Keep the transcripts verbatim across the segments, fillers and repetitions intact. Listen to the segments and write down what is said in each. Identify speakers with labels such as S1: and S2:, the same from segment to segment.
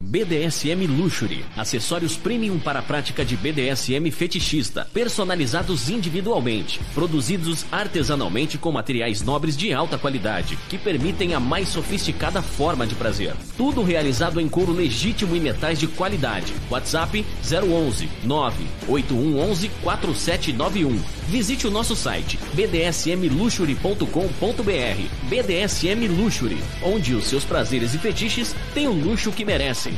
S1: B D S M Luxury, acessórios premium para a prática de B D S M fetichista, personalizados individualmente, produzidos artesanalmente com materiais nobres de alta qualidade, que permitem a mais sofisticada forma de prazer. Tudo realizado em couro legítimo e metais de qualidade. WhatsApp zero onze nove oito um um um quatro sete nove um. Visite o nosso site b d s m luxury ponto com ponto b r. B D S M Luxury, onde os seus prazeres e fetiches têm o luxo que merecem.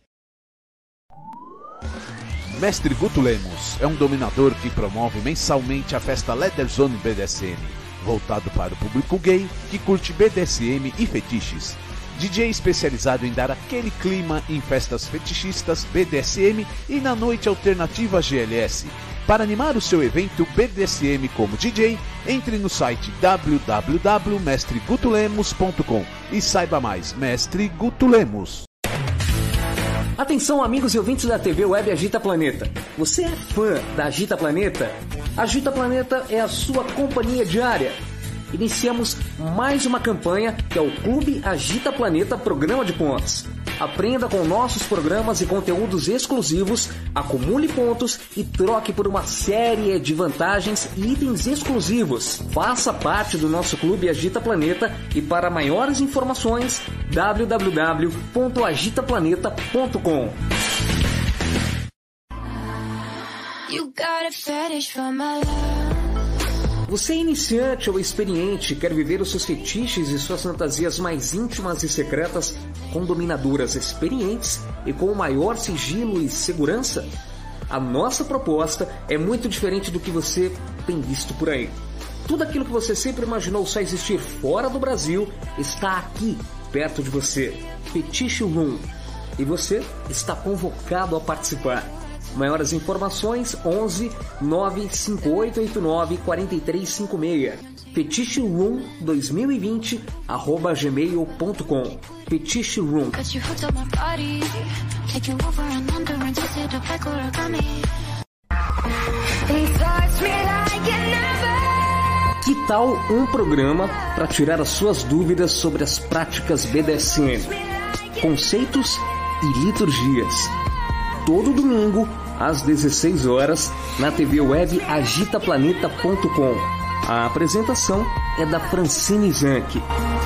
S2: Mestre Guto Lemos é um dominador que promove mensalmente a festa Leather Zone B D S M, voltado para o público gay que curte B D S M e fetiches. D J especializado em dar aquele clima em festas fetichistas B D S M e na noite alternativa G L S. Para animar o seu evento B D S M como D J, entre no site w w w ponto mestre guto lemos ponto com e saiba mais. Mestre Guto Lemos.
S3: Atenção, amigos e ouvintes da T V Web Agita Planeta. Você é fã da Agita Planeta? Agita Planeta é a sua companhia diária. Iniciamos mais uma campanha que é o Clube Agita Planeta Programa de Pontos. Aprenda com nossos programas e conteúdos exclusivos, acumule pontos e troque por uma série de vantagens e itens exclusivos. Faça parte do nosso Clube Agita Planeta e para maiores informações w w w ponto agita planeta ponto com. Você é iniciante ou experiente, quer viver os seus fetiches e suas fantasias mais íntimas e secretas com dominadoras experientes e com o maior sigilo e segurança? A nossa proposta é muito diferente do que você tem visto por aí. Tudo aquilo que você sempre imaginou só existir fora do Brasil está aqui, perto de você. Fetiche Room. E você está convocado a participar. Maiores informações onze nove cinco oito oito nove quatro três cinco seis. Fetiche Room dois mil e vinte arroba gmail ponto com. Fetiche Room. Que tal um programa para tirar as suas dúvidas sobre as práticas B D S M, conceitos e liturgias? Todo domingo, às dezesseis horas, na T V Web agita planeta ponto com. A apresentação é da Francine Zanck.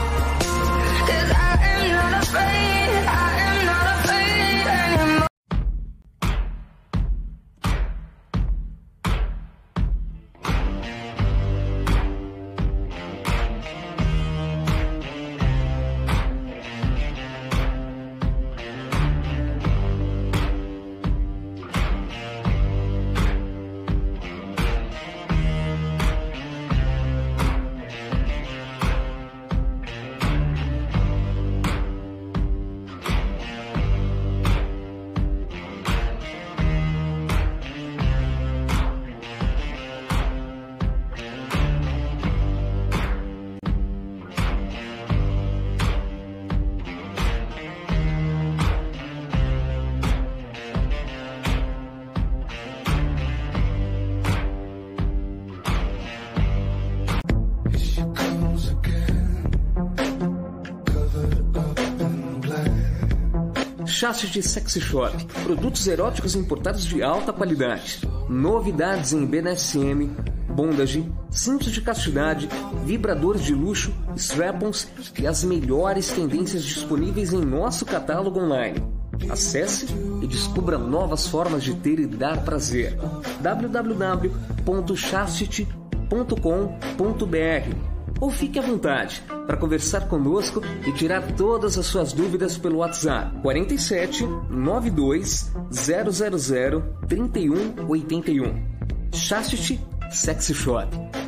S3: Chastity Sexy Shop, produtos eróticos importados de alta qualidade. Novidades em B D S M, bondage, cintos de castidade, vibradores de luxo, strap-ons e as melhores tendências disponíveis em nosso catálogo online. Acesse e descubra novas formas de ter e dar prazer. w w w ponto chastity ponto com ponto b r. Ou fique à vontade para conversar conosco e tirar todas as suas dúvidas pelo WhatsApp quarenta e sete nove dois zero zero zero três um oito um. Chastity Sexy Shop.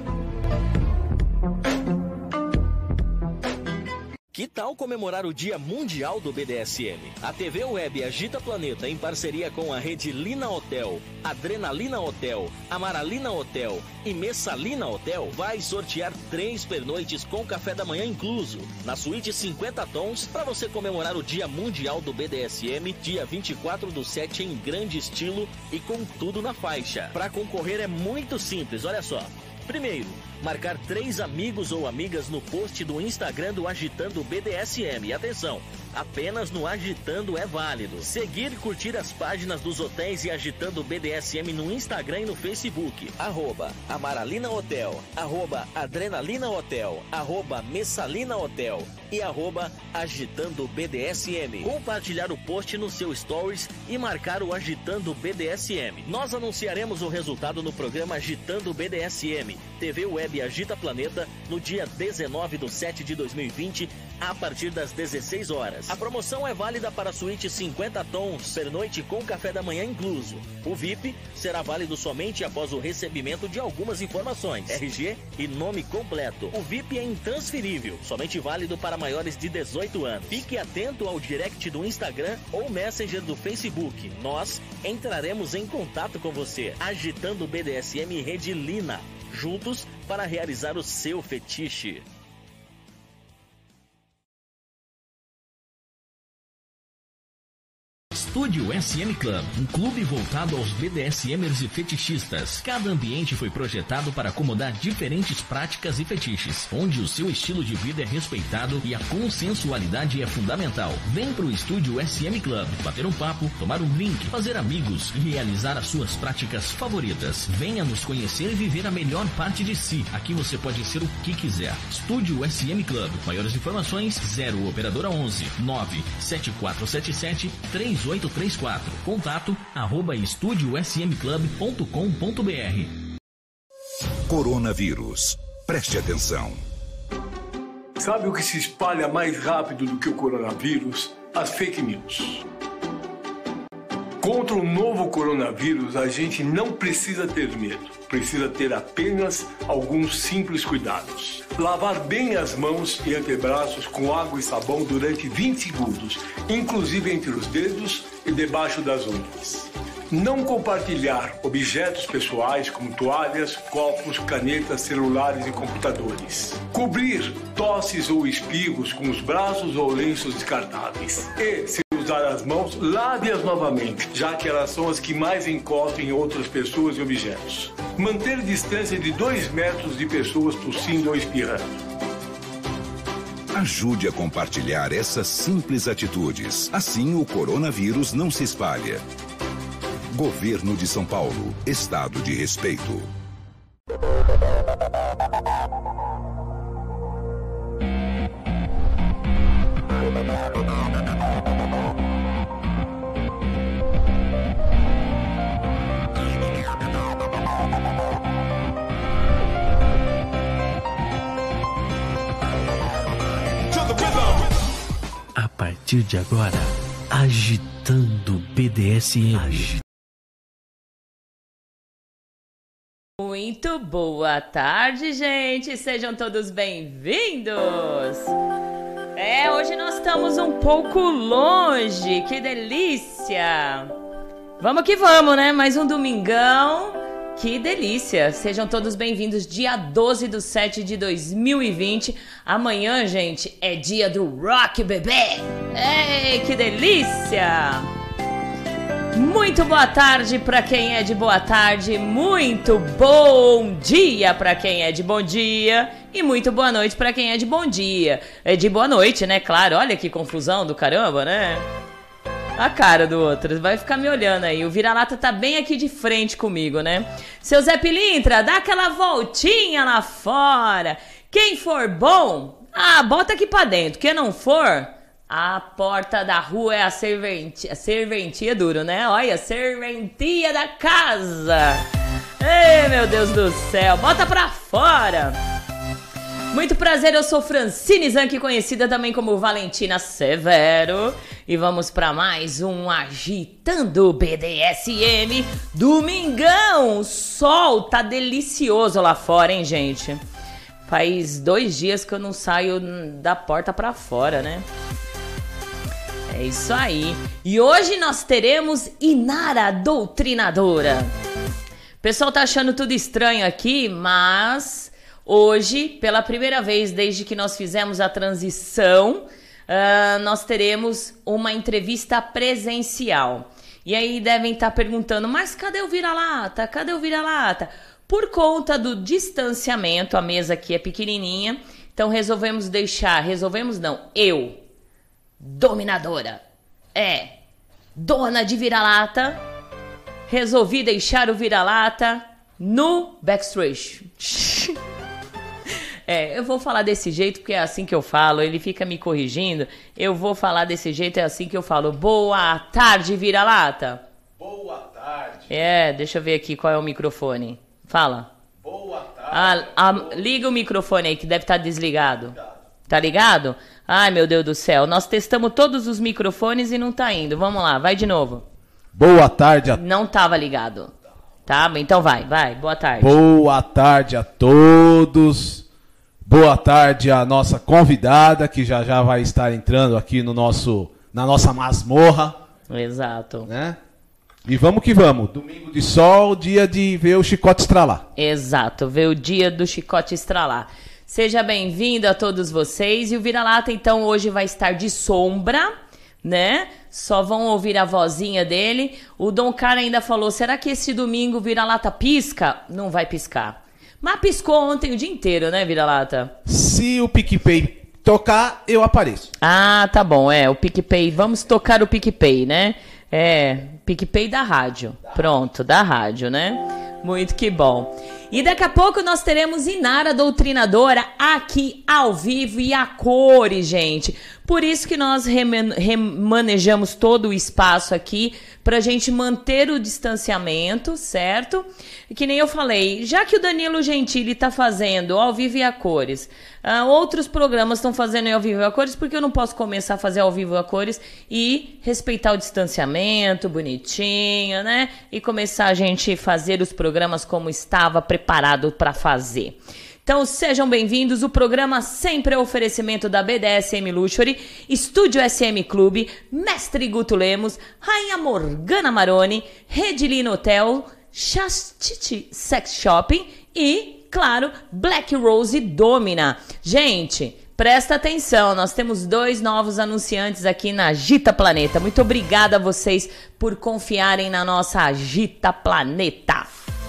S1: Que tal comemorar o Dia Mundial do B D S M? A T V Web Agita Planeta, em parceria com a rede Lina Hotel, Adrenalina Hotel, Amaralina Hotel e Messalina Hotel, vai sortear três pernoites com café da manhã incluso, na suíte cinquenta tons, para você comemorar o Dia Mundial do B D S M, dia vinte e quatro do sete, em grande estilo e com tudo na faixa. Para concorrer é muito simples, olha só. Primeiro, marcar três amigos ou amigas no post do Instagram do Agitando B D S M. E atenção, apenas no Agitando é válido. Seguir e curtir as páginas dos hotéis e Agitando B D S M no Instagram e no Facebook. Arroba Amaralina Hotel, arroba Adrenalina Hotel, arroba Messalina Hotel e arroba Agitando B D S M. Compartilhar o post no seu Stories e marcar o Agitando B D S M. Nós anunciaremos o resultado no programa Agitando B D S M, T V Web Agita Planeta, no dia dezenove de setembro de dois mil e vinte, a partir das dezesseis horas. A promoção é válida para a suíte cinquenta tons, pernoite com café da manhã incluso. O V I P será válido somente após o recebimento de algumas informações, R G e nome completo. O V I P é intransferível, somente válido para maiores de dezoito anos. Fique atento ao direct do Instagram ou Messenger do Facebook. Nós entraremos em contato com você. Agitando B D S M e Rede Lina, juntos para realizar o seu fetiche. Estúdio S M Club, um clube voltado aos BDSMers e fetichistas. Cada ambiente foi projetado para acomodar diferentes práticas e fetiches, onde o seu estilo de vida é respeitado e a consensualidade é fundamental. Vem pro Estúdio S M Club, bater um papo, tomar um drink, fazer amigos e realizar as suas práticas favoritas. Venha nos conhecer e viver a melhor parte de si. Aqui você pode ser o que quiser. Estúdio S M Club. Maiores informações, zero operadora onze, nove sete quatro sete sete, três oito três quatro. Contato arroba estúdio s m club ponto com ponto b r.
S4: Coronavírus. Preste atenção.
S5: Sabe o que se espalha mais rápido do que o coronavírus? As fake news. Contra o novo coronavírus, a gente não precisa ter medo. Precisa ter apenas alguns simples cuidados. Lavar bem as mãos e antebraços com água e sabão durante vinte segundos, inclusive entre os dedos e debaixo das unhas. Não compartilhar objetos pessoais como toalhas, copos, canetas, celulares e computadores. Cobrir tosses ou espirros com os braços ou lenços descartáveis. E, se usar as mãos, lave-as novamente, já que elas são as que mais encostam em outras pessoas e objetos. Manter distância de dois metros de pessoas tossindo ou espirrando.
S4: Ajude a compartilhar essas simples atitudes. Assim o coronavírus não se espalha. Governo de São Paulo. Estado de respeito.
S1: A partir de agora, Agitando B D S M. Ag...
S6: Muito boa tarde, gente. Sejam todos bem-vindos. É, hoje nós estamos um pouco longe. Que delícia. Vamos que vamos, né? Mais um domingão. Que delícia! Sejam todos bem-vindos, dia doze de setembro de dois mil e vinte. Amanhã, gente, é dia do rock, bebê! Ei, que delícia! Muito boa tarde para quem é de boa tarde, muito bom dia para quem é de bom dia e muito boa noite para quem é de bom dia. É de boa noite, né? Claro, olha que confusão do caramba, né? A cara do outro, vai ficar me olhando aí. O vira-lata tá bem aqui de frente comigo, né? Seu Zé Pilintra, dá aquela voltinha lá fora. Quem for bom, ah, bota aqui pra dentro. Quem não for, a porta da rua é a serventia. A serventia é duro, né? Olha, serventia da casa. Ei, meu Deus do céu, bota pra fora. Muito prazer, eu sou Francine Zanchi, conhecida também como Valentina Severo. E vamos para mais um Agitando B D S M domingão. O sol tá delicioso lá fora, hein, gente? Faz dois dias que eu não saio da porta para fora, né? É isso aí. E hoje nós teremos Inara Doutrinadora. O pessoal tá achando tudo estranho aqui, mas... hoje, pela primeira vez desde que nós fizemos a transição, uh, nós teremos uma entrevista presencial. E aí devem estar perguntando, mas cadê o vira-lata? Cadê o vira-lata? Por conta do distanciamento, a mesa aqui é pequenininha, então resolvemos deixar, resolvemos não, eu, dominadora, é, dona de vira-lata, resolvi deixar o vira-lata no backstage. É, eu vou falar desse jeito porque é assim que eu falo, ele fica me corrigindo, eu vou falar desse jeito, é assim que eu falo. Boa tarde, vira-lata.
S2: Boa tarde.
S6: É, deixa eu ver aqui qual é o microfone. Fala.
S2: Boa tarde.
S6: Ah, ah, liga o microfone aí que deve estar desligado. Tá ligado? Ai, meu Deus do céu, nós testamos todos os microfones e não tá indo. Vamos lá, vai de novo.
S2: Boa tarde a
S6: Não tava ligado. Tá, então vai, vai. Boa tarde.
S2: Boa tarde a todos. Boa tarde à nossa convidada, que já já vai estar entrando aqui no nosso, na nossa masmorra,
S6: Exato.
S2: né? E vamos que vamos. Domingo de sol, dia de ver o chicote estralar.
S6: Exato, ver o dia do chicote estralar. Seja bem-vindo a todos vocês. E o Vira-Lata, então, hoje vai estar de sombra, né? Só vão ouvir a vozinha dele. O Dom Cara ainda falou, será que esse domingo o Vira-Lata pisca? Não vai piscar. Mas piscou ontem o dia inteiro, né, Vira-Lata?
S2: Se o PicPay tocar, eu apareço.
S6: Ah, tá bom, é, o PicPay, vamos tocar o PicPay, né? É, PicPay da rádio, pronto, da rádio, né? Muito que bom. E daqui a pouco nós teremos Inara Doutrinadora aqui ao vivo e a cores, gente. Por isso que nós reman- remanejamos todo o espaço aqui pra gente manter o distanciamento, certo? E que nem eu falei, já que o Danilo Gentili tá fazendo ao vivo e a cores, uh, outros programas estão fazendo ao vivo e a cores, porque eu não posso começar a fazer ao vivo e a cores e respeitar o distanciamento bonitinho, né? E começar a gente fazer os programas como estava preparado para fazer. Então sejam bem-vindos, o programa sempre é oferecimento da B D S M Luxury, Estúdio S M Clube, Mestre Guto Lemos, Rainha Morgana Maroni, Redilino Hotel, Chastity Sex Shopping e, claro, Black Rose Domina. Gente, presta atenção, nós temos dois novos anunciantes aqui na Agita Planeta. Muito obrigada a vocês por confiarem na nossa Agita Planeta.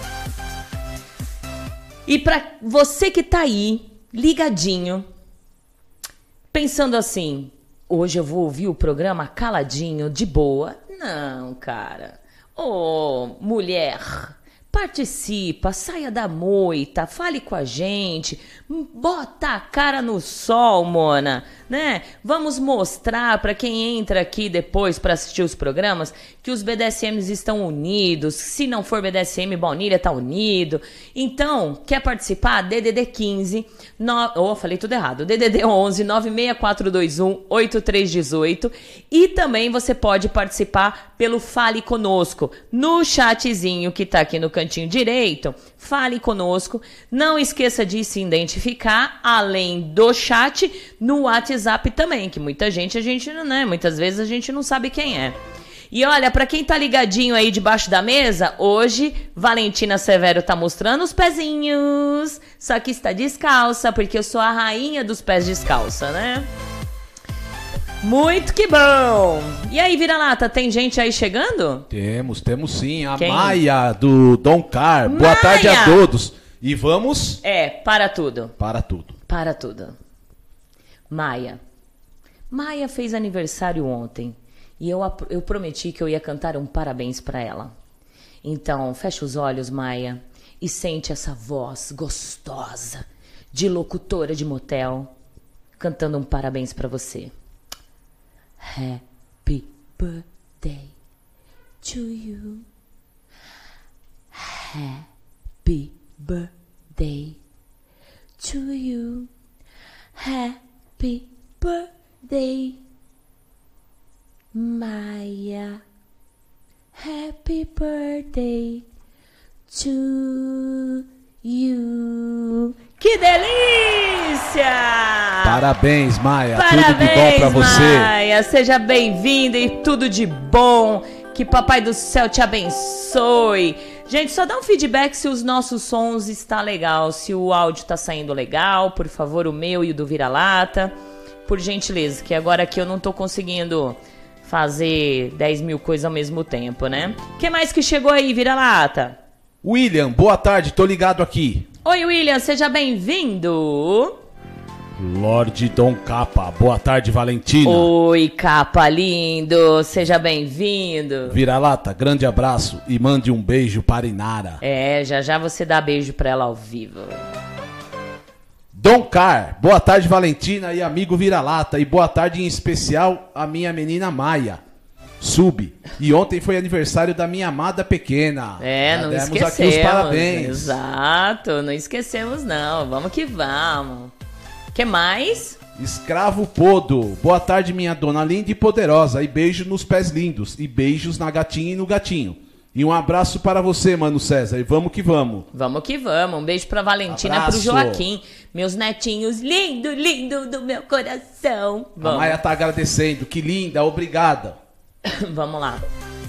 S6: E pra você que tá aí, ligadinho, pensando assim, hoje eu vou ouvir o programa caladinho, de boa. Não, cara. Ô, mulher, participa, saia da moita, fale com a gente, bota a cara no sol, mona, né? Vamos mostrar para quem entra aqui depois para assistir os programas que os B D S Ms estão unidos. Se não for B D S M, Baunilha tá unido. Então, quer participar? D D D quinze, no... oh, falei tudo errado. D D D onze, nove seis quatro dois um, oito três um oito. E também você pode participar pelo Fale Conosco, no chatzinho que tá aqui no cantinho direito. Fale conosco. Não esqueça de se identificar, além do chat, no WhatsApp também, que muita gente, a gente não, né? Muitas vezes a gente não sabe quem é. E olha, pra quem tá ligadinho aí debaixo da mesa, hoje Valentina Severo tá mostrando os pezinhos, só que está descalça, porque eu sou a rainha dos pés descalça, né? Muito que bom! E aí, Vira-Lata, tem gente aí chegando?
S2: Temos, temos sim. A
S6: Quem?
S2: Maia, do Dom Car. Boa
S6: Maia!
S2: tarde a todos. E vamos
S6: É, para tudo.
S2: para tudo.
S6: Para tudo. Maia. Maia fez aniversário ontem. E eu, eu prometi que eu ia cantar um parabéns pra ela. Então, fecha os olhos, Maia, e sente essa voz gostosa de locutora de motel cantando um parabéns pra você. Happy birthday to you. Happy birthday to you. Happy birthday, Maia. Happy birthday to you. Que delícia!
S2: Parabéns, Maia.
S6: Parabéns,
S2: tudo de bom pra você.
S6: Maia. Seja bem-vinda e tudo de bom. Que Papai do Céu te abençoe. Gente, só dá um feedback se os nossos sons está legal, se o áudio tá saindo legal, por favor, o meu e o do Vira-Lata. Por gentileza, que agora aqui eu não tô conseguindo fazer dez mil coisas ao mesmo tempo, né? O que mais que chegou aí, Vira-Lata?
S2: William, boa tarde, tô ligado aqui.
S6: Oi, William, seja bem-vindo.
S2: Lorde Dom Capa, boa tarde, Valentina.
S6: Oi, Capa lindo, seja bem-vindo.
S2: Vira-lata, grande abraço e mande um beijo para Inara.
S6: É, já já você dá beijo pra ela ao vivo.
S2: Dom Car, boa tarde, Valentina e amigo Vira-lata. E boa tarde em especial a minha menina Maia. Sub. E ontem foi aniversário da minha amada pequena.
S6: É,
S2: já
S6: não
S2: demos
S6: esquecemos.
S2: Aqui os parabéns.
S6: Exato, não esquecemos não. Vamos que vamos. Que mais?
S2: Escravo Podo. Boa tarde, minha dona linda e poderosa. E beijo nos pés lindos. E beijos na gatinha e no gatinho. E um abraço para você, Mano César. E vamos que vamos.
S6: Vamos que vamos. Um beijo pra Valentina,
S2: abraço.
S6: Pro Joaquim. Meus netinhos lindo, lindo do meu coração. Vamos.
S2: A Maia tá agradecendo. Que linda, obrigada.
S6: Vamos lá.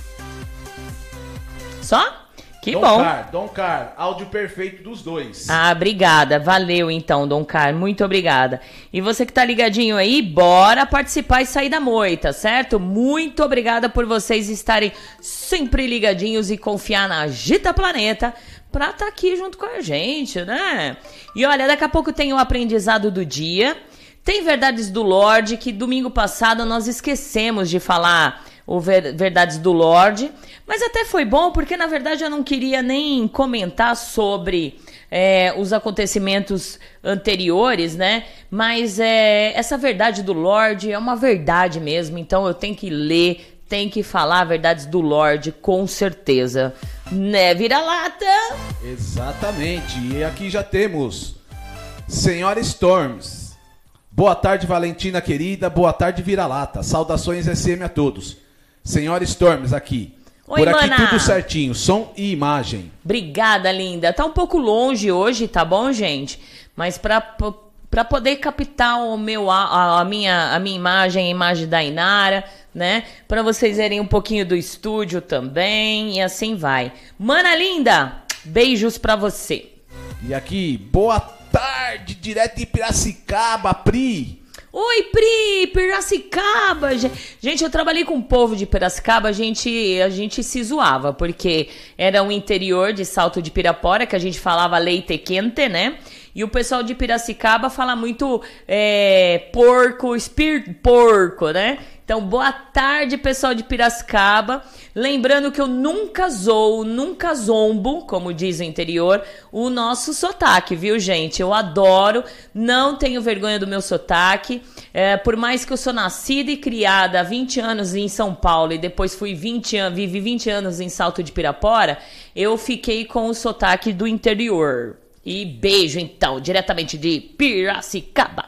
S6: Só? Que
S2: Dom
S6: bom.
S2: Car, Dom Car, áudio perfeito dos dois.
S6: Ah, obrigada. Valeu então, Dom Car. Muito obrigada. E você que tá ligadinho aí, bora participar e sair da moita, certo? Muito obrigada por vocês estarem sempre ligadinhos e confiar na Agita Planeta pra tá aqui junto com a gente, né? E olha, daqui a pouco tem o aprendizado do dia. Tem Verdades do Lorde, que domingo passado nós esquecemos de falar o ver, Verdades do Lorde, mas até foi bom, porque na verdade eu não queria nem comentar sobre é, os acontecimentos anteriores, né? Mas é, essa Verdade do Lorde é uma verdade mesmo, então eu tenho que ler, tenho que falar Verdades do Lorde, com certeza. Né, Vira-lata?
S2: Exatamente, e aqui já temos Senhora Storms. Boa tarde, Valentina querida, boa tarde, Vira-lata. Saudações S M a todos. Senhora Storms aqui.
S6: Oi,
S2: por aqui
S6: mana.
S2: tudo certinho, som e imagem.
S6: Obrigada, linda. Tá um pouco longe hoje, tá bom, gente? Mas pra, pra poder captar o meu, a, a, minha, a minha imagem, a imagem da Inara, né? Pra vocês verem um pouquinho do estúdio também, e assim vai. Mana linda, beijos pra você.
S2: E aqui, boa tarde, direto de Piracicaba, Pri.
S6: Oi, Pri, Piracicaba. Gente, eu trabalhei com o povo de Piracicaba, a gente, a gente se zoava, porque era um interior de Salto de Pirapora, que a gente falava leite quente, né? E o pessoal de Piracicaba fala muito é, porco, espírito porco, né? Então, boa tarde, pessoal de Piracicaba. Lembrando que eu nunca zoo, nunca zombo, como diz o interior, o nosso sotaque, viu, gente? Eu adoro, não tenho vergonha do meu sotaque. É, por mais que eu sou nascida e criada há vinte anos em São Paulo e depois fui vinte anos, vivi vinte anos em Salto de Pirapora, eu fiquei com o sotaque do interior. E beijo, então, diretamente de Piracicaba.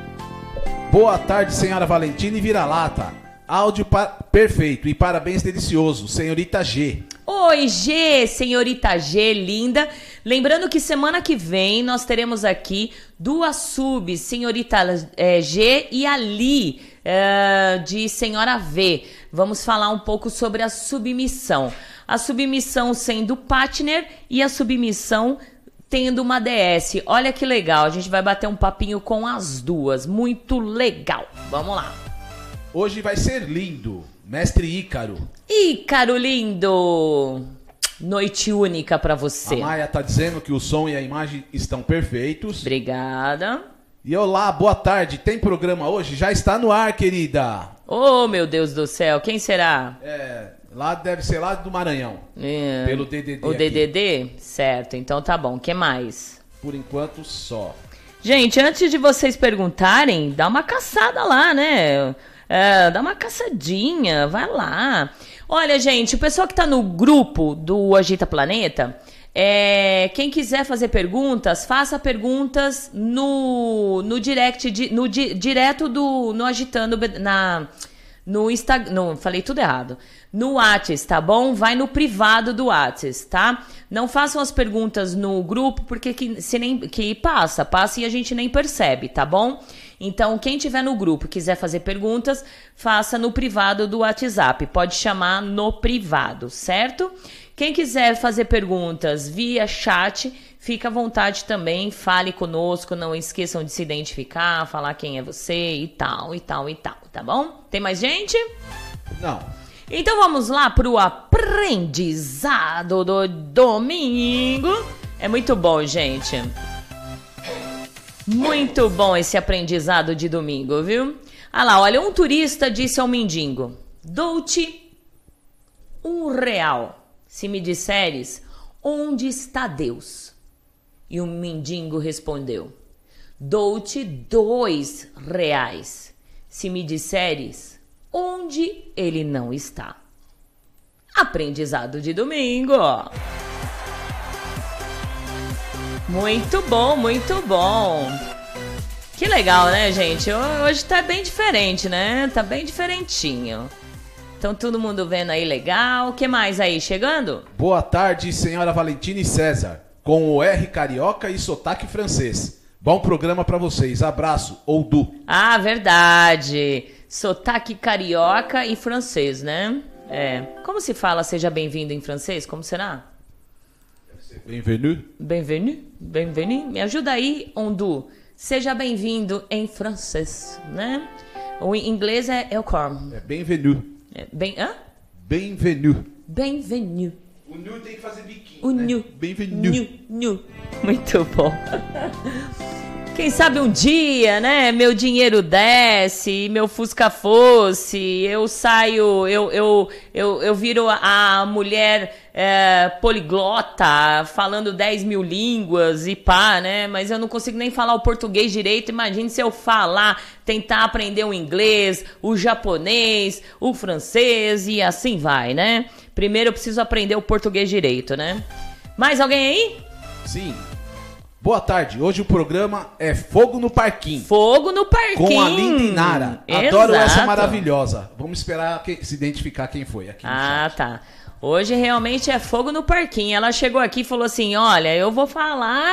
S2: Boa tarde, senhora Valentina e Vira-lata. Áudio pa- perfeito e parabéns delicioso, senhorita G.
S6: Oi, G, senhorita G, linda. Lembrando que semana que vem nós teremos aqui duas subs, senhorita é, G e Ali, é, de senhora V. Vamos falar um pouco sobre a submissão. A submissão sendo partner e a submissão tendo uma D S. Olha que legal, a gente vai bater um papinho com as duas. Muito legal. Vamos lá.
S2: Hoje vai ser lindo, mestre Ícaro.
S6: Ícaro lindo. Noite única pra você.
S2: A Maia tá dizendo que o som e a imagem estão perfeitos.
S6: Obrigada.
S2: E olá, boa tarde. Tem programa hoje? Já está no ar, querida.
S6: Oh, meu Deus do céu. Quem será?
S2: É, lá deve ser lá do Maranhão.
S6: É,
S2: Pelo D D D.
S6: O
S2: aqui.
S6: D D D? Certo, então tá bom. O que mais?
S2: Por enquanto, só.
S6: Gente, antes de vocês perguntarem, dá uma caçada lá, né? É, dá uma caçadinha, vai lá. Olha, gente, o pessoal que tá no grupo do Agita Planeta, é, quem quiser fazer perguntas, faça perguntas no, no direct, de, no di, direto do no Agitando na no Instagram, falei tudo errado. No Whats, tá bom? Vai no privado do Whats, tá? Não façam as perguntas no grupo, porque que, se nem, que passa, passa e a gente nem percebe, tá bom? Então, quem tiver no grupo e quiser fazer perguntas, faça no privado do WhatsApp. Pode chamar no privado, certo? Quem quiser fazer perguntas via chat, fica à vontade também, fale conosco, não esqueçam de se identificar, falar quem é você e tal, e tal, e tal, tá bom? Tem mais gente?
S2: Não.
S6: Então vamos lá pro aprendizado do domingo. É muito bom, gente. Muito bom esse aprendizado de domingo, viu? Ah lá, olha, um turista disse ao mendigo: dou-te um real se me disseres onde está Deus. E o mendigo respondeu: dou-te dois reais se me disseres onde ele não está. Aprendizado de domingo. Muito bom, muito bom. Que legal, né, gente? Hoje tá bem diferente, né? Tá bem diferentinho. Então todo mundo vendo aí legal. O que mais aí chegando?
S2: Boa tarde, senhora Valentina e César, com o R carioca e sotaque francês. Bom programa pra vocês. Abraço, Oudu.
S6: Ah, verdade. Sotaque carioca e francês, né? É. Como se fala seja bem-vindo em francês? Como será?
S2: Bienvenue.
S6: Bienvenue. Bienvenue. Me ajuda aí, Ondu. Seja bem-vindo em francês, né? O inglês é welcome.
S2: É bienvenue.
S6: É bem, hã?
S2: Bienvenue.
S6: Bienvenue.
S2: O nu tem que fazer biquinho,
S6: O
S2: né?
S6: nu.
S2: Bienvenue.
S6: Nu, nu. Muito bom. Quem sabe um dia, né, meu dinheiro desce, meu Fusca fosse, eu saio, eu, eu, eu, eu viro a mulher é, poliglota, falando dez mil línguas e pá, né, mas eu não consigo nem falar o português direito. Imagine se eu falar, tentar aprender o inglês, o japonês, o francês e assim vai, né. Primeiro eu preciso aprender o português direito, né. Mais alguém aí?
S2: Sim. Boa tarde, hoje o programa é Fogo no Parquinho.
S6: Fogo no Parquinho.
S2: Com a Linda Inara. Adoro essa maravilhosa. Vamos esperar que, se identificar quem foi aqui no
S6: Ah,
S2: chat.
S6: tá. Hoje realmente é Fogo no Parquinho. Ela chegou aqui e falou assim, olha, eu vou falar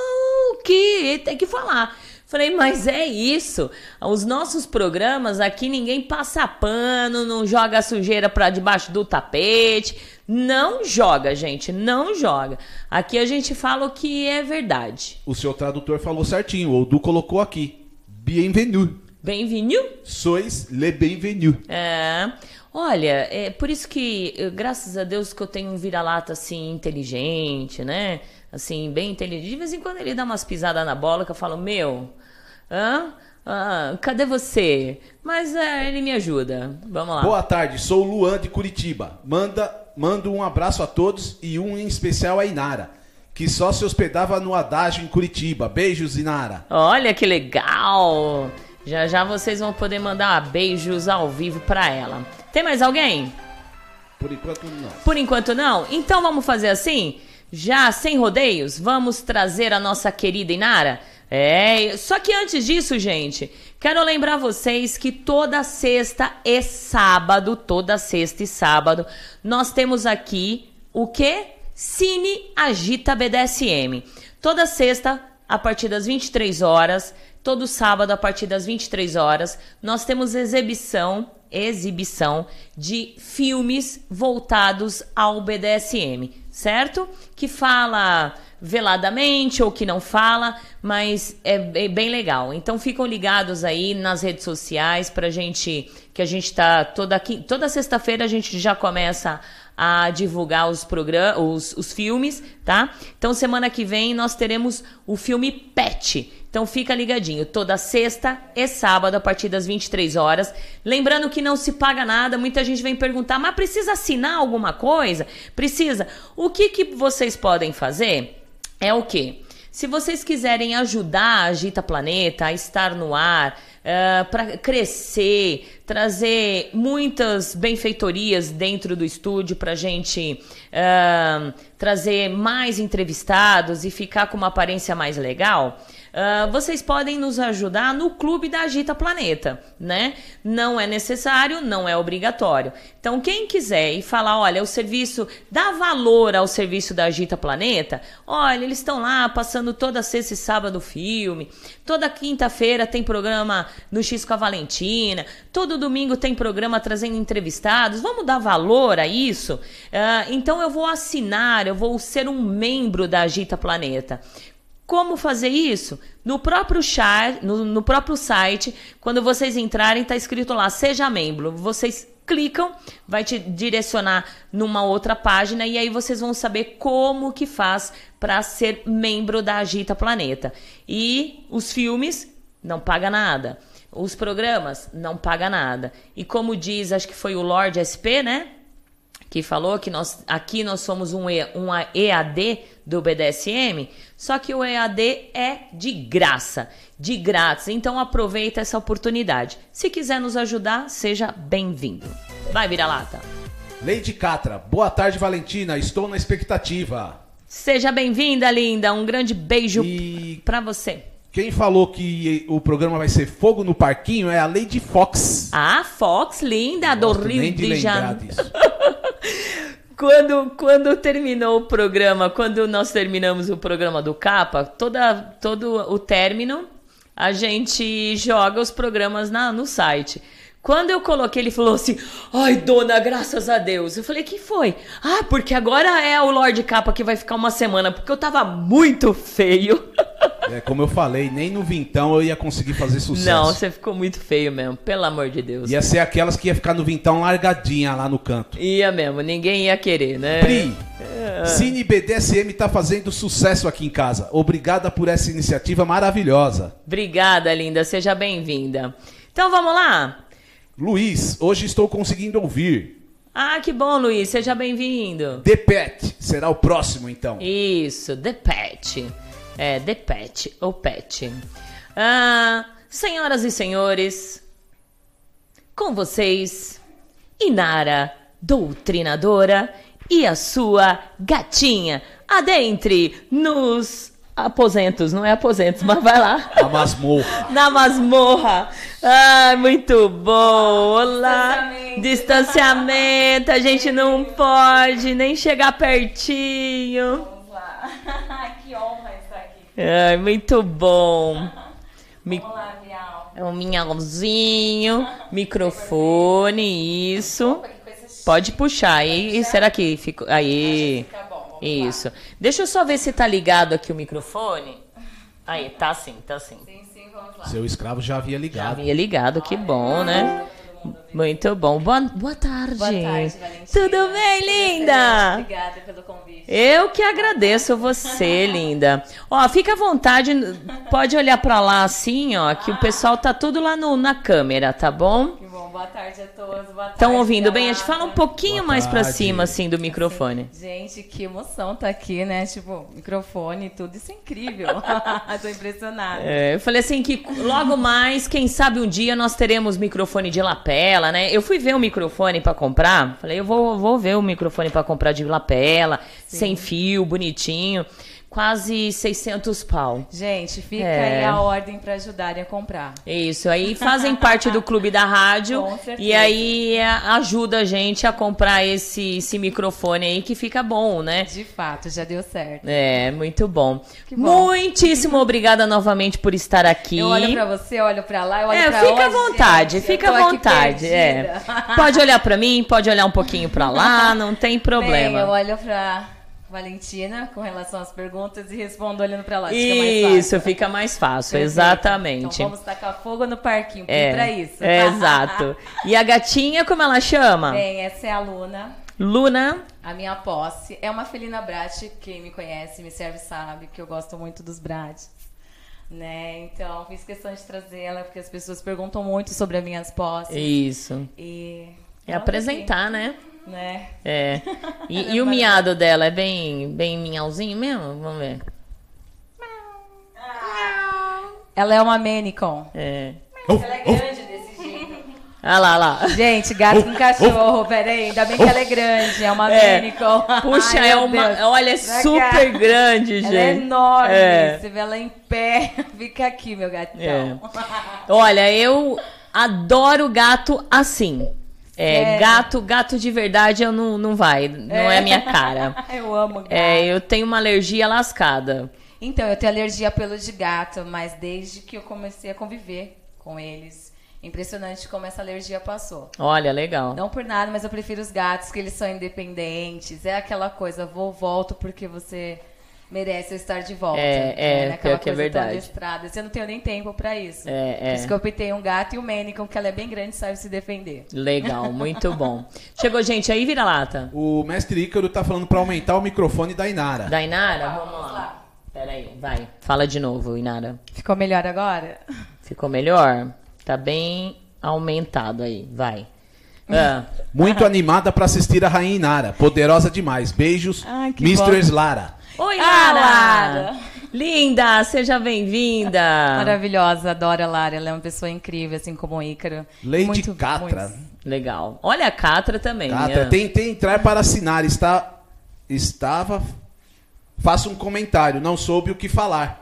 S6: o que tem que falar. Falei, mas é isso. Os nossos programas aqui ninguém passa pano, não joga sujeira pra debaixo do tapete. Não joga, gente, não joga. Aqui a gente fala o que é verdade.
S2: O seu tradutor falou certinho, o Oudu colocou aqui. Bienvenue.
S6: Bem-vindo.
S2: Sois le bienvenue.
S6: É. Olha, é por isso que, graças a Deus, que eu tenho um vira-lata assim, inteligente, né? Assim, bem inteligente. De vez em quando ele dá umas pisadas na bola que eu falo, meu, hã? Ah, cadê você? Mas é, ele me ajuda. Vamos lá.
S2: Boa tarde, sou o Luan de Curitiba. Manda, mando um abraço a todos e um em especial a Inara, que só se hospedava no Adágio em Curitiba. Beijos, Inara.
S6: Olha que legal. Já já vocês vão poder mandar beijos ao vivo pra ela. Tem mais alguém?
S2: Por enquanto não.
S6: Por enquanto não? Então vamos fazer assim? Já sem rodeios, vamos trazer a nossa querida Inara? É, só que antes disso, gente, quero lembrar vocês que toda sexta e sábado, toda sexta e sábado, nós temos aqui o quê? Cine Agita B D S M. Toda sexta, a partir das vinte e três horas, todo sábado, a partir das vinte e três horas, nós temos exibição, exibição de filmes voltados ao B D S M, certo? Que fala veladamente ou que não fala, mas é bem legal. Então ficam ligados aí nas redes sociais pra gente, que a gente tá toda aqui, toda sexta-feira a gente já começa a divulgar os programas, os, os filmes, tá? Então semana que vem nós teremos o filme Pet. Então fica ligadinho, toda sexta e sábado a partir das vinte e três horas. Lembrando que não se paga nada. Muita gente vem perguntar, mas precisa assinar alguma coisa? Precisa. O que que vocês podem fazer é o quê? Se vocês quiserem ajudar a Agita Planeta a estar no ar, uh, para crescer, trazer muitas benfeitorias dentro do estúdio para a gente uh, trazer mais entrevistados e ficar com uma aparência mais legal, uh, vocês podem nos ajudar no Clube da Agita Planeta, né? Não é necessário, não é obrigatório. Então, quem quiser e falar, olha, o serviço, dá valor ao serviço da Agita Planeta, olha, eles estão lá passando toda sexta e sábado filme, toda quinta-feira tem programa no X com a Valentina, todo domingo tem programa trazendo entrevistados, vamos dar valor a isso? Uh, então eu vou assinar, eu vou ser um membro da Agita Planeta. Como fazer isso? No próprio chat, no, no próprio site, quando vocês entrarem, tá escrito lá, seja membro. Vocês clicam, vai te direcionar numa outra página e aí vocês vão saber como que faz para ser membro da Agita Planeta. E os filmes não paga nada. Os programas não paga nada. E como diz, acho que foi o Lorde S P, né? Que falou que nós, aqui nós somos um, e, um E A D do B D S M, só que o E A D é de graça, de grátis. Então aproveita essa oportunidade. Se quiser nos ajudar, seja bem-vindo. Vai, vira-lata.
S7: Lady Catra, boa tarde, Valentina. Estou na expectativa.
S6: Seja bem-vinda, linda. Um grande beijo
S7: e...
S6: pra você.
S7: Quem falou que o programa vai ser Fogo no Parquinho é a Lady Fox.
S6: Ah, Fox, linda, do Rio de Janeiro. Quando, quando terminou o programa, quando nós terminamos o programa do Capa, toda, todo o término, a gente joga os programas na, no site. Quando eu coloquei, ele falou assim, ai, dona, graças a Deus. Eu falei, que foi? Ah, porque agora é o Lorde Capa que vai ficar uma semana, porque eu tava muito feio.
S7: É, como eu falei, nem no Vintão eu ia conseguir fazer sucesso.
S6: Não, você ficou muito feio mesmo, pelo amor de Deus.
S7: Ia ser aquelas que ia ficar no Vintão largadinha lá no canto.
S6: Ia mesmo, ninguém ia querer, né?
S7: Pri, é. Cine B D S M tá fazendo sucesso aqui em casa. Obrigada por essa iniciativa maravilhosa.
S6: Obrigada, linda, seja bem-vinda. Então vamos lá?
S7: Luiz, hoje estou conseguindo ouvir.
S6: Ah, que bom, Luiz, seja bem-vindo.
S7: The Pet, será o próximo então.
S6: Isso, The Pet. É, The Pet, ou Pet. Ah, senhoras e senhores, com vocês, Inara, doutrinadora, e a sua gatinha. Adentre nos aposentos, não é aposentos, mas vai lá.
S7: Na masmorra.
S6: Na masmorra. Ai, muito bom. Olá. Distanciamento. Distanciamento. A gente não pode nem chegar pertinho.
S8: Vamos lá. Que honra estar aqui.
S6: Ai, muito bom. Mi...
S8: Vamos lá, Miau.
S6: É um minhauzinho. Microfone, isso.
S8: Opa, que coisa chique.
S6: Pode puxar. Aí, será que ficou? Aí.
S8: Fica bom.
S6: Isso. Lá. Deixa eu só ver se tá ligado aqui o microfone. Aí, tá sim, tá sim.
S8: Sim, sim, vamos lá.
S7: Seu escravo já havia ligado.
S6: Já havia ligado, que bom, né? Muito bom. Boa, boa tarde.
S8: Boa tarde, Valentina.
S6: Tudo bem, linda?
S8: Obrigada pelo convite.
S6: Eu que agradeço você, linda. Ó, fica à vontade, pode olhar pra lá assim, ó, que o pessoal tá tudo lá no, na câmera, tá bom?
S8: Que bom, boa tarde a todos, boa tarde.
S6: Estão ouvindo bem? A gente fala um pouquinho
S7: Boa
S6: mais pra
S7: tarde.
S6: cima, assim, do microfone.
S8: Assim, gente, que emoção tá aqui, né? Tipo, microfone e tudo, isso é incrível. Tô impressionada.
S6: É, eu falei assim que logo mais, quem sabe um dia nós teremos microfone de lapela, né? Eu fui ver um microfone pra comprar, falei, eu vou, vou ver o microfone pra comprar de lapela, sim, sem fio, bonitinho, quase seiscentos pau.
S8: Gente, fica
S6: É.
S8: aí a ordem pra ajudarem a comprar.
S6: Isso, aí fazem parte do clube da rádio.
S8: Com certeza.
S6: E aí é, ajuda a gente a comprar esse, esse microfone aí que fica bom, né?
S8: De fato, já deu certo.
S6: É, muito bom.
S8: Que bom.
S6: Muitíssimo obrigada novamente por estar aqui.
S8: Eu olho pra você, eu olho pra lá, eu olho
S6: É,
S8: pra
S6: fica à
S8: onde,
S6: vontade,
S8: gente?
S6: fica
S8: Eu
S6: à
S8: tô aqui
S6: vontade. É.
S8: perdida.
S6: Pode olhar pra mim, pode olhar um pouquinho pra lá, não tem problema.
S8: Bem, eu olho pra Valentina com relação às perguntas e respondo olhando pra lá. Fica mais fácil.
S6: Isso, fica mais fácil,
S8: Perfeito.
S6: exatamente.
S8: Então vamos tacar fogo no parquinho,
S6: É,
S8: é, pra isso.
S6: é, exato. E a gatinha, como ela chama?
S8: Bem, essa é a Luna,
S6: Luna.
S8: a minha posse. É uma felina Brate, quem me conhece, me serve, sabe que eu gosto muito dos Brates. Né? Então, fiz questão de trazer ela, porque as pessoas perguntam muito sobre as minhas posses.
S6: Isso.
S8: E...
S6: É apresentar, né?
S8: Né?
S6: É. E, e o miado dela é bem, bem minhauzinho mesmo? Vamos ver.
S8: Ela é uma Manicon.
S6: É.
S8: Ela é grande desse jeito.
S6: Ah lá, lá.
S8: Gente, gato com cachorro, peraí, ainda bem que ela é grande, é uma
S6: É.
S8: Manicon.
S6: Puxa,
S8: Ai,
S6: é
S8: meu
S6: uma.
S8: Deus.
S6: Olha, é
S8: Pra
S6: super
S8: cá.
S6: grande, gente.
S8: Ela é enorme,
S6: É.
S8: você vê ela em pé, fica aqui, meu gatão.
S6: Olha, eu adoro gato assim. É,
S8: Sério?
S6: gato, gato de verdade eu não, não vai, não é a minha cara.
S8: Eu amo gato.
S6: É, eu tenho uma alergia lascada.
S8: Então, eu tenho alergia a pelo de gato, mas desde que eu comecei a conviver com eles, impressionante como essa alergia passou.
S6: Olha, legal.
S8: Não por nada, mas eu prefiro os gatos, que eles são independentes. É aquela coisa, vou, volto porque você merece eu estar de volta.
S6: É, é,
S8: né? Naquela
S6: pior que é
S8: coisa tão
S6: verdade.
S8: adestrada. Assim, eu não tenho nem tempo pra isso.
S6: É,
S8: Por
S6: é.
S8: isso que eu optei um gato e um Manicom, que ela é bem grande e sabe se defender.
S6: Legal, muito bom. Chegou gente aí, vira-lata?
S7: O mestre Ícaro tá falando pra aumentar o microfone da Inara.
S6: Da Inara? Vamos lá. Pera aí, vai. Fala de novo, Inara.
S8: Ficou melhor agora?
S6: Ficou melhor? Tá bem aumentado aí, vai. Ah.
S7: Muito animada pra assistir a Rainha Inara. Poderosa demais. Beijos,
S8: Ai, que
S7: mistress
S8: bom.
S7: Lara.
S6: Oi,
S8: Ah,
S6: Lara!
S8: Lara!
S6: Linda, seja bem-vinda!
S8: Maravilhosa, adoro a Lara. Ela é uma pessoa incrível, assim como o Ícaro.
S7: Lady
S8: Muito-
S7: Catra.
S8: muito-
S6: Legal. Olha a Catra também.
S7: Catra,
S6: né?
S7: tentei entrar para assinar. Está, estava... Faça um comentário. Não soube o que falar.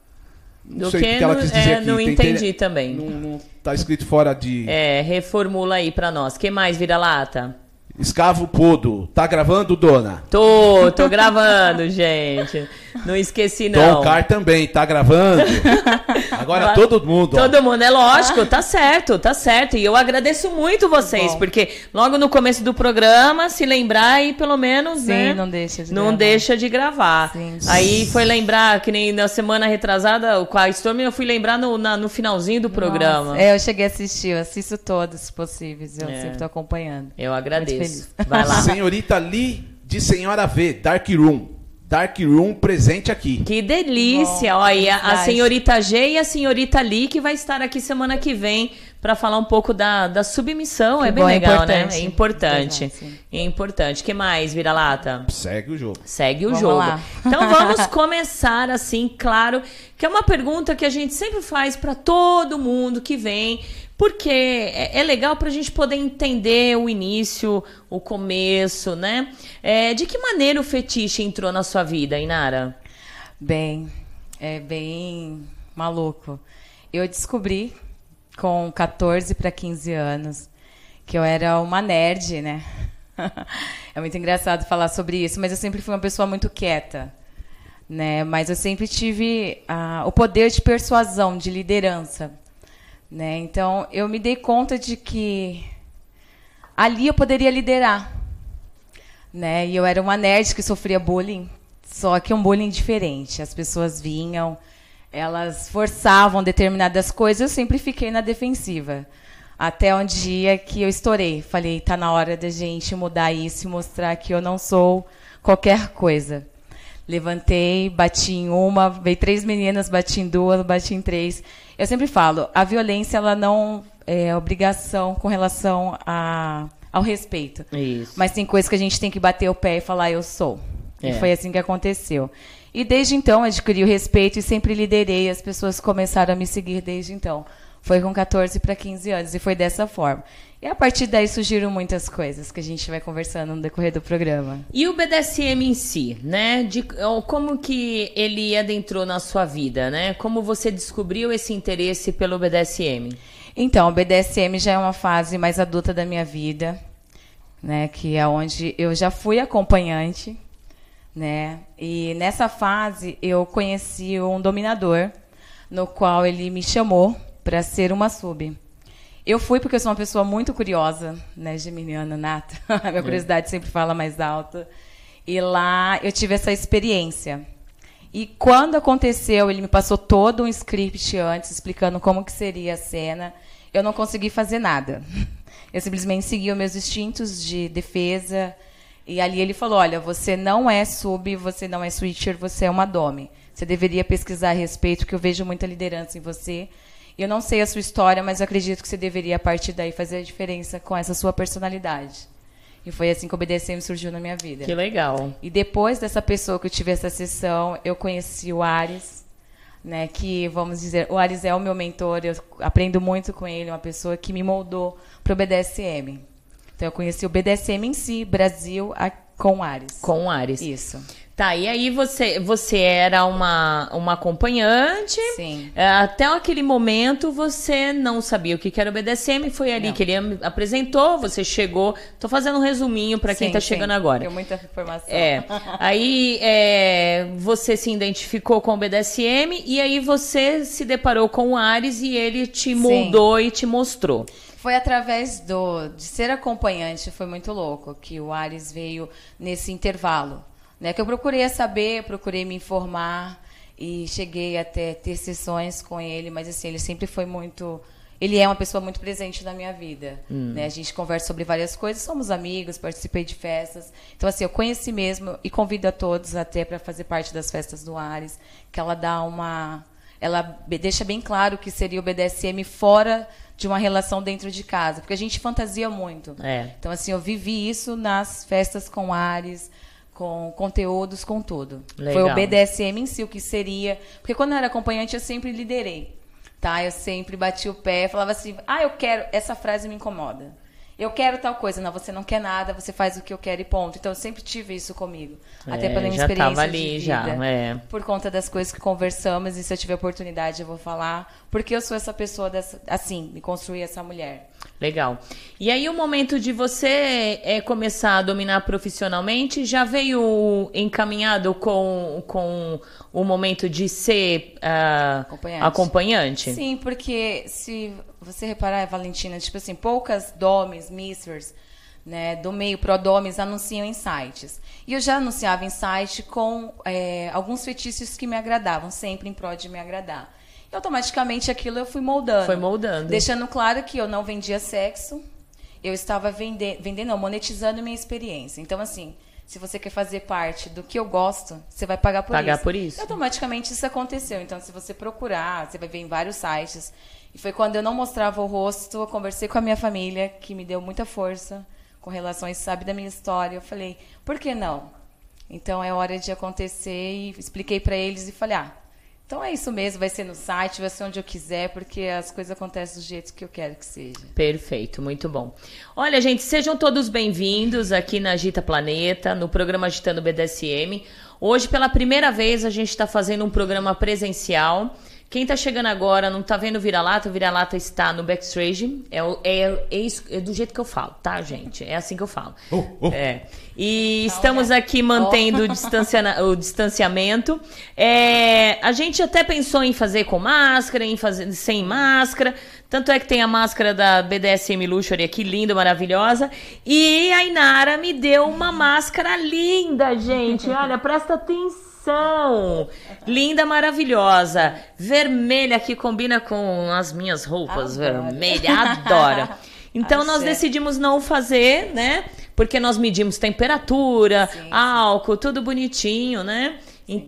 S6: Do
S7: o que
S6: que
S7: ela
S6: não-
S7: quis dizer
S6: é,
S7: aqui.
S6: não
S7: Tentei-
S6: entendi também.
S7: Não, não tá escrito fora de...
S6: É, reformula aí pra nós. Que mais, vira-lata?
S7: Escavo Podo. Tá gravando, dona?
S6: Tô, tô gravando, gente. Não esqueci, não.
S7: Tom Car também. Tá gravando? Agora todo mundo. ó.
S6: Todo mundo, é lógico, tá certo, tá certo. E eu agradeço muito vocês,
S8: Bom.
S6: porque logo no começo do programa, se lembrar e pelo menos,
S8: Sim,
S6: né?
S8: não deixa de
S6: Não
S8: gravar.
S6: deixa de gravar.
S8: Sim.
S6: Aí foi lembrar, que nem na semana retrasada, com a Storm, eu fui lembrar no, na- no finalzinho do programa.
S8: Nossa, é, eu cheguei a assistir, eu assisto todos possíveis, eu
S6: É.
S8: sempre tô acompanhando.
S6: Eu
S8: Muito
S6: agradeço.
S8: feliz.
S6: Vai lá.
S7: Senhorita Lee de Senhora V. Dark Room. Dark Room presente aqui.
S6: Que delícia!
S8: Bom,
S6: Olha, a
S8: felicidade.
S6: senhorita G e a senhorita Lee que vai estar aqui semana que vem para falar um pouco da, da submissão.
S8: Que
S6: É bem
S8: bom, é
S6: legal, né?
S8: importante.
S6: É importante.
S8: Exato, sim.
S6: É importante. O que mais, vira-lata?
S7: Segue o jogo.
S6: Segue o
S8: Vamos
S6: jogo.
S8: lá.
S6: Então vamos começar assim, claro, que é uma pergunta que a gente sempre faz para todo mundo que vem, porque é, é legal para a gente poder entender o início, o começo, né? É, de que maneira o fetiche entrou na sua vida, Inara?
S8: Bem, é bem maluco. Eu descobri com catorze para quinze anos que eu era uma nerd, né? É muito engraçado falar sobre isso, mas eu sempre fui uma pessoa muito quieta, né? Mas eu sempre tive ah, o poder de persuasão, de liderança, né? Então eu me dei conta de que ali eu poderia liderar, né? E eu era uma nerd que sofria bullying, só que um bullying diferente. As pessoas vinham, elas forçavam determinadas coisas, eu sempre fiquei na defensiva. Até um dia que eu estourei. Falei, tá na hora da gente mudar isso e mostrar que eu não sou qualquer coisa. Levantei, bati em uma, veio três meninas, bati em duas, bati em três. Eu sempre falo, a violência ela não é obrigação com relação a, ao respeito.
S6: Isso.
S8: Mas tem coisas que a gente tem que bater o pé e falar, eu sou.
S6: É.
S8: E foi assim que aconteceu. E desde então adquiri o respeito e sempre liderei. As pessoas começaram a me seguir desde então. Foi com catorze para quinze anos e foi dessa forma. E a partir daí surgiram muitas coisas que a gente vai conversando no decorrer do programa.
S6: E o B D S M em si, né? De, como que ele adentrou na sua vida, né? Como você descobriu esse interesse pelo B D S M?
S8: Então, o B D S M já é uma fase mais adulta da minha vida, né? Que é onde eu já fui acompanhante, né? E nessa fase eu conheci um dominador, no qual ele me chamou para ser uma sub. Eu fui porque eu sou uma pessoa muito curiosa, né, geminiana nata. A minha curiosidade sempre fala mais alto. E lá eu tive essa experiência. E quando aconteceu, ele me passou todo um script antes, explicando como que seria a cena. Eu não consegui fazer nada. Eu simplesmente segui os meus instintos de defesa. E ali ele falou, olha, você não é sub, você não é switcher, você é uma dome. Você deveria pesquisar a respeito, porque eu vejo muita liderança em você. Eu não sei a sua história, mas eu acredito que você deveria, a partir daí, fazer a diferença com essa sua personalidade. E foi assim que o B D S M surgiu na minha vida.
S6: Que legal.
S8: E depois dessa pessoa que eu tive essa sessão, eu conheci o Ares, né, que, vamos dizer, o Ares é o meu mentor, eu aprendo muito com ele, uma pessoa que me moldou para o B D S M. Então, eu conheci o B D S M em si, Brasil, a, com o Ares.
S6: Com o Ares.
S8: Isso.
S6: Tá, e aí você, você era uma, uma acompanhante.
S8: Sim.
S6: Até aquele momento você não sabia o que era o B D S M, foi ali
S8: Não.
S6: que ele apresentou, você chegou. Tô fazendo um resuminho para quem
S8: Sim,
S6: tá
S8: sim.
S6: chegando agora.
S8: Deu muita informação.
S6: É. Aí é, você se identificou com o B D S M e aí você se deparou com o Ares e ele te moldou e te mostrou.
S8: Foi através do, de ser acompanhante, foi muito louco, que o Ares veio nesse intervalo, Né? Que eu procurei saber, procurei me informar e cheguei até ter sessões com ele, mas assim, ele sempre foi muito... Ele é uma pessoa muito presente na minha vida. Hum. Né? A gente conversa sobre várias coisas, somos amigos, participei de festas. Então, assim, eu conheci mesmo e convido a todos até para fazer parte das festas do Ares, que ela dá uma... Ela deixa bem claro que seria o B D S M fora de uma relação dentro de casa, porque a gente fantasia muito. É. Então, assim, eu vivi isso nas festas com Ares, com conteúdos, com tudo. Legal. Foi o B D S M em si, o que seria... Porque quando eu era acompanhante, eu sempre liderei. Tá? Eu sempre bati o pé, falava assim, ah, eu quero, essa frase me incomoda. Eu quero tal coisa. Não, você não quer nada, você faz o que eu quero e ponto. Então, eu sempre tive isso comigo. É, até pela minha experiência tava ali, de vida. Já, é. Por conta das coisas que conversamos, e se eu tiver oportunidade, eu vou falar. Porque eu sou essa pessoa, dessa, assim, me construí essa mulher.
S6: Legal. E aí, o momento de você é, começar a dominar profissionalmente, já veio encaminhado com, com o momento de ser uh, acompanhante. acompanhante?
S8: Sim, porque se você reparar, Valentina, tipo assim, poucas domes, missers, né, do meio pro domes anunciam em sites. E eu já anunciava em site com é, alguns fetiches que me agradavam, sempre em prol de me agradar. E automaticamente aquilo eu fui moldando.
S6: Foi moldando.
S8: Deixando claro que eu não vendia sexo, eu estava vende, vendendo, não, monetizando minha experiência. Então, assim, se você quer fazer parte do que eu gosto, você vai pagar por
S6: pagar
S8: isso.
S6: por isso.
S8: E automaticamente isso aconteceu. Então, se você procurar, você vai ver em vários sites. E foi quando eu não mostrava o rosto, eu conversei com a minha família, que me deu muita força com relações, sabe, da minha história. Eu falei, por que não? Então, é hora de acontecer. E expliquei para eles e falei, ah, então é isso mesmo, vai ser no site, vai ser onde eu quiser, porque as coisas acontecem do jeito que eu quero que seja.
S6: Perfeito, muito bom. Olha, gente, sejam todos bem-vindos aqui na Agita Planeta, no programa Agitando B D S M. Hoje, pela primeira vez, a gente está fazendo um programa presencial. Quem está chegando agora não está vendo o Vira-Lata, o Vira-Lata está no backstage. É, é, é, isso, é do jeito que eu falo, tá, gente? É assim que eu falo. Oh, oh. É. E estamos aqui mantendo oh. o, distancia, o distanciamento. É, a gente até pensou em fazer com máscara, em fazer sem máscara. Tanto é que tem a máscara da B D S M Luxury aqui, linda, maravilhosa. E a Inara me deu uma máscara linda, gente. Olha, presta atenção. Linda, maravilhosa. Vermelha, que combina com as minhas roupas. Adoro. Vermelha, adoro. Então, nós decidimos não fazer, né? Porque nós medimos temperatura, sim, álcool, sim. Tudo bonitinho, né?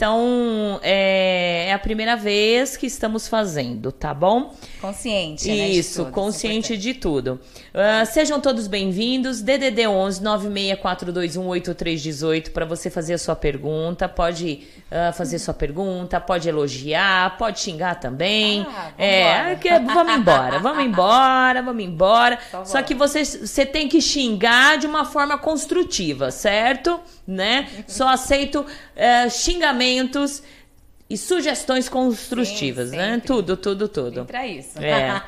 S6: Então, é, é a primeira vez que estamos fazendo, tá bom?
S8: Consciente,
S6: né? Isso,
S8: de
S6: consciente de tudo. Uh, sejam todos bem-vindos. D D D onze nove seis quatro dois um oito três um oito para você fazer a sua pergunta. Pode uh, fazer sua pergunta, pode elogiar, pode xingar também. Ah, é, que, vamos embora, vamos embora, vamos embora. Tá. Só que você, você tem que xingar de uma forma construtiva, certo? Né? Só aceito uh, xingamentos e sugestões construtivas, sim, né? Tudo, tudo, tudo.
S8: Vem pra isso.
S6: É.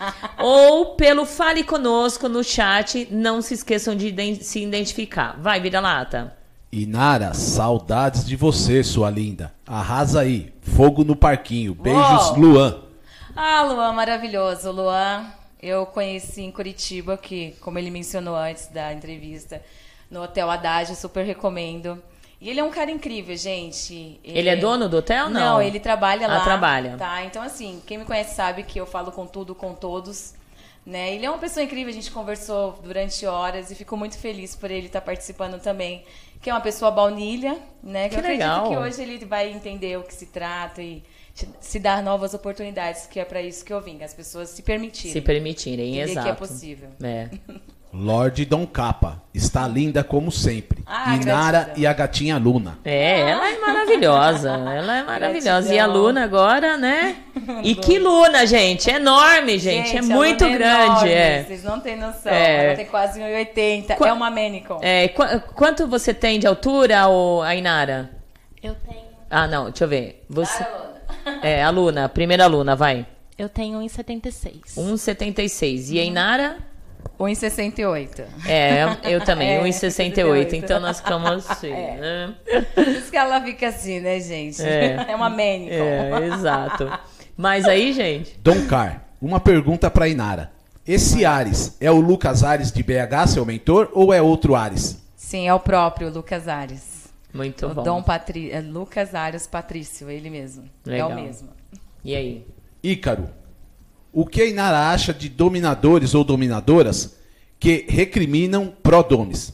S6: Ou pelo Fale Conosco no chat, não se esqueçam de ident- se identificar. Vai, Vira-Lata.
S7: Inara, saudades de você, sua linda. Arrasa aí, fogo no parquinho. Beijos, Uou. Luan.
S8: Ah, Luan, maravilhoso. Luan, eu conheci em Curitiba, que, como ele mencionou antes da entrevista, no Hotel Haddad, super recomendo. E ele é um cara incrível, gente. Ele,
S6: ele é dono do hotel, não?
S8: Não, ele trabalha lá.
S6: Ah, trabalha.
S8: Tá? Então, assim, quem me conhece sabe que eu falo com tudo, com todos. Né? Ele é uma pessoa incrível, a gente conversou durante horas e fico muito feliz por ele estar participando também. Que é uma pessoa baunilha, né? Que, que eu legal. Acredito que hoje ele vai entender o que se trata e se dar novas oportunidades, que é para isso que eu vim. As pessoas se permitirem.
S6: Se permitirem, exato.
S8: Que é possível.
S6: É.
S7: Lorde Dom Capa, está linda como sempre.
S8: Ah,
S7: Inara
S8: gratidão.
S7: E a gatinha Luna.
S6: É, ela é maravilhosa. Ela é maravilhosa. Gratidão. E a Luna agora, né? E que Luna, gente? É enorme, gente. gente é muito grande. É enorme, é.
S8: Vocês não têm noção. É. Ela tem quase um metro e oitenta. Qu- é uma Manicom.
S6: É, qu- quanto você tem de altura, ô, a Inara?
S9: Eu tenho.
S6: Ah, não, deixa eu ver. Você...
S8: Ah, Luna.
S6: É, a Luna, a primeira Luna, vai.
S9: Eu tenho um metro e setenta e seis.
S6: um metro e setenta e seis. E a Inara?
S8: um metro e sessenta e oito.
S6: É, eu também, é, um metro e sessenta e oito. Então nós ficamos assim,
S8: é.
S6: né?
S8: Por isso que ela fica assim, né, gente? É, é uma Manicom.
S6: É, exato. Mas aí, gente...
S7: Dom Car, uma pergunta pra Inara. Esse Ares é o Lucas Ares de B H, seu mentor, ou é outro Ares?
S8: Sim, é o próprio Lucas Ares.
S6: Muito
S8: o
S6: bom.
S8: Dom Patri... é Lucas Arias Patrício, ele mesmo.
S6: Legal.
S8: É o mesmo.
S6: E aí?
S7: Ícaro, o que a Inara acha de dominadores ou dominadoras que recriminam pró-domes?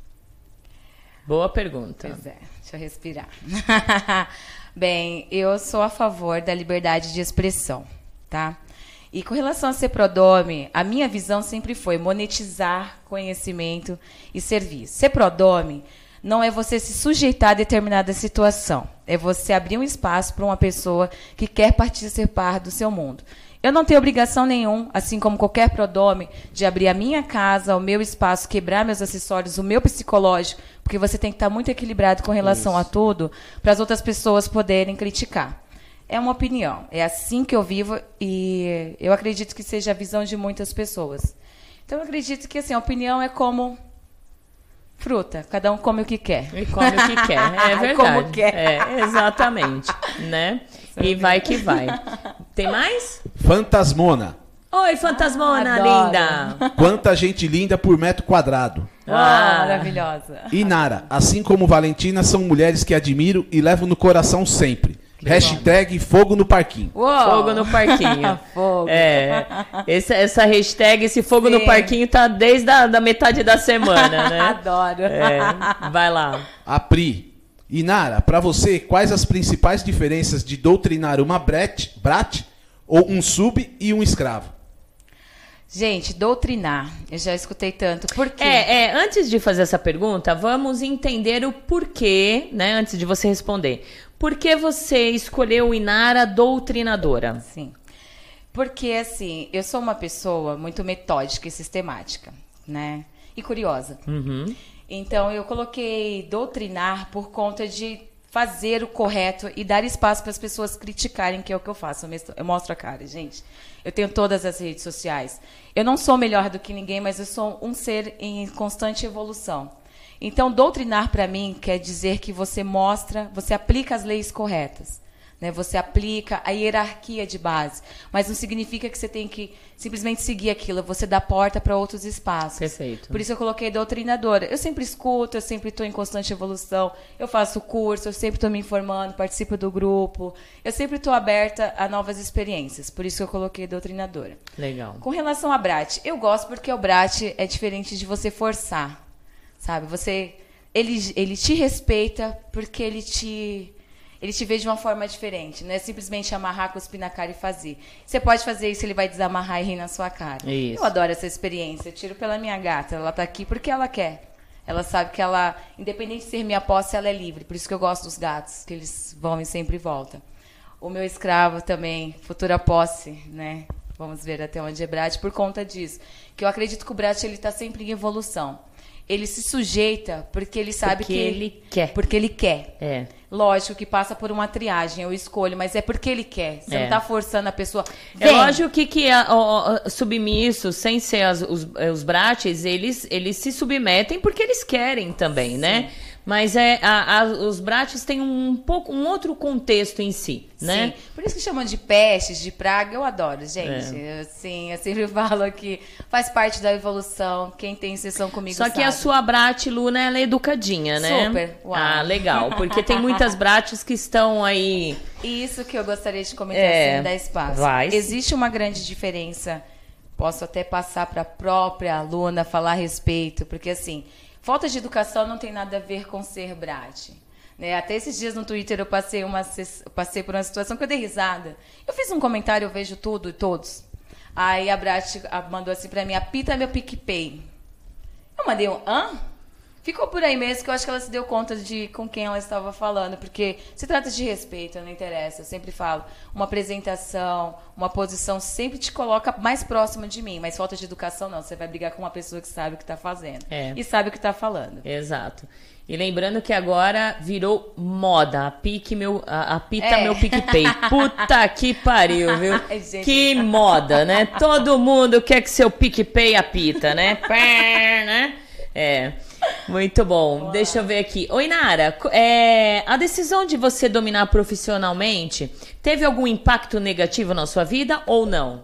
S6: Boa pergunta.
S8: Pois é, deixa eu respirar. Bem, eu sou a favor da liberdade de expressão, tá? E com relação a ser prodome, a minha visão sempre foi monetizar conhecimento e serviço. Ser prodome não é você se sujeitar a determinada situação, é você abrir um espaço para uma pessoa que quer participar do seu mundo. Eu não tenho obrigação nenhuma, assim como qualquer prodome, de abrir a minha casa, o meu espaço, quebrar meus acessórios, o meu psicológico, porque você tem que estar muito equilibrado com relação Isso. a tudo, para as outras pessoas poderem criticar. É uma opinião, é assim que eu vivo e eu acredito que seja a visão de muitas pessoas. Então, eu acredito que assim, a opinião é como fruta, cada um come o que quer.
S6: E come o que quer, é verdade.
S8: Como quer.
S6: É, exatamente, né? E vai que vai. Tem mais?
S7: Fantasmona.
S6: Oi, Fantasmona,
S8: Adoro.
S6: linda.
S7: Quanta gente linda por metro quadrado.
S8: Ah, maravilhosa.
S7: Inara, assim como Valentina, são mulheres que admiro e levo no coração sempre. Que hashtag bom. Fogo no parquinho.
S6: Uou. Fogo no parquinho.
S8: Fogo.
S6: É, essa, essa hashtag, esse fogo
S8: Sim.
S6: no parquinho tá desde a da metade da semana, né?
S8: Adoro.
S6: É, vai lá.
S7: A Pri. Inara, para você, quais as principais diferenças de doutrinar uma brat, brat ou um sub e um escravo?
S8: Gente, doutrinar, eu já escutei tanto. Por quê?
S6: É, é, antes de fazer essa pergunta, vamos entender o porquê, né? Antes de você responder. Por que você escolheu Inara doutrinadora?
S8: Sim. Porque, assim, eu sou uma pessoa muito metódica e sistemática, né? E curiosa.
S6: Uhum.
S8: Então, eu coloquei doutrinar por conta de fazer o correto e dar espaço para as pessoas criticarem, que é o que eu faço. Eu mostro a cara, gente. Eu tenho todas as redes sociais. Eu não sou melhor do que ninguém, mas eu sou um ser em constante evolução. Então, doutrinar para mim quer dizer que você mostra, você aplica as leis corretas. Né? Você aplica a hierarquia de base. Mas não significa que você tem que simplesmente seguir aquilo. Você dá porta para outros espaços.
S6: Perfeito.
S8: Por isso eu coloquei doutrinadora. Eu sempre escuto, eu sempre estou em constante evolução. Eu faço curso, eu sempre estou me informando, participo do grupo. Eu sempre estou aberta a novas experiências. Por isso eu coloquei doutrinadora.
S6: Legal.
S8: Com relação a Brat, eu gosto porque o Brat é diferente de você forçar. Sabe? Você, ele, ele te respeita porque ele te... Ele te vê de uma forma diferente, não é simplesmente amarrar, cuspir na cara e fazer. Você pode fazer isso, ele vai desamarrar e rir na sua cara.
S6: Isso.
S8: Eu adoro essa experiência, eu tiro pela minha gata, ela tá aqui porque ela quer. Ela sabe que ela, independente de ser minha posse, ela é livre. Por isso que eu gosto dos gatos, que eles vão e sempre voltam. O meu escravo também, futura posse, né? Vamos ver até onde é Brat, por conta disso. Que eu acredito que o Brat ele tá sempre em evolução. Ele se sujeita porque ele sabe
S6: porque
S8: que...
S6: ele quer.
S8: Porque ele quer.
S6: É.
S8: Lógico que passa por uma triagem, eu escolho, mas é porque ele quer. Você
S6: é.
S8: não tá forçando a pessoa.
S6: Vem. É lógico que, que a, a, a, submissos, sem ser as, os, os brates, eles, eles se submetem porque eles querem também, Sim. né? Mas é, a, a, os brates têm um, pouco, um outro contexto em si, né?
S8: Sim. Por isso que chamam de pestes, de praga, eu adoro, gente. É. Eu, sim, eu sempre falo que faz parte da evolução. Quem tem sessão comigo
S6: Só
S8: sabe.
S6: que a sua brate, Luna, ela é educadinha, né?
S8: Super. Uau.
S6: Ah, legal. Porque tem muitas brates que estão aí...
S8: Isso que eu gostaria de comentar
S6: é.
S8: assim, da espaço.
S6: Vai.
S8: Existe uma grande diferença. Posso até passar para a própria aluna falar a respeito, porque assim... Falta de educação não tem nada a ver com ser Brat. Né? Até esses dias no Twitter eu passei, uma, eu passei por uma situação que eu dei risada. Eu fiz um comentário, eu vejo tudo e todos. Aí a Brat mandou assim pra mim, apita meu PicPay. Eu mandei um, hã? Ficou por aí mesmo, que eu acho que ela se deu conta de com quem ela estava falando, porque se trata de respeito, não interessa, eu sempre falo, uma apresentação, uma posição sempre te coloca mais próxima de mim, mas falta de educação não, você vai brigar com uma pessoa que sabe o que está fazendo
S6: é.
S8: e sabe o que está falando.
S6: Exato. E lembrando que agora virou moda, a, pique meu, a, a pita
S8: É.
S6: meu PicPay. Puta que pariu, viu?
S8: Ai, gente.
S6: Que moda, né? Todo mundo quer que seu PicPay apita, né? Pé, né? É. Muito bom. Uau. Deixa eu ver aqui. Oi, Nara. É, a decisão de você dominar profissionalmente teve algum impacto negativo na sua vida ou não?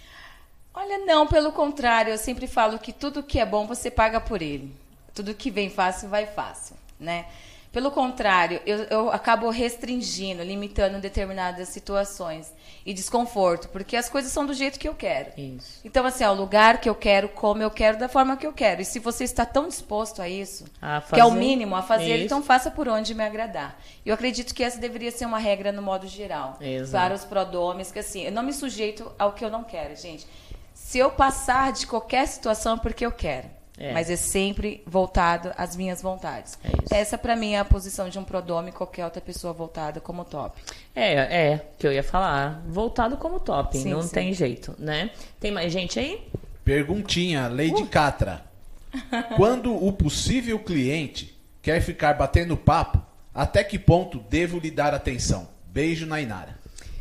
S8: Olha, não, pelo contrário. Eu sempre falo que tudo que é bom você paga por ele. Tudo que vem fácil, vai fácil, né? Pelo contrário, eu, eu acabo restringindo, limitando determinadas situações e desconforto, porque as coisas são do jeito que eu quero.
S6: Isso.
S8: Então, assim, é o lugar que eu quero, como eu quero, da forma que eu quero. E se você está tão disposto a isso,
S6: A
S8: que é o
S6: fazer
S8: mínimo a fazer,
S6: isso.
S8: então faça por onde me agradar. Eu acredito que essa deveria ser uma regra no modo geral.
S6: Exato.
S8: Para os prodromes, que assim, eu não me sujeito ao que eu não quero, gente. Se eu passar de qualquer situação é porque eu quero.
S6: É.
S8: Mas é sempre voltado às minhas vontades.
S6: É isso.
S8: Essa, pra mim, é a posição de um prodome e qualquer outra pessoa voltada como top.
S6: É, é, que eu ia falar. Voltado como top,
S8: Sim,
S6: não
S8: sim.
S6: tem jeito, né? Tem mais gente aí?
S7: Perguntinha, Lady
S6: Uh.
S7: Catra. Quando o possível cliente quer ficar batendo papo, até que ponto devo lhe dar atenção? Beijo, Nainara.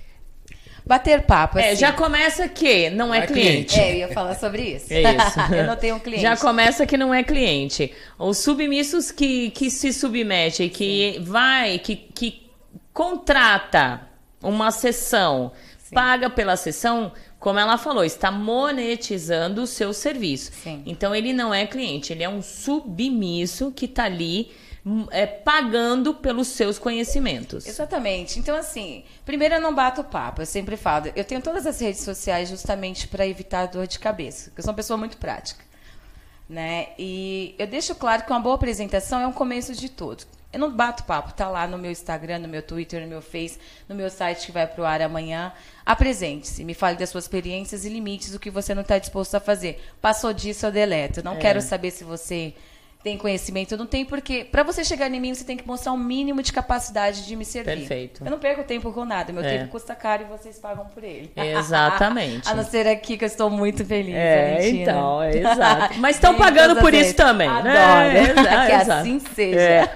S8: Bater papo, assim.
S6: É, já começa que não é,
S7: Não é
S6: cliente.
S7: cliente.
S8: É, eu ia falar sobre isso.
S6: É isso.
S8: Eu não tenho cliente.
S6: Já começa que não é cliente. Os submissos que, que se submetem, que vai, que, que contrata uma sessão,
S8: Sim.
S6: paga pela sessão, como ela falou, está monetizando o seu serviço.
S8: Sim.
S6: Então ele não é cliente, ele é um submisso que está ali é, pagando pelos seus conhecimentos.
S8: Exatamente. Então, assim, primeiro eu não bato papo, eu sempre falo. Eu tenho todas as redes sociais justamente para evitar dor de cabeça, porque eu sou uma pessoa muito prática, né? E eu deixo claro que uma boa apresentação é um começo de tudo. Eu não bato papo, tá lá no meu Instagram, no meu Twitter, no meu Face, no meu site que vai pro ar amanhã. Apresente-se, me fale das suas experiências e limites, o que você não está disposto a fazer. Passou disso, eu deleto. Eu não
S6: É.
S8: quero saber se você tem conhecimento, não tem, porque para você chegar em mim, você tem que mostrar um mínimo de capacidade de me servir.
S6: Perfeito.
S8: Eu não perco tempo com nada, meu
S6: É.
S8: tempo custa caro e vocês pagam por ele.
S6: Exatamente.
S8: A não ser aqui que eu estou muito feliz,
S6: É,
S8: Valentina.
S6: então, é exato. Mas estão
S8: Sim,
S6: pagando
S8: todas
S6: por
S8: as
S6: isso
S8: vezes.
S6: também,
S8: Adoro.
S6: né? Exa-
S8: Que
S6: exato.
S8: assim seja.
S6: É.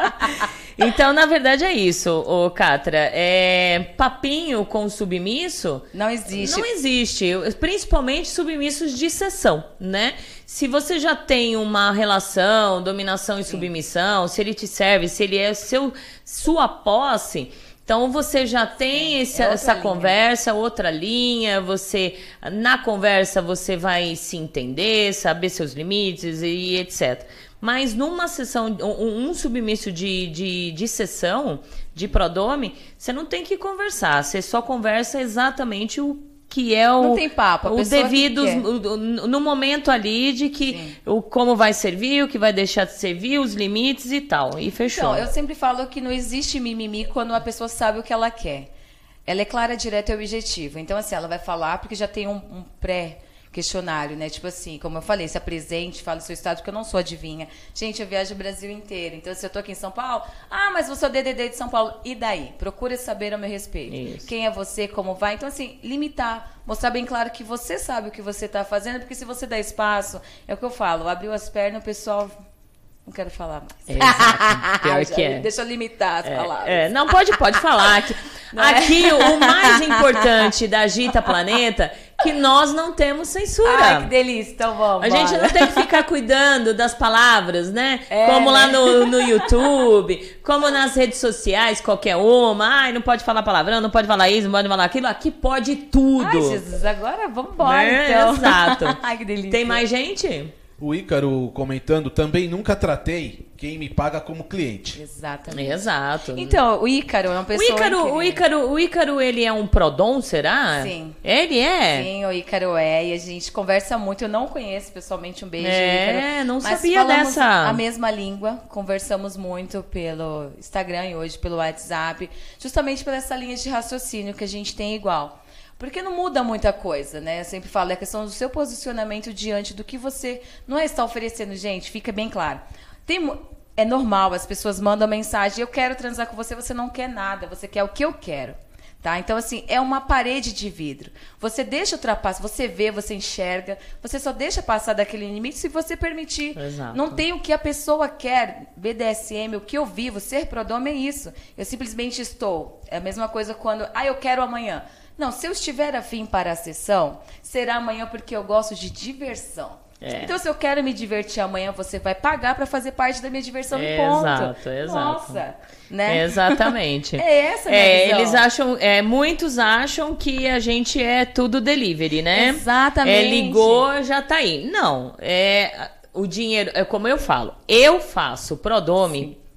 S6: Então, na verdade, é isso, ô Catra. É, papinho com submisso
S8: Não existe.
S6: não existe, principalmente submissos de sessão, né? Se você já tem uma relação, dominação e submissão, se ele te serve, se ele é seu, sua posse, então você já tem esse,
S8: é outra
S6: essa
S8: linha.
S6: conversa, outra linha, você, na conversa você vai se entender, saber seus limites e etcétera. Mas numa sessão, um, um submisso de, de, de sessão, de prodome, você não tem que conversar, você só conversa exatamente o que é o,
S8: Não tem papo, a
S6: o
S8: pessoa que
S6: devido
S8: quer.
S6: o- o- no momento ali de que o como vai servir, o que vai deixar de servir, os limites e tal. E fechou.
S8: Então, eu sempre falo que não existe mimimi quando a pessoa sabe o que ela quer. Ela é clara, direta e objetiva. Então, assim, ela vai falar porque já tem um, um pré-questionário, né? Tipo assim, como eu falei, se apresente, fale o seu estado, porque eu não sou adivinha. Gente, eu viajo o Brasil inteiro. Então, se eu tô aqui em São Paulo, ah, mas você é o D D D de São Paulo. E daí? Procure saber ao meu respeito.
S6: Isso.
S8: Quem é você, como vai. Então, assim, limitar. Mostrar bem claro que você sabe o que você tá fazendo, porque se você dá espaço, é o que eu falo, abriu as pernas, o pessoal... Não quero falar mais.
S6: Exato. Pior
S8: Já-
S6: que é.
S8: Deixa eu limitar as palavras.
S6: É, não, pode, pode falar. Que
S8: Não é?
S6: aqui, o mais importante da Gita Planeta, que nós não temos censura.
S8: Ai, que delícia. Então vamos.
S6: A gente
S8: bora.
S6: não tem que ficar cuidando das palavras, né?
S8: É,
S6: como lá
S8: né?
S6: no, no YouTube, como nas redes sociais, qualquer uma. Ai, não pode falar palavrão, não pode falar isso, não pode falar aquilo. Aqui pode tudo.
S8: Ai, Jesus, agora vamos embora,
S6: Né?
S8: então.
S6: Exato.
S8: Ai, que delícia.
S6: Tem mais gente?
S7: O Ícaro comentando, também nunca tratei quem me paga como cliente.
S8: Exatamente.
S6: Exato.
S8: Então, o Ícaro é uma
S6: o
S8: pessoa
S6: Ícaro,
S8: incrível.
S6: o Ícaro, o Ícaro, ele é um prodom, será?
S8: Sim.
S6: Ele é?
S8: Sim, o Ícaro é, e a gente conversa muito. Eu não conheço pessoalmente, um beijo,
S6: É,
S8: Ícaro.
S6: não
S8: Mas
S6: sabia
S8: falamos
S6: dessa.
S8: a mesma língua, conversamos muito pelo Instagram e hoje pelo WhatsApp, justamente por essa linha de raciocínio que a gente tem igual. Porque não muda muita coisa, né? Eu sempre falo, é a questão do seu posicionamento diante do que você não é estar oferecendo, gente, fica bem claro. Tem, mu- é normal, as pessoas mandam mensagem, eu quero transar com você, você não quer nada, você quer o que eu quero. Tá? Então, assim, é uma parede de vidro. Você deixa ultrapassar, você vê, você enxerga, você só deixa passar daquele limite se você permitir.
S6: Exato.
S8: Não tem o que a pessoa quer, B D S M, o que eu vivo, ser prodome é isso. Eu simplesmente estou. É a mesma coisa quando, ah, eu quero amanhã. Não, se eu estiver afim para a sessão, será amanhã porque eu gosto de diversão.
S6: É.
S8: Então, se eu quero me divertir amanhã, você vai pagar para fazer parte da minha diversão e ponto.
S6: Exato, exato.
S8: Nossa, né?
S6: Exatamente.
S8: É essa a minha
S6: É,
S8: visão.
S6: eles acham, é, muitos acham que a gente é tudo delivery, né?
S8: Exatamente.
S6: É, ligou, já tá aí. Não, é o dinheiro, é como eu falo, eu faço prodome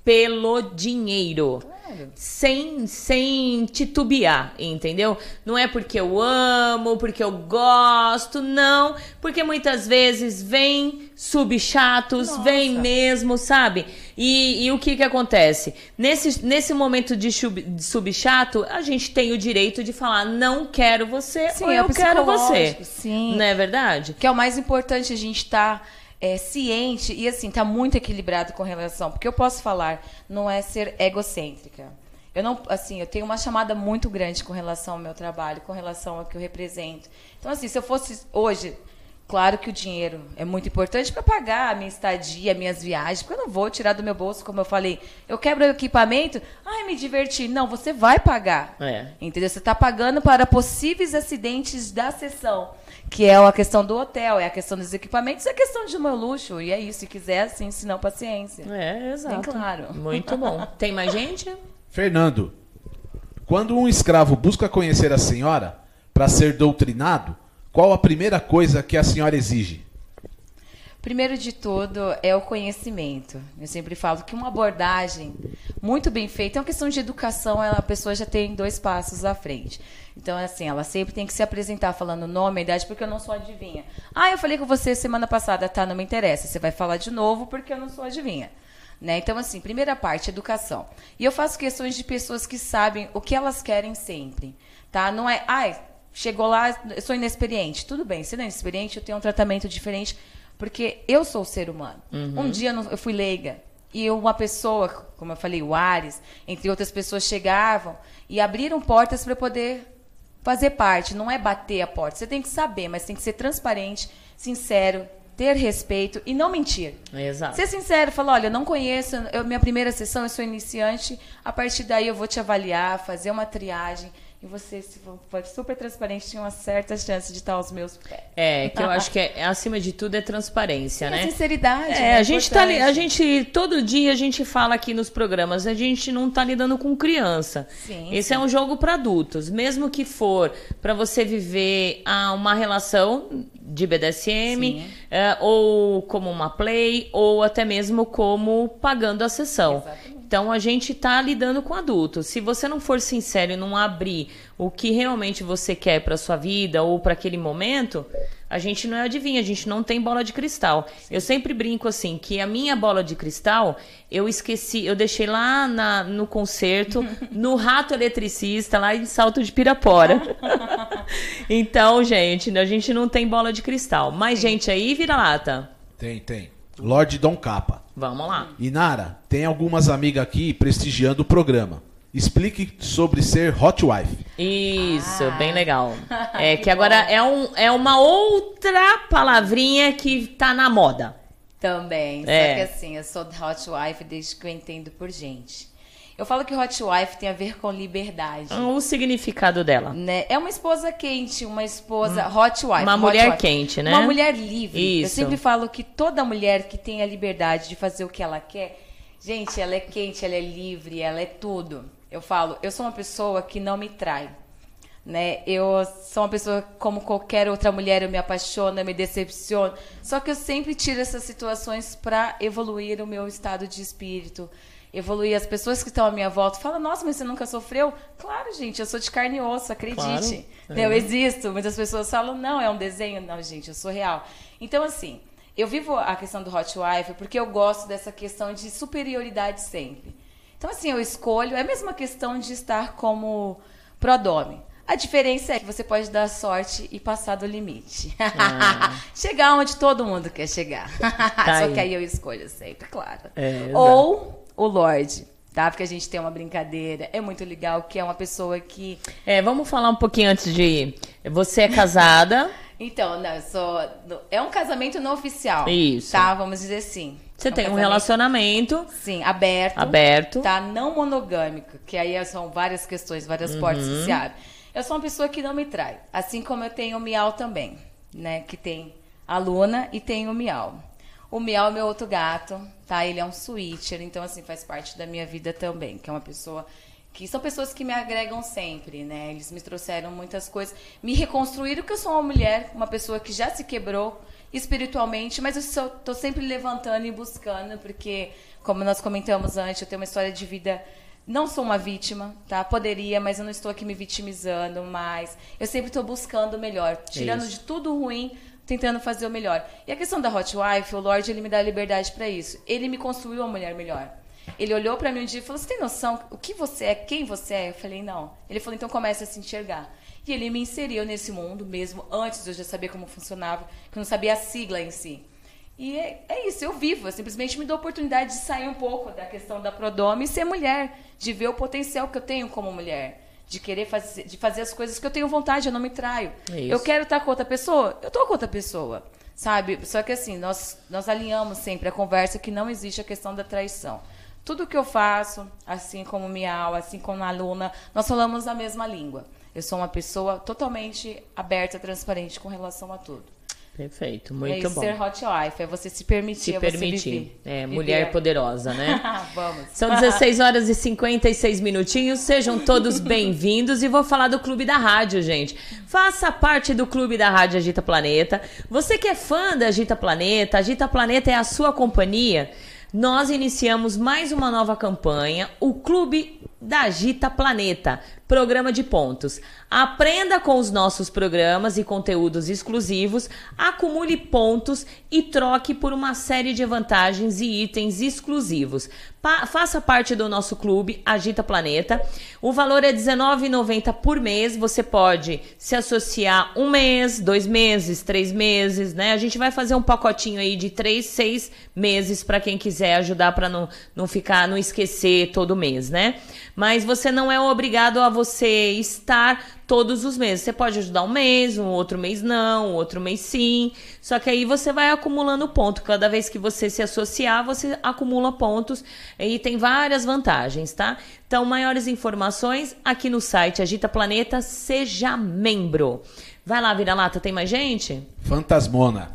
S6: pelo dinheiro. Claro. Sem, sem titubear, entendeu? Não é porque eu amo, porque eu gosto, não. Porque muitas vezes vem subchatos, Nossa. vem mesmo, sabe? E, e o que que acontece? Nesse, nesse momento de, sub, de subchato, a gente tem o direito de falar, não quero você,
S8: sim,
S6: ou eu
S8: é
S6: quero você.
S8: Sim.
S6: Não é verdade?
S8: Que é o mais importante, a gente estar... Tá... É, ciente e assim, tá muito equilibrado com relação, porque eu posso falar, não é ser egocêntrica. Eu não, assim, eu tenho uma chamada muito grande com relação ao meu trabalho, com relação ao que eu represento. Então, assim, se eu fosse hoje, claro que o dinheiro é muito importante para pagar a minha estadia, minhas viagens, porque eu não vou tirar do meu bolso, como eu falei, eu quebro o equipamento, ai, me diverti. Não, você vai pagar. É. Entendeu? Você está pagando para possíveis acidentes da sessão. Que é a questão do hotel, é a questão dos equipamentos, é a questão de meu luxo. E é isso, se quiser, assim, se não, paciência.
S6: É, exato.
S8: Bem claro.
S6: Muito bom. Tem mais gente?
S7: Fernando, quando um escravo busca conhecer a senhora para ser doutrinado, qual a primeira coisa que a senhora exige?
S8: Primeiro de tudo é o conhecimento. Eu sempre falo que uma abordagem muito bem feita é uma questão de educação, ela, a pessoa já tem dois passos à frente. Então, assim, ela sempre tem que se apresentar falando o nome, a idade, porque eu não sou adivinha. Ah, eu falei com você semana passada, tá, não me interessa. Você vai falar de novo porque eu não sou adivinha. Né? Então, assim, primeira parte, educação. E eu faço questões de pessoas que sabem o que elas querem sempre. Tá? Não é, ai, chegou lá, eu sou inexperiente. Tudo bem, se não é inexperiente, eu tenho um tratamento diferente, porque eu sou ser humano. Uhum. Um dia eu fui leiga. E uma pessoa, como eu falei, o Ares, entre outras pessoas, chegavam e abriram portas para poder fazer parte. Não é bater a porta. Você tem que saber, mas tem que ser transparente, sincero, ter respeito e não mentir.
S6: Exato.
S8: Ser sincero, falar, olha, eu não conheço, eu, minha primeira sessão, eu sou iniciante, a partir daí eu vou te avaliar, fazer uma triagem. E você, se for super transparente, tinha uma certa chance de estar aos meus pés.
S6: É, que eu acho que é, acima de tudo é transparência,
S8: Sim,
S6: né?
S8: É sinceridade.
S6: É,
S8: né?
S6: a gente tá, a gente, todo dia a gente fala aqui nos programas, a gente não tá lidando com criança.
S8: Sim,
S6: Esse
S8: sim.
S6: é um jogo para adultos. Mesmo que for para você viver ah, uma relação de B D S M, é, ou como uma play, ou até mesmo como pagando a sessão. Exatamente. Então, a gente está lidando com adultos. Se você não for sincero e não abrir o que realmente você quer para sua vida ou para aquele momento, a gente não adivinha, a gente não tem bola de cristal. Sim. Eu sempre brinco assim, que a minha bola de cristal, eu esqueci, eu deixei lá na, no concerto, no Rato Eletricista, lá em Salto de Pirapora. Então, gente, a gente não tem bola de cristal. Mais Sim. gente aí, vira-lata?
S7: Tem, tem. Lorde Dom Capa.
S6: Vamos lá.
S7: Inara, tem algumas amigas aqui prestigiando o programa. Explique sobre ser hot wife.
S6: Isso, ah. bem legal. É que, que agora é, um, é uma outra palavrinha que tá na moda.
S8: Também.
S6: É.
S8: Só que assim, eu sou hot wife desde que eu entendo por gente. Eu falo que hot wife tem a ver com liberdade.
S6: O significado dela.
S8: Né? É uma esposa quente, uma esposa hum. hot wife.
S6: Uma
S8: hot
S6: mulher
S8: wife.
S6: quente, né?
S8: Uma mulher livre.
S6: Isso.
S8: Eu sempre falo que toda mulher que tem a liberdade de fazer o que ela quer, gente, ela é quente, ela é livre, ela é tudo. Eu falo, eu sou uma pessoa que não me trai. Né? Eu sou uma pessoa como qualquer outra mulher, eu me apaixono, eu me decepciono. Só que eu sempre tiro essas situações para evoluir o meu estado de espírito. Evoluir as pessoas que estão à minha volta. Fala, nossa, mas você nunca sofreu? Claro, gente, eu sou de carne e osso, acredite. Claro. É. Eu existo. Muitas pessoas falam, não, é um desenho. Não, gente, eu sou real. Então, assim, eu vivo a questão do hot wife porque eu gosto dessa questão de superioridade sempre. Então, assim, eu escolho, é a mesma questão de estar como prodome. A diferença é que você pode dar sorte e passar do limite. Ah. Chegar onde todo mundo quer chegar. Tá Só aí. Que aí eu escolho sempre, claro.
S6: É,
S8: Ou o Lorde, tá? Porque a gente tem uma brincadeira, é muito legal, que é uma pessoa que...
S6: É, vamos falar um pouquinho antes de... Você é casada?
S8: Então, não, eu sou... É um casamento não oficial.
S6: Isso.
S8: Tá? Vamos dizer assim.
S6: Você
S8: é um
S6: tem
S8: casamento,
S6: um relacionamento...
S8: Sim, aberto.
S6: Aberto.
S8: Tá? Não monogâmico, que aí são várias questões, várias uhum. portas que se abrem. Eu sou uma pessoa que não me trai. Assim como eu tenho o Miau também, né? Que tem a Luna e tem o Miau. O Miau é meu outro gato, tá? Ele é um switcher, então, assim, faz parte da minha vida também. Que é uma pessoa... Que são pessoas que me agregam sempre, né? Eles me trouxeram muitas coisas. Me reconstruíram, que eu sou uma mulher, uma pessoa que já se quebrou. espiritualmente, mas eu só tô sempre levantando e buscando, porque, como nós comentamos antes, eu tenho uma história de vida... Não sou uma vítima, tá? Poderia, mas eu não estou aqui me vitimizando, mas eu sempre estou buscando o melhor, tirando
S6: isso.
S8: de tudo ruim, tentando fazer o melhor. E a questão da Hot Wife, o Lorde, ele me dá liberdade para isso. Ele me construiu uma mulher melhor. Ele olhou para mim um dia e falou, você tem noção o que você é, quem você é? Eu falei, não. Ele falou, então comece a se enxergar. E ele me inseriu nesse mundo mesmo, antes de eu já saber como funcionava, que eu não sabia a sigla em si. E é, é isso, eu vivo, eu simplesmente me dou a oportunidade de sair um pouco da questão da prodome e ser mulher, de ver o potencial que eu tenho como mulher, de querer fazer, de fazer as coisas que eu tenho vontade, eu não me traio.
S6: É isso.
S8: Eu quero estar com outra pessoa, eu estou com outra pessoa, sabe? Só que assim, nós, nós alinhamos sempre a conversa que não existe a questão da traição. Tudo que eu faço, assim como Miau, assim como a aluna, nós falamos a mesma língua. Eu sou uma pessoa totalmente aberta, transparente com relação a tudo.
S6: Perfeito,
S8: É
S6: muito
S8: isso,
S6: bom.
S8: ser hot wife, é você se permitir,
S6: Se
S8: é você
S6: permitir.
S8: viver.
S6: É,
S8: Viver.
S6: mulher poderosa, né?
S8: Vamos.
S6: São dezesseis horas e cinquenta e seis minutinhos. Sejam todos bem-vindos. E vou falar do Clube da Rádio, gente. Faça parte do Clube da Rádio Agita Planeta. Você que é fã da Agita Planeta, Agita Planeta é a sua companhia. Nós iniciamos mais uma nova campanha, o Clube da Agita Planeta, programa de pontos. Aprenda com os nossos programas e conteúdos exclusivos, acumule pontos e troque por uma série de vantagens e itens exclusivos. Pa- faça parte do nosso clube Agita Planeta. O valor é dezenove reais e noventa centavos por mês. Você pode se associar um mês, dois meses, três meses, né? A gente vai fazer um pacotinho aí de três, seis meses para quem quiser ajudar para não, não ficar, não esquecer todo mês, né? Mas você não é obrigado a você estar todos os meses. Você pode ajudar um mês, um outro mês não, outro mês sim. Só que aí você vai acumulando ponto. Cada vez que você se associar, você acumula pontos e tem várias vantagens, tá? Então, maiores informações aqui no site Agita Planeta, seja membro. Vai lá, Vira-Lata, tem mais gente?
S7: Fantasmona.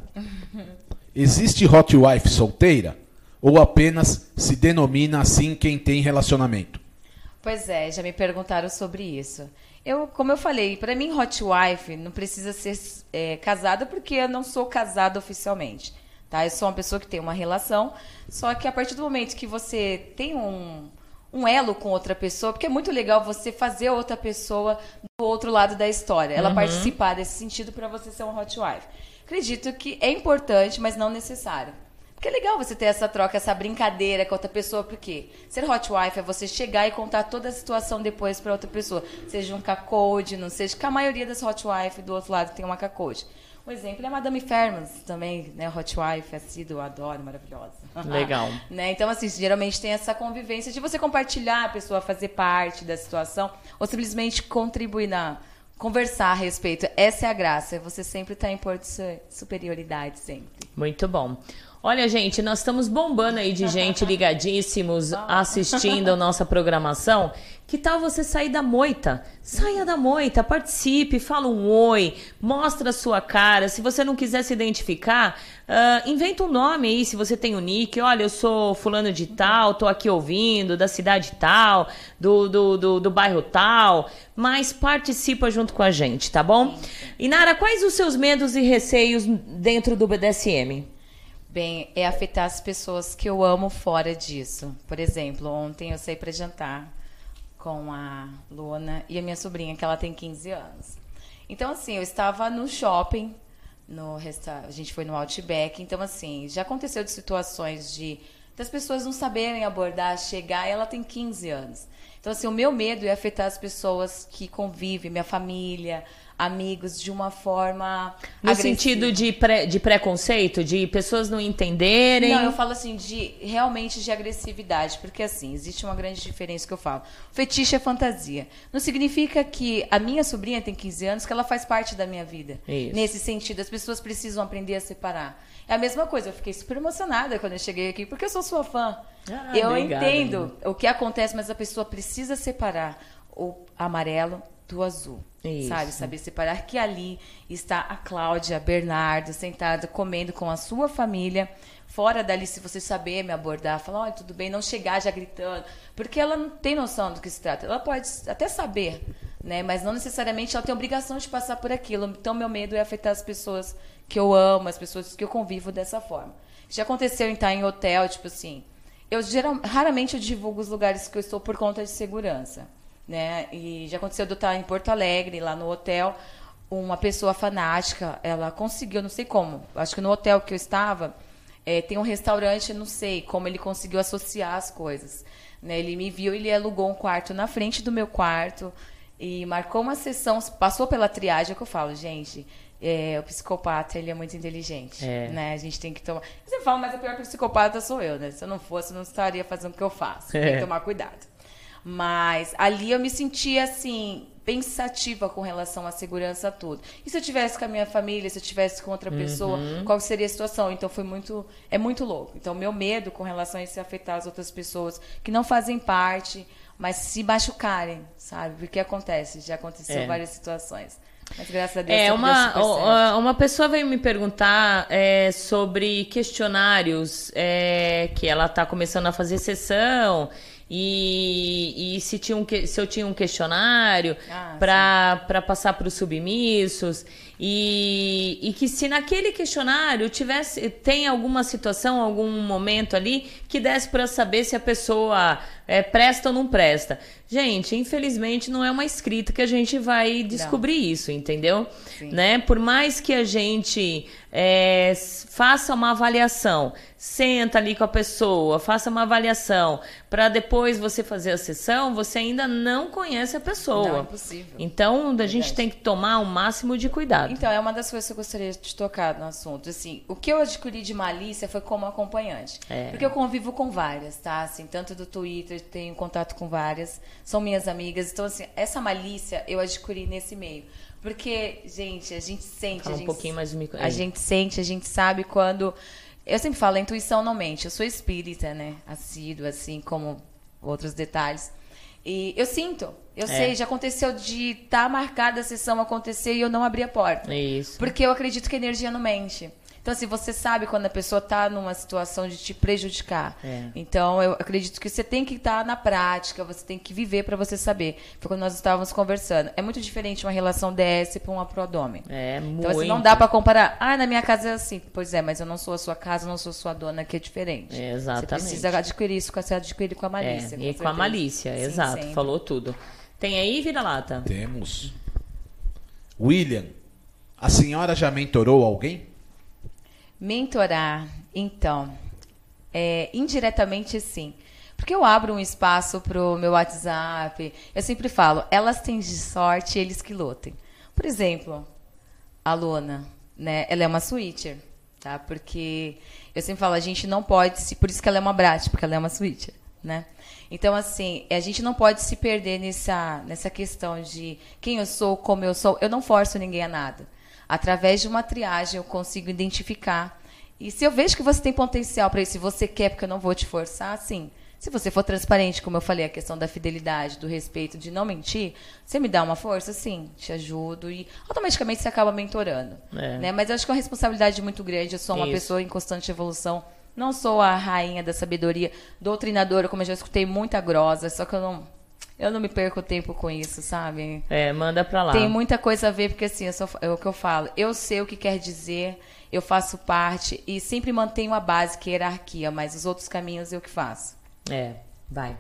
S7: Existe hot wife solteira? Ou apenas se denomina assim quem tem relacionamento?
S8: Pois é, já me perguntaram sobre isso. Eu, como eu falei, para mim, hot wife não precisa ser é, casada porque eu não sou casada oficialmente. Tá? Eu sou uma pessoa que tem uma relação, só que a partir do momento que você tem um, um elo com outra pessoa, porque é muito legal você fazer outra pessoa do outro lado da história, ela
S6: Uhum.
S8: participar desse sentido para você ser um hot wife. Acredito que é importante, mas não necessário. Porque é legal você ter essa troca, essa brincadeira com outra pessoa, porque ser hot wife é você chegar e contar toda a situação depois para outra pessoa. Seja um cacode, não seja que a maioria das hot wife do outro lado tem uma cacode. Um exemplo é a Madame Fermans, também, né, hot wife, assídua, adoro, maravilhosa.
S6: Legal.
S8: Né? Então, assim, geralmente tem essa convivência de você compartilhar, a pessoa fazer parte da situação, ou simplesmente contribuir na... conversar a respeito. Essa é a graça, você sempre está em porto de superioridade, sempre.
S6: Muito bom. Olha, gente, nós estamos bombando aí de gente ligadíssimos assistindo a nossa programação. Que tal você sair da moita? Saia da moita, participe, fala um oi, mostra a sua cara. Se você não quiser se identificar, uh, inventa um nome aí, se você tem um nick. Olha, eu sou fulano de tal, tô aqui ouvindo, da cidade tal, do, do, do, do bairro tal. Mas participa junto com a gente, tá bom? Inara, quais os seus medos e receios dentro do B D S M?
S8: Bem, é afetar as pessoas que eu amo fora disso. Por exemplo, ontem eu saí para jantar com a Luana e a minha sobrinha, que ela tem quinze anos. Então, assim, eu estava no shopping, no resta... a gente foi no Outback, então, assim, já aconteceu de situações de das pessoas não saberem abordar, chegar, e ela tem quinze anos. Então, assim, o meu medo é afetar as pessoas que convivem, minha família, amigos, de uma forma
S6: No
S8: agressiva.
S6: sentido de, pré, de preconceito, de pessoas não entenderem?
S8: Não, eu falo assim, de realmente de agressividade, porque assim, existe uma grande diferença que eu falo. Fetiche é fantasia. Não significa que a minha sobrinha tem quinze anos, que ela faz parte da minha vida.
S6: Isso.
S8: Nesse sentido, as pessoas precisam aprender a separar. É a mesma coisa, eu fiquei super emocionada quando eu cheguei aqui, porque eu sou sua fã.
S6: Ah,
S8: eu
S6: obrigada,
S8: entendo o que acontece, mas a pessoa precisa separar o amarelo do azul.
S6: Isso.
S8: Sabe? Saber separar que ali está a Cláudia, Bernardo, sentada comendo com a sua família. Fora dali, se você saber me abordar, falar, olha, tudo bem, não chegar já gritando. Porque ela não tem noção do que se trata. Ela pode até saber, né? Mas não necessariamente ela tem obrigação de passar por aquilo. Então, meu medo é afetar as pessoas que eu amo, as pessoas que eu convivo dessa forma. Já aconteceu em estar em hotel, tipo assim... Eu geral, raramente eu divulgo os lugares que eu estou por conta de segurança, né? E já aconteceu de eu estar em Porto Alegre, lá no hotel, uma pessoa fanática, ela conseguiu, não sei como, acho que no hotel que eu estava, é, tem um restaurante, não sei como ele conseguiu associar as coisas, né? Ele me viu, ele alugou um quarto na frente do meu quarto e marcou uma sessão, passou pela triagem, é que eu falo, gente... É, o psicopata, ele é muito inteligente, é. né? A gente tem que tomar... Você fala, mas a pior psicopata sou eu, né? Se eu não fosse, eu não estaria fazendo o que eu faço. É. Tem que tomar cuidado. Mas ali eu me sentia, assim, pensativa com relação à segurança toda. E se eu tivesse com a minha família, se eu tivesse com outra pessoa, uhum. qual seria a situação? Então, foi muito... É muito louco. Então, meu medo com relação a isso é afetar as outras pessoas que não fazem parte, mas se machucarem, sabe? Porque acontece, já aconteceu é. várias situações. Mas graças a Deus
S6: é, uma,
S8: deu
S6: uma pessoa veio me perguntar é, sobre questionários é, que ela está começando a fazer sessão e, e se, tinha um, se eu tinha um questionário ah, para passar para os submissos e, e que se naquele questionário tivesse tem alguma situação, algum momento ali que desse para saber se a pessoa é, presta ou não presta. Gente, infelizmente não é uma escrita que a gente vai descobrir não. isso, entendeu? Né? Por mais que a gente é, faça uma avaliação, senta ali com a pessoa, faça uma avaliação, para depois você fazer a sessão, você ainda não conhece a pessoa.
S8: Não, é impossível.
S6: Então, a gente tem que tomar o máximo de cuidado.
S8: Então, é uma das coisas que eu gostaria de tocar no assunto. Assim, o que eu adquiri de malícia foi como acompanhante. É. Porque eu convivo com várias, tá? Assim, tanto do Twitter, tenho contato com várias, são minhas amigas. Então, assim, essa malícia eu adquiri nesse meio. Porque, gente, a gente sente...
S6: Fala
S8: a
S6: um
S8: gente,
S6: pouquinho mais do micro...
S8: A gente sente, a gente sabe quando... Eu sempre falo, a intuição não mente. Eu sou espírita, né? Assídua, assim, como outros detalhes. E eu sinto, eu é. sei, já aconteceu de estar tá marcada a sessão acontecer e eu não abrir a porta.
S6: Isso.
S8: Porque eu acredito que a energia não mente. Então, assim, você sabe quando a pessoa está numa situação de te prejudicar. É. Então, eu acredito que você tem que estar tá na prática, você tem que viver para você saber. Foi quando nós estávamos conversando. É muito diferente uma relação D S para uma pro-abdômen.
S6: É, muito.
S8: Então, assim, não dá para comparar. Ah, na minha casa é assim. Pois é, mas eu não sou a sua casa, não sou sua dona, que é diferente.
S6: É, exatamente.
S8: Você precisa adquirir isso, você adquirir com a malícia.
S6: É,
S8: com
S6: e com a malícia, Sim, exato. Sempre. Falou tudo. Tem aí, vira-lata?
S7: Temos. William, a senhora já mentorou alguém?
S8: Mentorar, então, é, indiretamente sim. Porque eu abro um espaço pro meu WhatsApp, eu sempre falo, elas têm de sorte, eles que lutem. Por exemplo, a Luna, né, ela é uma switcher, tá? Porque eu sempre falo, a gente não pode se... Por isso que ela é uma brat, porque ela é uma switcher, né? Então, assim, a gente não pode se perder nessa, nessa questão de quem eu sou, como eu sou. Eu não forço ninguém a nada. Através de uma triagem eu consigo identificar. E se eu vejo que você tem potencial para isso, se você quer, porque eu não vou te forçar, sim. Se você for transparente, como eu falei, a questão da fidelidade, do respeito, de não mentir, você me dá uma força, sim, te ajudo e automaticamente você acaba mentorando. É. Né? Mas eu acho que é uma responsabilidade muito grande. Eu sou uma isso. pessoa em constante evolução. Não sou a rainha da sabedoria, doutrinadora, como eu já escutei, muita grossa, só que eu não... Eu não me perco tempo com isso, sabe?
S6: É, manda pra lá.
S8: Tem muita coisa a ver, porque assim, eu sou, é o que eu falo. Eu sei o que quer dizer, eu faço parte e sempre mantenho a base, que é a hierarquia, mas os outros caminhos eu que faço.
S6: É, vai.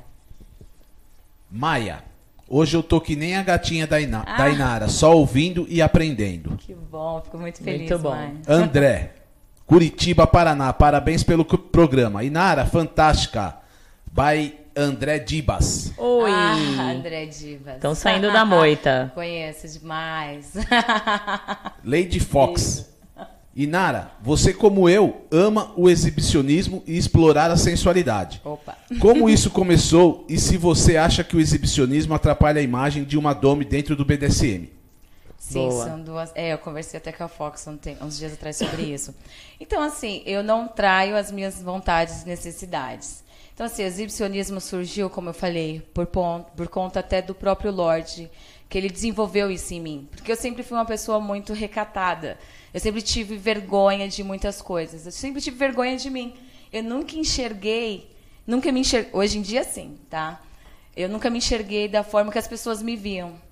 S7: Maia, hoje eu tô que nem a gatinha da, Ina, ah. da Inara, só ouvindo e aprendendo.
S8: Que bom, fico muito feliz,
S6: muito bom.
S8: Maia.
S7: André, Curitiba, Paraná, parabéns pelo programa. Inara, fantástica. By André Dibas.
S8: Oi. Ah, André Dibas.
S6: Estão saindo da moita.
S8: Conheço demais.
S7: Lady Fox. Inara, você como eu ama o exibicionismo e explorar a sensualidade.
S8: Opa.
S7: Como isso começou e se você acha que o exibicionismo atrapalha a imagem de uma dome dentro do B D S M?
S8: Sim, Boa. são duas... É, eu conversei até com a Fox ontem, uns dias atrás sobre isso. Então, assim, eu não traio as minhas vontades e necessidades. Então, assim, o exibicionismo surgiu, como eu falei, por, ponto, por conta até do próprio Lorde, que ele desenvolveu isso em mim. Porque eu sempre fui uma pessoa muito recatada. Eu sempre tive vergonha de muitas coisas. Eu sempre tive vergonha de mim. Eu nunca enxerguei, nunca me enxerguei, hoje em dia sim, tá? Eu nunca me enxerguei da forma que as pessoas me viam.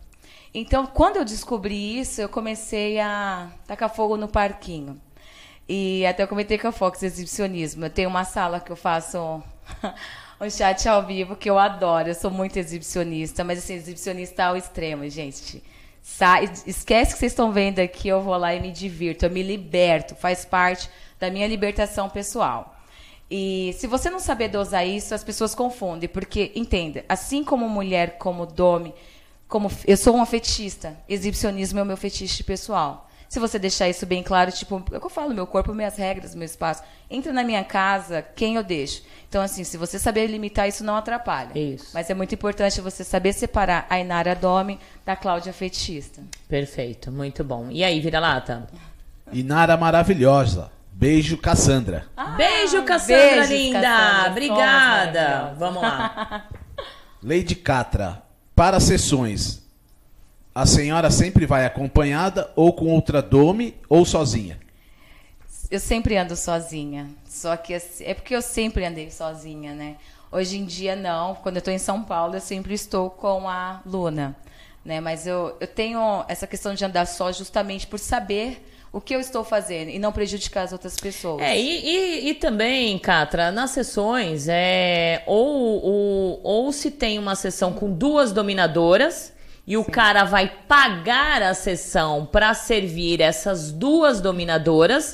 S8: Então, quando eu descobri isso, eu comecei a tacar fogo no parquinho. E até eu comentei com a Fox, exibicionismo. Eu tenho uma sala que eu faço um chat ao vivo, que eu adoro. Eu sou muito exibicionista, mas assim, exibicionista ao extremo, gente. Sai, esquece que vocês estão vendo aqui, eu vou lá e me divirto, eu me liberto, faz parte da minha libertação pessoal. E se você não saber dosar isso, as pessoas confundem, porque, entenda, assim como mulher, como dome, como eu sou uma fetichista, exibicionismo é o meu fetiche pessoal. Se você deixar isso bem claro, tipo, é o que eu falo, meu corpo, minhas regras, meu espaço. Entra na minha casa, quem eu deixo. Então, assim, se você saber limitar, isso não atrapalha.
S6: Isso.
S8: Mas é muito importante você saber separar a Inara Dome da Cláudia Fetichista.
S6: Perfeito, muito bom. E aí, vira-lata?
S7: Inara maravilhosa. Beijo, Cassandra.
S6: Ah, beijo, Cassandra,
S8: beijos,
S6: linda.
S8: Cassandra.
S6: Obrigada. Vamos lá.
S7: Lady Catra. Para sessões, a senhora sempre vai acompanhada ou com outra dome ou sozinha?
S8: Eu sempre ando sozinha. Só que é porque eu sempre andei sozinha, né? Hoje em dia, não. Quando eu estou em São Paulo, eu sempre estou com a Luna. Né? Mas eu, eu tenho essa questão de andar só justamente por saber o que eu estou fazendo e não prejudicar as outras pessoas.
S6: É, e, e, e também, Catra, nas sessões, é, ou, ou, ou se tem uma sessão com duas dominadoras e o Sim. cara vai pagar a sessão para servir essas duas dominadoras,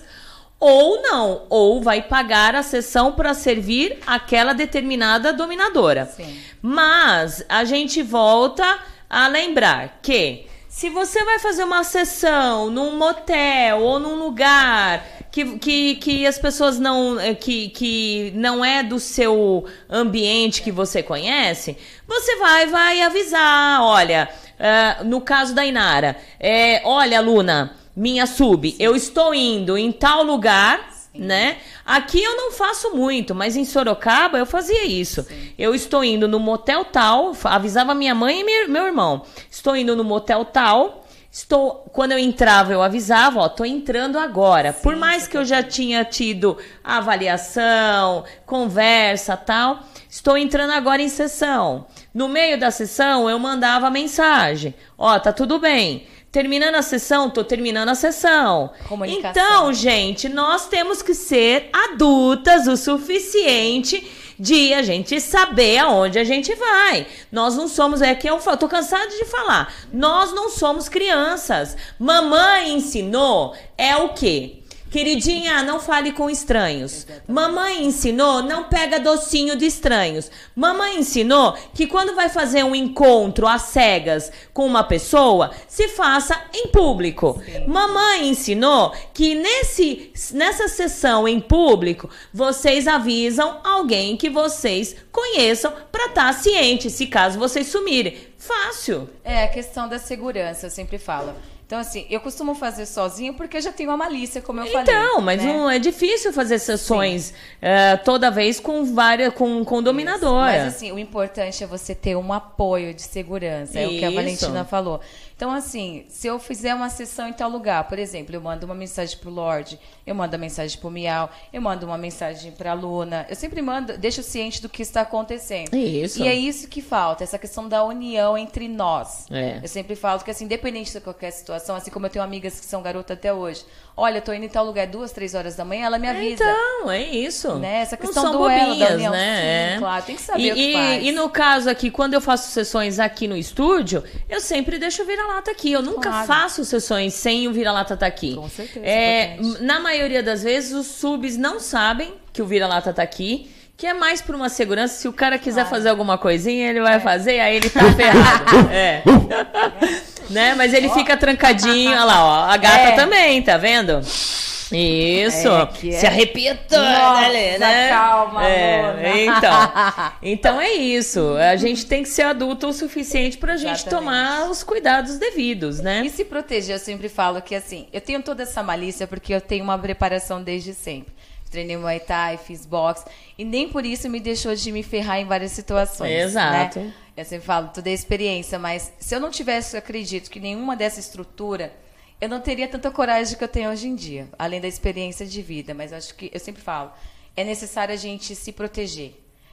S6: ou não, ou vai pagar a sessão para servir aquela determinada dominadora.
S8: Sim.
S6: Mas a gente volta a lembrar que se você vai fazer uma sessão num motel ou num lugar que, que, que as pessoas não, que, que não é do seu ambiente que você conhece, você vai, vai avisar, olha, uh, no caso da Inara, é, olha, Luna, minha sub, Sim. eu estou indo em tal lugar, Sim. né? Aqui eu não faço muito, mas em Sorocaba eu fazia isso. Sim. Eu estou indo no motel tal, avisava minha mãe e meu irmão. Estou indo no motel tal, estou, quando eu entrava eu avisava, ó, tô entrando agora. Sim, Por mais que eu já tinha tido avaliação, conversa, tal, estou entrando agora em sessão. No meio da sessão eu mandava mensagem, ó, tá tudo bem. Terminando a sessão, tô terminando a sessão. Então, gente, nós temos que ser adultas o suficiente de a gente saber aonde a gente vai. Nós não somos, é que eu falo, tô cansada de falar, nós não somos crianças. Mamãe ensinou é o quê? Queridinha, não fale com estranhos. Exatamente. Mamãe ensinou, não pega docinho de estranhos. Mamãe ensinou que quando vai fazer um encontro às cegas com uma pessoa, se faça em público. Sim. Mamãe ensinou que nesse, nessa sessão em público, vocês avisam alguém que vocês conheçam para estar ciente, se caso vocês sumirem. Fácil.
S8: É a questão da segurança, eu sempre falo. Então, assim, eu costumo fazer sozinho porque eu já tenho uma malícia, como eu
S6: então,
S8: falei.
S6: Então, mas
S8: né?
S6: não é difícil fazer sessões uh, toda vez com várias, com, com dominadora.
S8: Isso. Mas, assim, o importante é você ter um apoio de segurança. É Isso. o que a Valentina falou. Então, assim, se eu fizer uma sessão em tal lugar, por exemplo, eu mando uma mensagem pro Lorde, eu mando uma mensagem pro Miau, eu mando uma mensagem pra Luna, eu sempre mando, deixo ciente do que está acontecendo.
S6: Isso.
S8: E é isso que falta, essa questão da união entre nós.
S6: É.
S8: Eu sempre falo que, assim, independente de qualquer situação, assim como eu tenho amigas que são garotas até hoje, olha, eu tô indo em tal lugar duas, três horas da manhã, ela me avisa.
S6: Então, é isso.
S8: Né? Essa questão
S6: não são
S8: do elo,
S6: bobinhas,
S8: da união,
S6: né?
S8: Sim,
S6: é.
S8: claro, tem que saber
S6: e,
S8: o que
S6: e,
S8: faz.
S6: E no caso aqui, quando eu faço sessões aqui no estúdio, eu sempre deixo o vira-lata aqui. Eu nunca
S8: Claro.
S6: faço sessões sem o vira-lata estar aqui.
S8: Com certeza.
S6: É, na maioria das vezes, os subs não sabem que o vira-lata tá aqui. Que é mais por uma segurança. Se o cara quiser
S8: Claro.
S6: fazer alguma coisinha, ele vai é. fazer, aí ele tá ferrado. é. né? Mas ele oh. fica trancadinho. Olha lá, ó. A gata é. também, tá vendo? Isso. É, que é. Se arrepia toda,
S8: Nossa,
S6: né?
S8: calma,
S6: é, então, então é isso. A gente tem que ser adulto o suficiente pra gente
S8: Exatamente.
S6: tomar os cuidados devidos, né?
S8: E se proteger, eu sempre falo que, assim, eu tenho toda essa malícia porque eu tenho uma preparação desde sempre. Treinei Muay Thai, fiz boxe, e nem por isso me deixou de me ferrar em várias situações.
S6: Exato.
S8: Né? Eu sempre falo, tudo é experiência, mas se eu não tivesse, eu acredito que nenhuma dessa estrutura, eu não teria tanta coragem que eu tenho hoje em dia, além da experiência de vida. Mas eu acho que, eu sempre falo, é necessário a gente se proteger.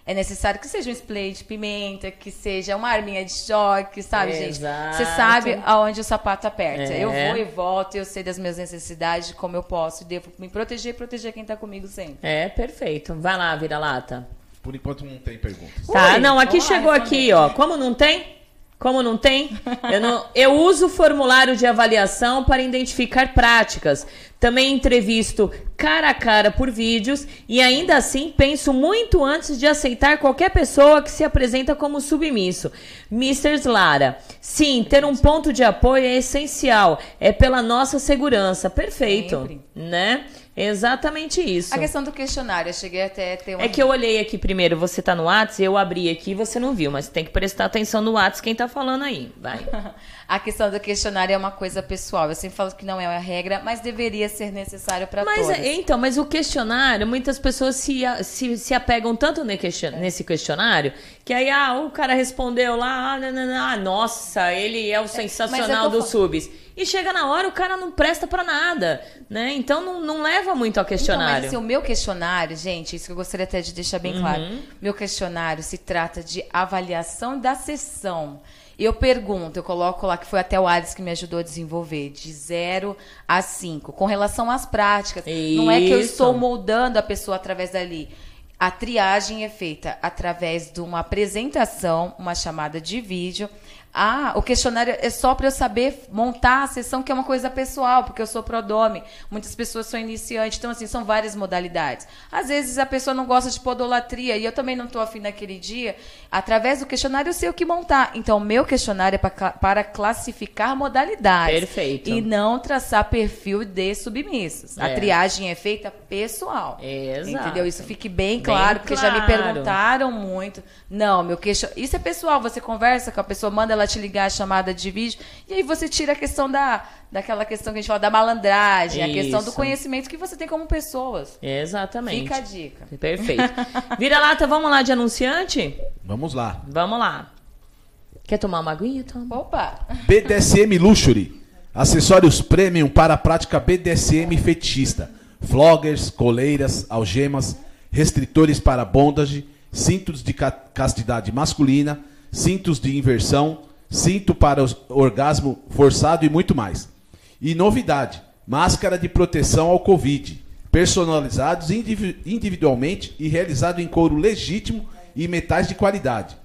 S8: É necessário que seja um spray de pimenta, que seja uma arminha de choque, sabe, gente?
S6: Exato.
S8: Você sabe aonde o sapato aperta.
S6: É.
S8: Eu vou e volto, eu sei das minhas necessidades, de como eu posso, e devo me proteger e proteger quem tá comigo sempre.
S6: É, perfeito. Vai lá, vira-lata.
S7: Por enquanto não tem perguntas.
S6: Tá,
S8: Ui,
S6: não, aqui
S8: vamos lá,
S6: chegou aqui, ó. Como não tem? Como não tem? Eu, não, eu uso o formulário de avaliação para identificar práticas. Também entrevisto cara a cara por vídeos e ainda assim penso muito antes de aceitar qualquer pessoa que se apresenta como submisso. mister Lara, sim, ter um ponto de apoio é essencial. É pela nossa segurança. Perfeito,
S8: Sempre.
S6: né? Exatamente isso.
S8: A questão do questionário, eu cheguei até a ter um...
S6: É que eu olhei aqui primeiro, você tá no WhatsApp, eu abri aqui e você não viu, mas tem que prestar atenção no WhatsApp quem tá falando aí, vai.
S8: A questão do questionário é uma coisa pessoal. Eu sempre falo que não é uma regra, mas deveria ser necessário para todos.
S6: Mas é, então, mas o questionário, muitas pessoas se, a- se, se apegam tanto ne- question- nesse questionário, que aí ah, o cara respondeu lá, ah, não, não, não, ah, nossa, ele é o sensacional
S8: que eu
S6: dos
S8: falo.
S6: subs. E chega na hora, o cara não presta pra nada, né? Então não, não leva muito ao
S8: Então,
S6: questionário.
S8: mas assim, o meu questionário, gente, isso que eu gostaria até de deixar bem claro. Meu questionário se trata de avaliação da sessão. Eu pergunto, eu coloco lá, que foi até o Ades que me ajudou a desenvolver, de zero a cinco, com relação às práticas. Não é que eu
S6: Isso.
S8: estou moldando a pessoa através dali. A triagem é feita através de uma apresentação, uma chamada de vídeo. Ah, o questionário é só para eu saber montar a sessão, que é uma coisa pessoal, porque eu sou prodome. Muitas pessoas são iniciantes, então assim, são várias modalidades. Às vezes a pessoa não gosta de podolatria e eu também não estou afim naquele dia. Através do questionário eu sei o que montar. Então o meu questionário é pra, cla- para classificar modalidades.
S6: Perfeito.
S8: E não traçar perfil de submissos. A
S6: É.
S8: triagem é feita pessoal.
S6: Exato.
S8: Entendeu? Isso fique bem
S6: Bem
S8: claro, porque já me
S6: claro.
S8: perguntaram muito. Não, meu question... Isso é pessoal, você conversa com a pessoa, manda ela te ligar a chamada de vídeo, e aí você tira a questão da, daquela questão que a gente fala da malandragem, a questão do
S6: Isso.
S8: conhecimento que você tem como pessoas.
S6: Exatamente.
S8: Fica a dica.
S6: Perfeito. Vira-lata, vamos lá de anunciante?
S7: Vamos lá.
S6: Vamos lá. Quer tomar uma aguinha? Toma.
S8: Opa!
S7: B D S M Luxury. Acessórios premium para a prática B D S M fetichista. Floggers, coleiras, algemas, restritores para bondage, cintos de ca- castidade masculina, cintos de inversão, cinto para os- orgasmo forçado e muito mais. E novidade, máscara de proteção ao Covid, personalizados indivi- individualmente e realizado em couro legítimo e metais de qualidade.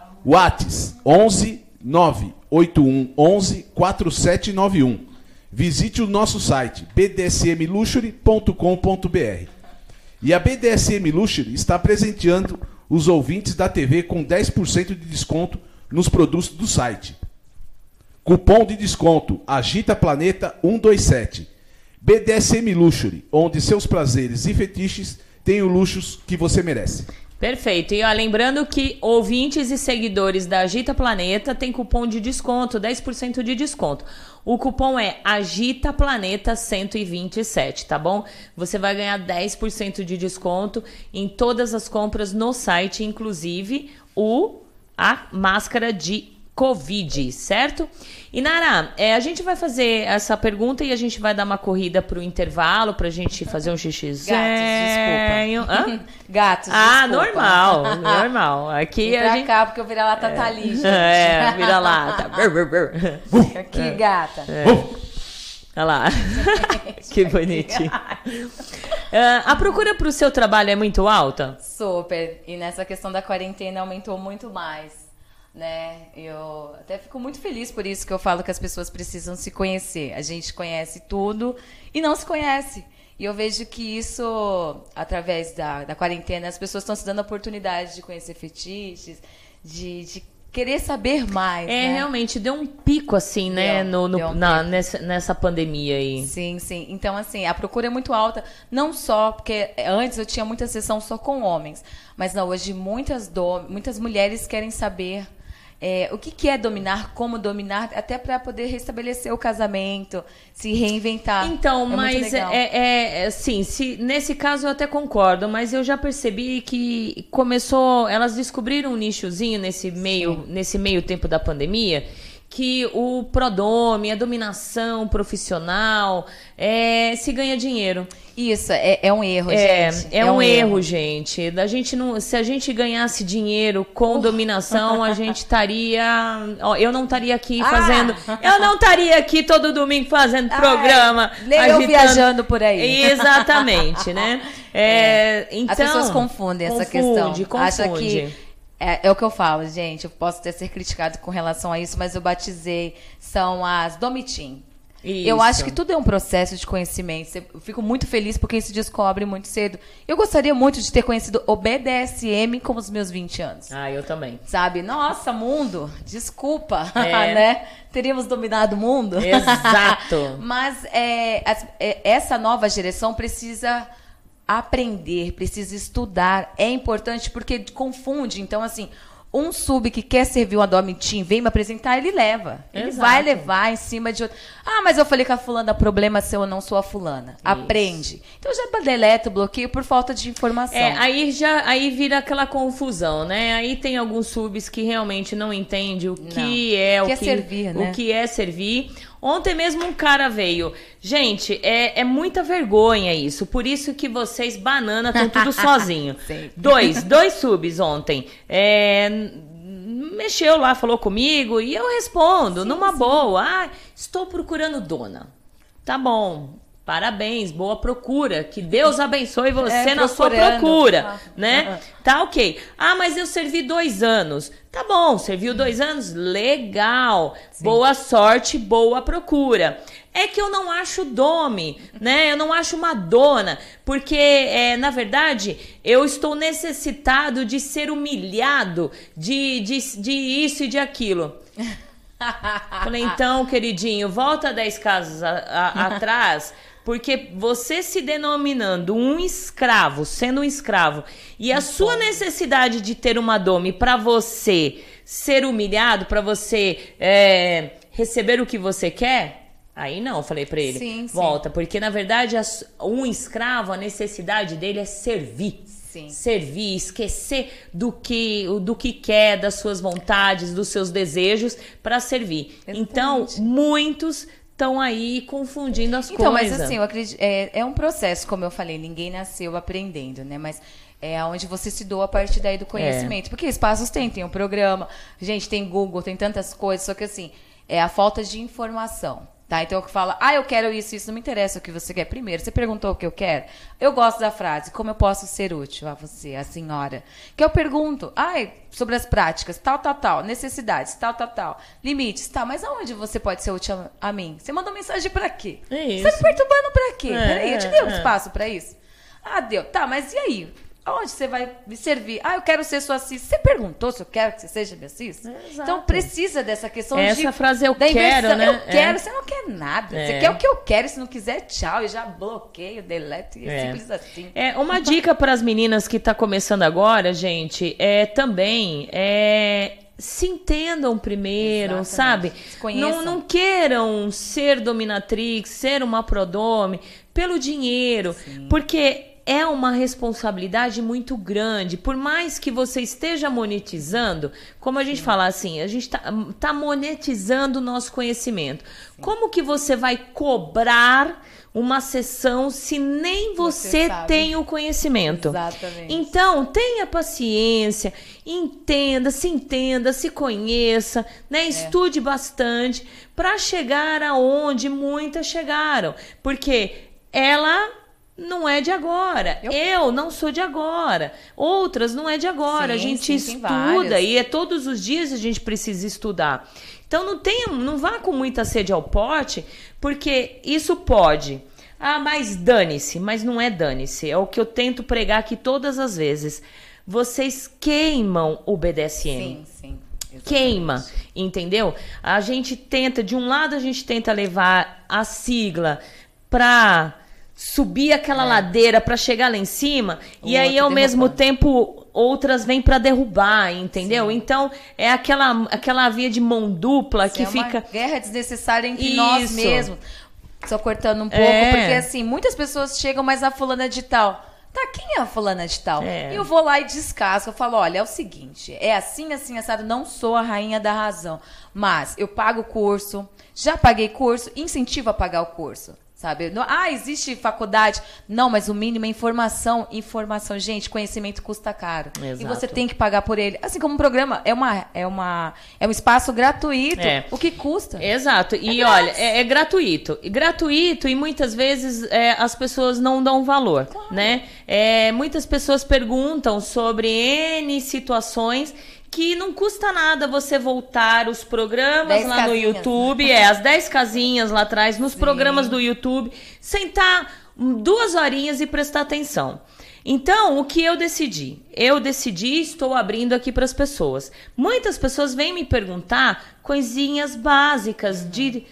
S7: Whats onze nove oito um onze quatro sete nove um. Visite o nosso site b d s m luxury ponto com ponto b r. E a B D S M Luxury está presenteando os ouvintes da T V com dez por cento de desconto nos produtos do site. Cupom de desconto Agita Planeta cento e vinte e sete. B D S M Luxury, onde seus prazeres e fetiches têm os luxos que você merece.
S6: Perfeito. E ó, lembrando que ouvintes e seguidores da Agita Planeta tem cupom de desconto, dez por cento de desconto. O cupom é Agita Planeta cento e vinte e sete, tá bom? Você vai ganhar dez por cento de desconto em todas as compras no site, inclusive o a máscara de Covid, certo? E Nara, é, a gente vai fazer essa pergunta e a gente vai dar uma corrida pro intervalo pra gente fazer um xixizinho.
S8: Gatos, desculpa.
S6: Hã?
S8: Gatos,
S6: Ah,
S8: desculpa.
S6: normal, normal. Aqui
S8: Vem
S6: a
S8: pra
S6: gente...
S8: cá, porque eu virar lá tá ali, gente.
S6: É, vira lá. Tá.
S8: Aqui, gata.
S6: Olha lá. Que bonitinho. Ah, a procura pro seu trabalho é muito alta?
S8: Super. E nessa questão da quarentena aumentou muito mais, né? Eu até fico muito feliz por isso que eu falo que as pessoas precisam se conhecer. A gente conhece tudo e não se conhece. E eu vejo que isso, através da, da quarentena, as pessoas estão se dando a oportunidade de conhecer fetiches, de, de querer saber mais,
S6: É,
S8: né?
S6: realmente, deu um pico assim, né,
S8: Deu,
S6: no, no-
S8: deu um
S6: na,
S8: pico.
S6: nessa, nessa pandemia aí.
S8: Sim, sim. Então, assim, a procura é muito alta, não só porque antes eu tinha muita sessão só com homens, mas não, hoje muitas, do, muitas mulheres querem saber é, o que, que é dominar, como dominar, até para poder restabelecer o casamento, se reinventar.
S6: Então,
S8: É muito
S6: mas
S8: legal.
S6: é, é, é assim, se, nesse caso eu até concordo, mas eu já percebi que começou, elas descobriram um nichozinho nesse meio, nesse meio tempo da pandemia, que o prodome, a dominação profissional, é, se ganha dinheiro.
S8: Isso, é, é um erro,
S6: é,
S8: gente.
S6: É, é um, um erro, erro, gente. Da gente não, se a gente ganhasse dinheiro com dominação, a gente estaria... Ó, eu não estaria aqui fazendo... Ah. Eu não estaria aqui todo domingo fazendo Ai, programa.
S8: Nem agitando, eu viajando por aí.
S6: Exatamente, né? É,
S8: é.
S6: Então,
S8: as pessoas confundem essa
S6: confunde,
S8: questão.
S6: Confunde.
S8: Acha que... É, é o que eu falo, gente. Eu posso até ser criticado com relação a isso, mas eu batizei. São as Domitim. Isso. Eu acho que tudo é um processo de conhecimento. Eu fico muito feliz por quem se descobre muito cedo. Eu gostaria muito de ter conhecido o B D S M com os meus vinte anos.
S6: Ah, eu também.
S8: Sabe? Nossa, mundo, desculpa,
S6: é.
S8: né? Teríamos dominado o mundo.
S6: Exato.
S8: Mas é, as, é, essa nova geração precisa... aprender, precisa estudar, é importante porque confunde. Então, assim, um sub que quer servir uma Domitim, vem me apresentar, ele leva. Ele
S6: Exato.
S8: vai levar em cima de outro. Ah, mas eu falei com a fulana, problema seu, eu não sou a fulana. Isso. Aprende. Então, já deleta o bloqueio por falta de informação.
S6: É, aí já aí vira aquela confusão, né? Aí tem alguns subs que realmente não entendem o que não. é o
S8: que,
S6: que,
S8: é servir, né?
S6: o que é servir. Ontem mesmo um cara veio. Gente, é, é muita vergonha isso. Por isso que vocês, banana, estão tudo sozinho. Dois, dois subs ontem. É, mexeu lá, falou comigo e eu respondo, sim, numa sim. boa. Ah, estou procurando dona. Tá bom. Parabéns, boa procura. Que Deus abençoe você é, na sua procura, ah, né? Ah, tá ok. Ah, mas eu servi dois anos. Tá bom, serviu dois anos? Legal. Sim. Boa sorte, boa procura. É que eu não acho dome, né? Eu não acho uma dona, porque, é, na verdade, eu estou necessitado de ser humilhado, de, de, de isso e de aquilo. Falei, então, queridinho, volta dez casas a, a, atrás... Porque você se denominando um escravo, sendo um escravo, e a sua necessidade de ter uma dome para você ser humilhado, para você é, receber o que você quer, aí não, eu falei para ele, sim, volta. Sim. Porque, na verdade, um escravo, a necessidade dele é servir. Sim. Servir, esquecer do que, do que quer, das suas vontades, dos seus desejos, para servir. Exatamente. Então, muitos... estão aí confundindo as
S8: então,
S6: coisas.
S8: Então, mas assim, eu acredito, é, é um processo, como eu falei, ninguém nasceu aprendendo, né? Mas é onde você se doa a partir daí do conhecimento. É. Porque espaços tem, tem um programa, gente, tem Google, tem tantas coisas, só que assim, é a falta de informação. Tá? Então, eu falo, ah, eu quero isso, isso não me interessa o que você quer. Primeiro, você perguntou o que eu quero? Eu gosto da frase, como eu posso ser útil a você, a senhora? Que eu pergunto, ai, sobre as práticas, tal, tal, tal, necessidades, tal, tal, tal, limites, tal, mas aonde você pode ser útil a, a mim? Você mandou mensagem pra quê?
S6: É isso.
S8: Você tá me perturbando pra quê?
S6: É,
S8: Peraí, eu te dei um
S6: é.
S8: espaço pra isso? Ah, deu. Tá, mas e aí? Aonde você vai me servir? Ah, eu quero ser sua cis. Você perguntou se eu quero que você seja minha cis?
S6: É,
S8: então precisa dessa questão
S6: Essa
S8: de...
S6: Essa frase eu
S8: da
S6: quero, né?
S8: Eu quero,
S6: é.
S8: você não quer nada.
S6: É.
S8: Você quer o que eu quero, se não quiser, tchau. Eu já bloqueio, deleto, e é, é simples assim.
S6: É, uma dica para as meninas que tá começando agora, gente, é também... É... se entendam primeiro, exatamente. Sabe? Não, não queiram ser dominatrix, ser uma prodome pelo dinheiro, sim. Porque é uma responsabilidade muito grande. Por mais que você esteja monetizando, como a gente sim. fala assim, a gente tá, tá monetizando o nosso conhecimento. Sim. Como que você vai cobrar uma sessão se nem você, você tem o conhecimento?
S8: Exatamente.
S6: Então, tenha paciência, entenda, se entenda, se conheça, né? Estude é. bastante para chegar aonde muitas chegaram. Porque ela não é de agora. Eu, eu não sou de agora. Outras não é de agora. Sim, a gente sim, estuda e é todos os dias a gente precisa estudar. Então não tenha, não vá com muita sede ao pote, porque isso pode. Ah, mas dane-se. Mas não é dane-se. É o que eu tento pregar aqui todas as vezes. Vocês queimam o B D S M.
S8: Sim, sim. Exatamente.
S6: Queima, entendeu? A gente tenta, de um lado a gente tenta levar a sigla para subir aquela é. ladeira para chegar lá em cima, o e aí ao mesmo tempo outras vêm para derrubar, entendeu? Sim. Então é aquela, aquela via de mão dupla Isso que
S8: é
S6: fica...
S8: uma guerra desnecessária entre
S6: Isso.
S8: nós mesmos. Só cortando um pouco, é. porque assim, muitas pessoas chegam, mas a fulana de tal... Tá, quem é a fulana de tal?
S6: É.
S8: E eu vou lá e descasco. Eu falo, olha, é o seguinte, é assim, assim, assado. Não sou a rainha da razão, mas eu pago o curso, já paguei curso, incentivo a pagar o curso. Sabe? Não, ah, existe faculdade. Não, mas o mínimo é informação. Informação, gente, conhecimento custa caro.
S6: Exato.
S8: E você tem que pagar por ele. Assim como um programa é, uma, é, uma, é um espaço gratuito.
S6: É.
S8: O que custa?
S6: Exato. E
S8: É
S6: olha,
S8: grátis.
S6: é, é gratuito. E gratuito e muitas vezes é, as pessoas não dão valor,
S8: Claro.
S6: né? É, muitas pessoas perguntam sobre N situações que não custa nada você voltar os programas
S8: Dez
S6: lá no
S8: casinhas.
S6: YouTube, é, as dez casinhas lá atrás, nos
S8: Sim.
S6: programas do YouTube, sentar duas horinhas e prestar atenção. Então, o que eu decidi? Eu decidi, estou abrindo aqui para as pessoas. Muitas pessoas vêm me perguntar coisinhas básicas de...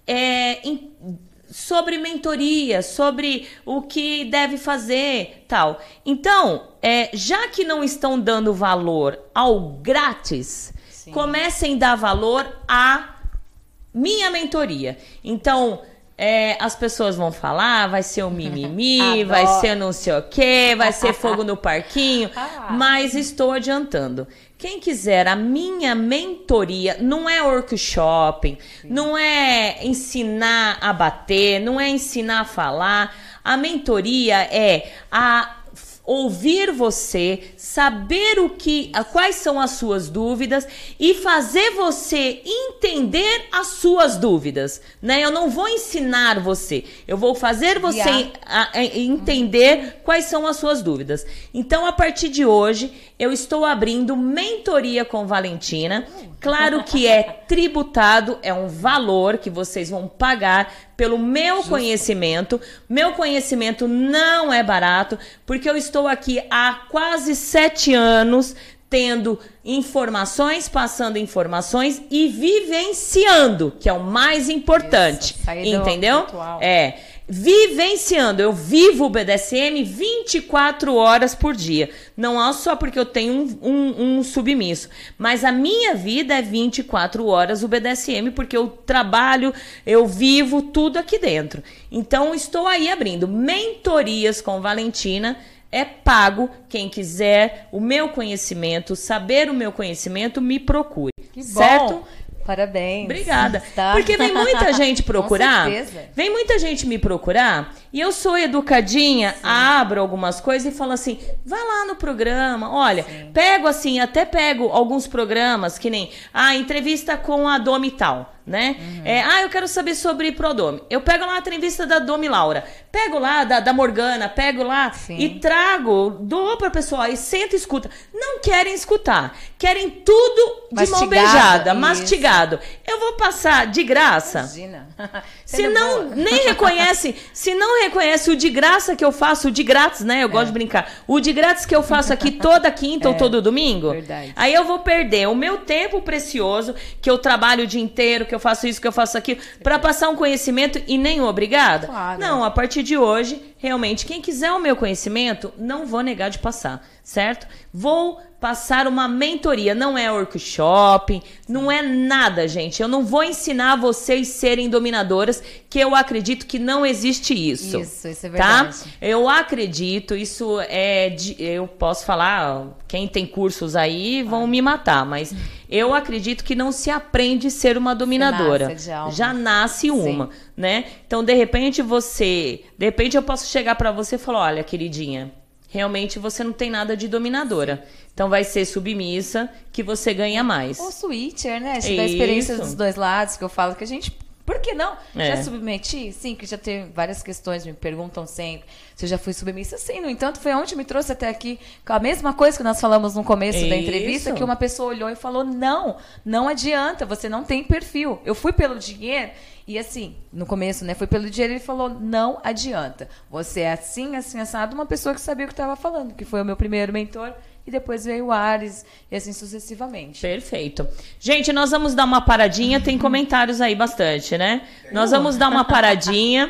S6: É, em, sobre mentoria, sobre o que deve fazer, tal. Então, é, já que não estão dando valor ao grátis,
S8: Sim.
S6: comecem a dar valor à minha mentoria. Então, é, as pessoas vão falar, vai ser o mimimi,
S8: Adoro.
S6: vai ser não sei o quê, vai ser fogo no parquinho,
S8: Ah.
S6: mas estou adiantando. Quem quiser a minha mentoria, não é workshop, não é ensinar a bater, não é ensinar a falar. A mentoria é a ouvir você, saber o que, a- quais são as suas dúvidas e fazer você entender as suas dúvidas, né? Eu não vou ensinar você, eu vou fazer você
S8: Guiar.
S6: a- a- entender quais são as suas dúvidas. Então, a partir de hoje, eu estou abrindo mentoria com Valentina. Claro que é tributado, é um valor que vocês vão pagar pelo meu conhecimento. Meu conhecimento não é barato, porque eu estou aqui há quase sete anos tendo informações, passando informações e vivenciando, que é o mais importante.
S8: Isso, sair do
S6: entendeu?
S8: virtual.
S6: É. Vivenciando, eu vivo o B D S M vinte e quatro horas por dia. Não é só porque eu tenho um, um, um submisso, mas a minha vida é vinte e quatro horas o B D S M, porque eu trabalho, eu vivo tudo aqui dentro. Então, estou aí abrindo mentorias com Valentina. É pago. Quem quiser o meu conhecimento, saber o meu conhecimento, me procure.
S8: Que bom.
S6: Certo?
S8: Parabéns.
S6: Obrigada.
S8: Tá?
S6: Porque vem muita gente procurar.
S8: Com certeza.
S6: Vem muita gente me procurar e eu sou educadinha, abro algumas coisas e falo assim, vai lá no programa, olha,
S8: Sim.
S6: pego assim, até pego alguns programas que nem a entrevista com a Domi tal, né?
S8: Uhum.
S6: É, ah, eu quero saber sobre Prodome. Eu pego lá a entrevista da Domi Laura, pego lá da, da Morgana, pego lá
S8: Sim.
S6: e trago, dou pra pessoa e senta e escuta. Não querem escutar, querem tudo de mão
S8: Mastigado,
S6: beijada,
S8: isso.
S6: mastigado. Eu vou passar de graça.
S8: Imagina.
S6: Se
S8: Sendo
S6: não,
S8: boa.
S6: nem reconhece, se não reconhece o de graça que eu faço, o de grátis, né? Eu gosto de brincar. O de grátis que eu faço aqui toda quinta ou todo domingo.
S8: verdade.
S6: Aí eu vou perder o meu tempo precioso, que eu trabalho o dia inteiro, que eu faço isso, que eu faço aquilo, pra passar um conhecimento e nem obrigada.
S8: Claro.
S6: Não, a partir de hoje, realmente, quem quiser o meu conhecimento, não vou negar de passar, certo? Vou passar uma mentoria, não é workshop, não é nada, gente. Eu não vou ensinar vocês serem dominadoras, que eu acredito que não existe isso.
S8: Isso, isso é
S6: Tá?
S8: verdade.
S6: Eu acredito, isso é de, eu posso falar, quem tem cursos aí vão me matar, mas eu acredito que não se aprende a ser uma dominadora.
S8: nasce de alma.
S6: Já nasce uma, né? Então, de repente você, de repente eu posso chegar pra você e falar, olha, queridinha, realmente você não tem nada de dominadora. Então vai ser submissa que você ganha mais.
S8: Ou switcher, né? Te dá a experiência
S6: Isso.
S8: dos dois lados, que eu falo que a gente... Por que não?
S6: É.
S8: Já submeti? Sim, que já teve várias questões, me perguntam sempre se eu já fui submissa. Sim, no entanto, foi onde me trouxe até aqui com a mesma coisa que nós falamos no começo da entrevista,
S6: Isso.
S8: que uma pessoa olhou e falou, não, não adianta, você não tem perfil. Eu fui pelo dinheiro e assim, no começo, né, foi pelo dinheiro, ele falou, não adianta. Você é assim, assim, assado, uma pessoa que sabia o que estava falando, que foi o meu primeiro mentor. E depois veio o Ares, e assim sucessivamente.
S6: Perfeito. Gente, nós vamos dar uma paradinha. Tem comentários aí bastante, né? Nós vamos dar uma paradinha.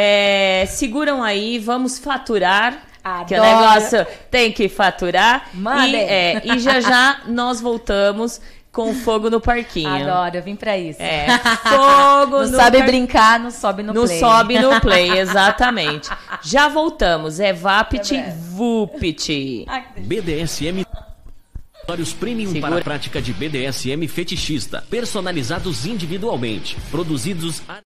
S6: É, seguram aí, vamos faturar.
S8: Adoro.
S6: Que o negócio tem que faturar.
S8: Mandem.
S6: E, é, e já já nós voltamos com fogo no parquinho.
S8: Adoro, eu vim pra isso.
S6: É, fogo
S8: não
S6: no
S8: sabe
S6: par...
S8: brincar, não sobe no
S6: não
S8: play.
S6: Não sobe no play, exatamente. Já voltamos, é Vapt
S8: É
S6: Vupt.
S1: B D S M Acessórios premium
S6: Segura.
S1: para a prática de B D S M fetichista, personalizados individualmente, produzidos a...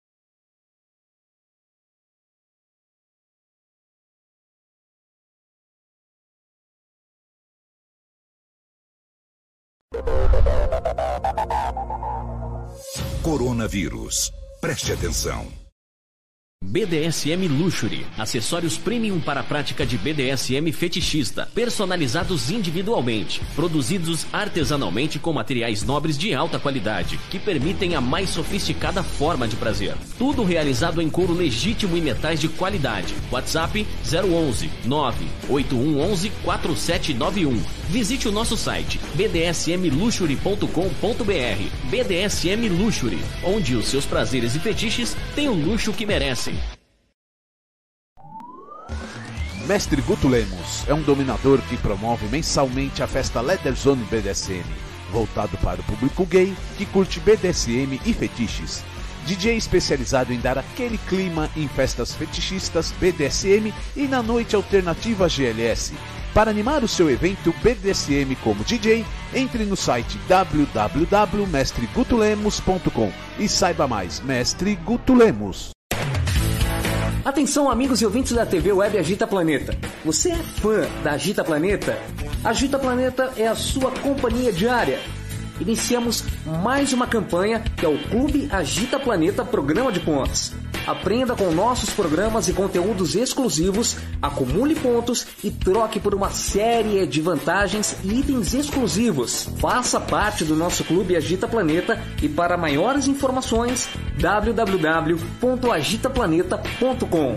S4: Coronavírus. Preste atenção.
S1: B D S M Luxury, acessórios premium para a prática de B D S M fetichista, personalizados individualmente, produzidos artesanalmente com materiais nobres de alta qualidade, que permitem a mais sofisticada forma de prazer. Tudo realizado em couro legítimo e metais de qualidade. WhatsApp zero onze nove oito um um um quatro sete nove um. Visite o nosso site b d s m luxury ponto com ponto b r. B D S M Luxury, onde os seus prazeres e fetiches têm o luxo que merecem.
S2: Mestre Guto Lemos é um dominador que promove mensalmente a festa Leather Zone B D S M, voltado para o público gay que curte B D S M e fetiches. D J especializado em dar aquele clima em festas fetichistas B D S M e na noite alternativa G L S. Para animar o seu evento B D S M como D J, entre no site w w w ponto mestre guto lemos ponto com e saiba mais. Mestre Guto Lemos.
S3: Atenção, amigos e ouvintes da T V Web Agita Planeta. Você é fã da Agita Planeta? Agita Planeta é a sua companhia diária. Iniciamos mais uma campanha que é o Clube Agita Planeta Programa de Pontos. Aprenda com nossos programas e conteúdos exclusivos, acumule pontos e troque por uma série de vantagens e itens exclusivos. Faça parte do nosso Clube Agita Planeta e para maiores informações w w w ponto agita planeta ponto com.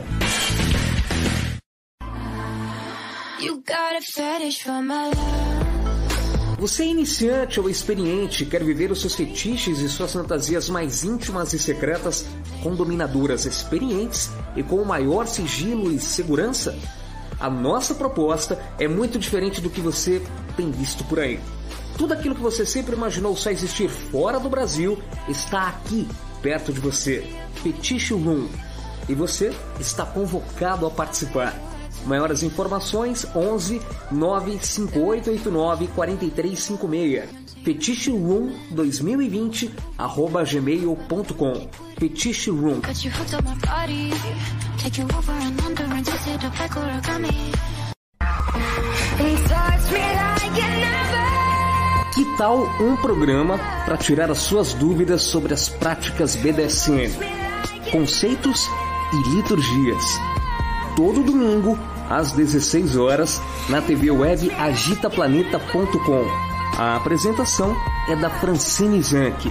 S3: Você é iniciante ou experiente, quer viver os seus fetiches e suas fantasias mais íntimas e secretas com dominadoras experientes e com o maior sigilo e segurança? A nossa proposta é muito diferente do que você tem visto por aí. Tudo aquilo que você sempre imaginou só existir fora do Brasil está aqui, perto de você. Fetiche Room. E você está convocado a participar. Maiores informações onze nove cinco oito oito nove quatro três cinco seis. Fetiche Room dois mil e vinte arroba gmail ponto com. Fetiche Room. Que tal um programa para tirar as suas dúvidas sobre as práticas B D S M, conceitos e liturgias? Todo domingo, às dezesseis horas, na T V Web agita planeta ponto com. A apresentação é da Francine Zanck.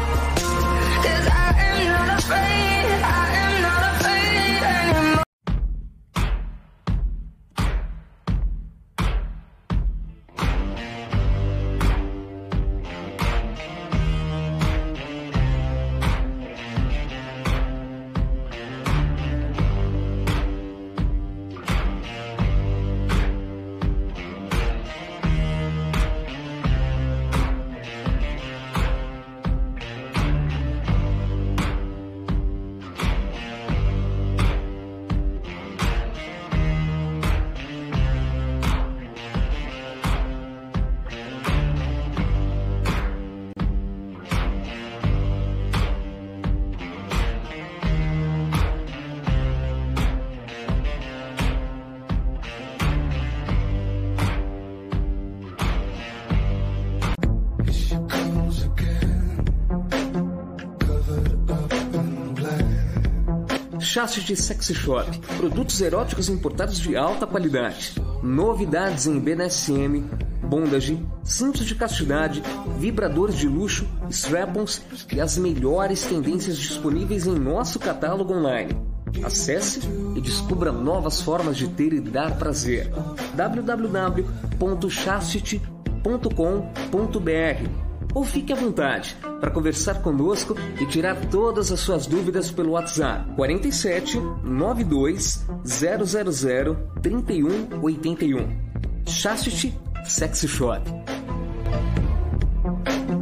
S3: Chastity Sexy Shop, produtos eróticos importados de alta qualidade. Novidades em B D S M, bondage, cintos de castidade, vibradores de luxo, strap-ons e as melhores tendências disponíveis em nosso catálogo online. Acesse e descubra novas formas de ter e dar prazer. w w w ponto chastity ponto com ponto b r. Ou fique à vontade para conversar conosco e tirar todas as suas dúvidas pelo WhatsApp quarenta e sete nove dois zero zero zero trinta e um oitenta e um. Chastity Sexy Shop.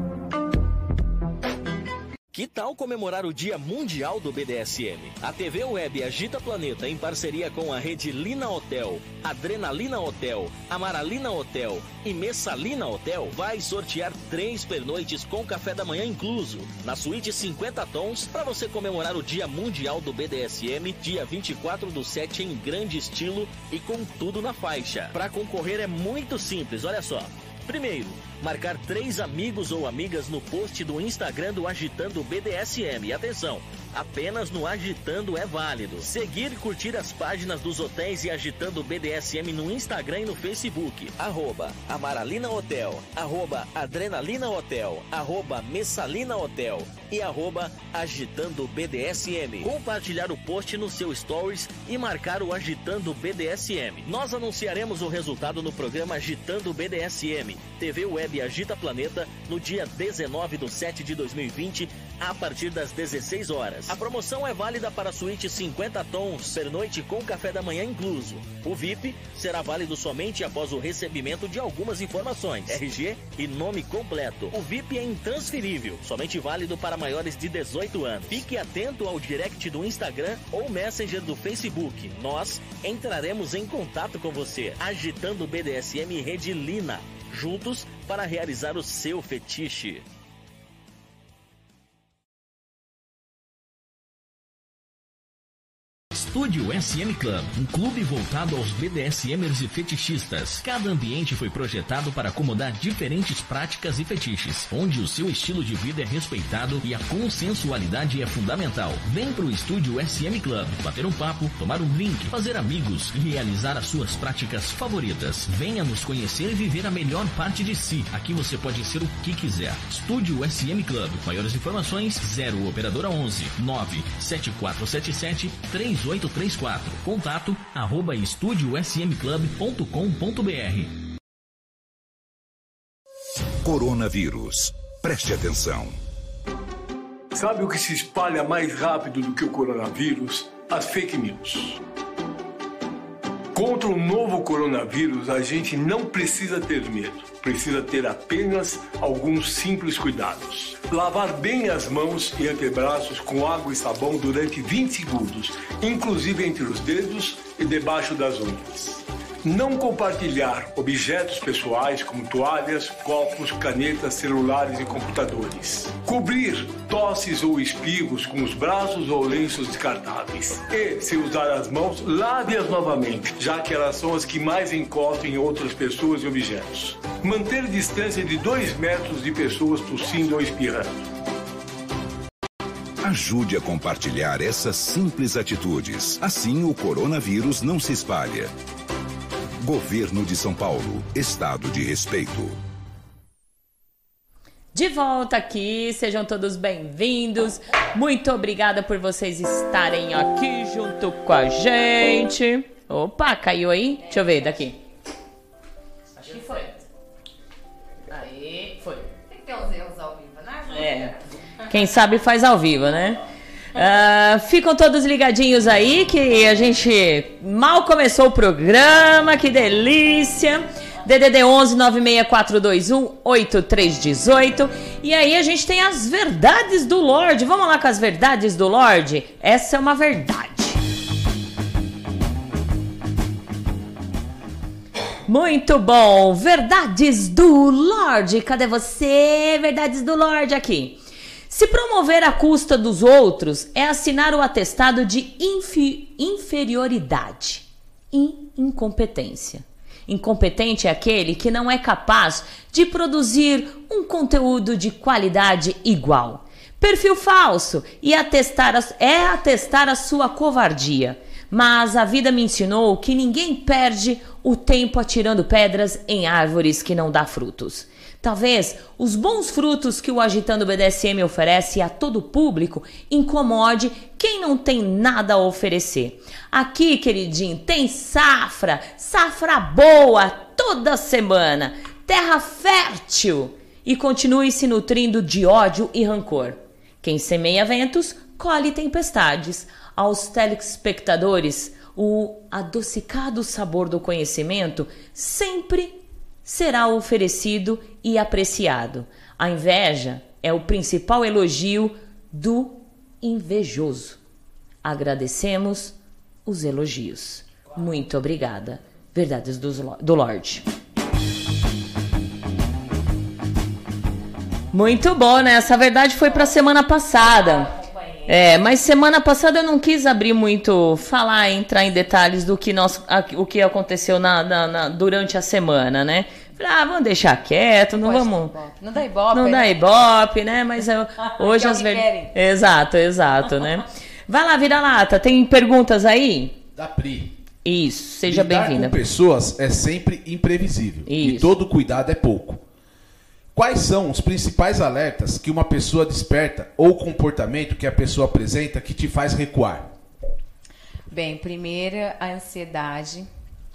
S1: Que tal comemorar o Dia Mundial do B D S M? A T V Web Agita Planeta, em parceria com a rede Lina Hotel, Adrenalina Hotel, Amaralina Hotel e Messalina Hotel, vai sortear três pernoites com café da manhã incluso, na suíte cinquenta tons, para você comemorar o Dia Mundial do B D S M, dia vinte e quatro do sete, em grande estilo e com tudo na faixa. Para concorrer é muito simples, olha só. Primeiro, marcar três amigos ou amigas no post do Instagram do Agitando B D S M. E atenção, apenas no Agitando é válido. Seguir e curtir as páginas dos hotéis e Agitando B D S M no Instagram e no Facebook. Arroba Amaralina Hotel, arroba Adrenalina Hotel, arroba Messalina Hotel e arroba Agitando B D S M. Compartilhar o post no seu Stories e marcar o Agitando B D S M. Nós anunciaremos o resultado no programa Agitando B D S M, T V Web Agita Planeta, no dia dezenove do sete de dois mil e vinte, a partir das dezesseis horas. A promoção é válida para a suíte cinquenta tons, pernoite com café da manhã incluso. O V I P será válido somente após o recebimento de algumas informações, R G e nome completo. O V I P é intransferível, somente válido para maiores de dezoito anos. Fique atento ao direct do Instagram ou Messenger do Facebook. Nós entraremos em contato com você. Agitando B D S M e Rede Lina, juntos para realizar o seu fetiche. Estúdio S M Club, um clube voltado aos BDSMers e fetichistas. Cada ambiente foi projetado para acomodar diferentes práticas e fetiches, onde o seu estilo de vida é respeitado e a consensualidade é fundamental. Vem pro Estúdio S M Club, bater um papo, tomar um drink, fazer amigos e realizar as suas práticas favoritas. Venha nos conhecer e viver a melhor parte de si. Aqui você pode ser o que quiser. Estúdio S M Club. Maiores informações, zero operadora onze nove sete quatro sete sete três oito três quatro. Contato arroba estúdio s m club ponto com ponto b r.
S4: Coronavírus. Preste atenção.
S5: Sabe o que se espalha mais rápido do que o coronavírus? As fake news. Contra o novo coronavírus, a gente não precisa ter medo. Precisa ter apenas alguns simples cuidados. Lavar bem as mãos e antebraços com água e sabão durante vinte segundos, inclusive entre os dedos e debaixo das unhas. Não compartilhar objetos pessoais como toalhas, copos, canetas, celulares e computadores. Cobrir tosses ou espirros com os braços ou lenços descartáveis. E, se usar as mãos, lave-as novamente, já que elas são as que mais encostam em outras pessoas e objetos. Manter distância de dois metros de pessoas tossindo ou espirrando.
S4: Ajude a compartilhar essas simples atitudes. Assim o coronavírus não se espalha. Governo de São Paulo. Estado de respeito.
S6: De volta aqui, sejam todos bem-vindos. Muito obrigada por vocês estarem aqui junto com a gente. Opa, caiu aí? Deixa eu ver daqui. Acho que foi. Aí, foi.
S8: Tem que ter uns erros ao vivo, né?
S6: É. Quem sabe faz ao vivo, né? Uh, ficam todos ligadinhos aí que a gente mal começou o programa, que delícia. D D D onze nove seis quatro dois um oito três um oito. E aí a gente tem as verdades do Lorde. Vamos lá com as verdades do Lorde? Essa é uma verdade. Muito bom, verdades do Lorde. Cadê você? Verdades do Lorde aqui. Se promover à custa dos outros é assinar o atestado de infi- inferioridade e incompetência. Incompetente é aquele que não é capaz de produzir um conteúdo de qualidade igual. Perfil falso e atestar a, é atestar a sua covardia. Mas a vida me ensinou que ninguém perde o tempo atirando pedras em árvores que não dá frutos. Talvez os bons frutos que o Agitando B D S M oferece a todo o público incomode quem não tem nada a oferecer. Aqui, queridinho, tem safra, safra boa toda semana, terra fértil. E continue se nutrindo de ódio e rancor. Quem semeia ventos, colhe tempestades. Aos telespectadores, o adocicado sabor do conhecimento sempre será oferecido e apreciado. A inveja é o principal elogio do invejoso. Agradecemos os elogios. Muito obrigada. Verdades do, do Lorde. Muito bom, né? Essa verdade foi pra semana passada. É, mas semana passada eu não quis abrir muito, falar, entrar em detalhes do que, nós, a, o que aconteceu na, na, na, durante a semana, né? Falei, ah, vamos deixar quieto, não
S8: Pode
S6: vamos...
S8: Não dá ibope,
S6: Não
S8: né?
S6: dá ibope, né? Mas eu, hoje as verdades... Exato, exato, né? Vai lá, vira-lata, tem perguntas aí?
S7: Da Pri.
S6: Isso, seja
S7: Lidar
S6: bem-vinda.
S7: com pessoas é sempre imprevisível.
S6: Isso.
S7: E todo cuidado é pouco. Quais são os principais alertas que uma pessoa desperta ou comportamento que a pessoa apresenta que te faz recuar?
S8: Bem, primeiro a ansiedade,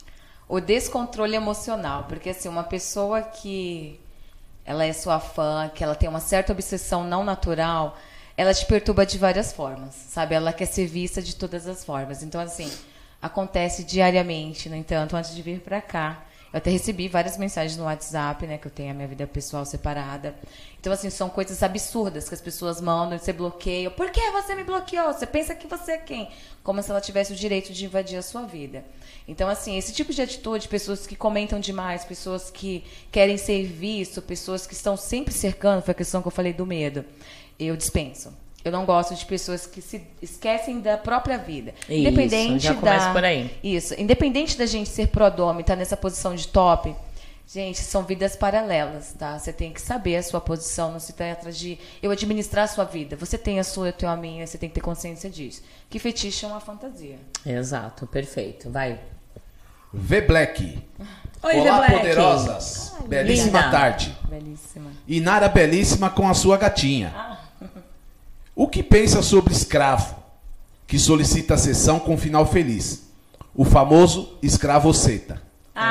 S8: o descontrole emocional, porque assim, uma pessoa que ela é sua fã, que ela tem uma certa obsessão não natural, ela te perturba de várias formas, sabe? Ela quer ser vista de todas as formas. Então, assim, acontece diariamente. No entanto, antes de vir pra cá, eu até recebi várias mensagens no WhatsApp, né? Que eu tenho a minha vida pessoal separada. Então, assim, são coisas absurdas que as pessoas mandam, você bloqueia. Por que você me bloqueou? Você pensa que você é quem? Como se ela tivesse o direito de invadir a sua vida. Então, assim, esse tipo de atitude, pessoas que comentam demais, pessoas que querem ser visto, pessoas que estão sempre cercando, foi a questão que eu falei do medo, eu dispenso. Eu não gosto de pessoas que se esquecem da própria vida.
S6: Isso,
S8: Independente
S6: já começa
S8: da...
S6: por aí.
S8: Isso. Independente da gente ser pro-dome, estar nessa posição de top, gente, são vidas paralelas, tá? Você tem que saber a sua posição, não se trata de eu administrar a sua vida. Você tem a sua, eu tenho a minha, você tem que ter consciência disso. Que fetiche é uma fantasia.
S6: Exato, perfeito. Vai.
S7: V Black.
S6: Oi,
S7: Olá,
S6: V Black.
S7: poderosas.
S8: Ai,
S7: Belíssima
S6: linda.
S7: tarde.
S8: Belíssima.
S7: Inara belíssima com a sua gatinha.
S8: Ah.
S7: O que pensa sobre escravo que solicita a sessão com final feliz? O famoso escravoceta.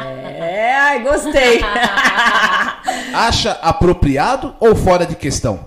S6: É, ai, gostei.
S7: Acha apropriado ou fora de questão?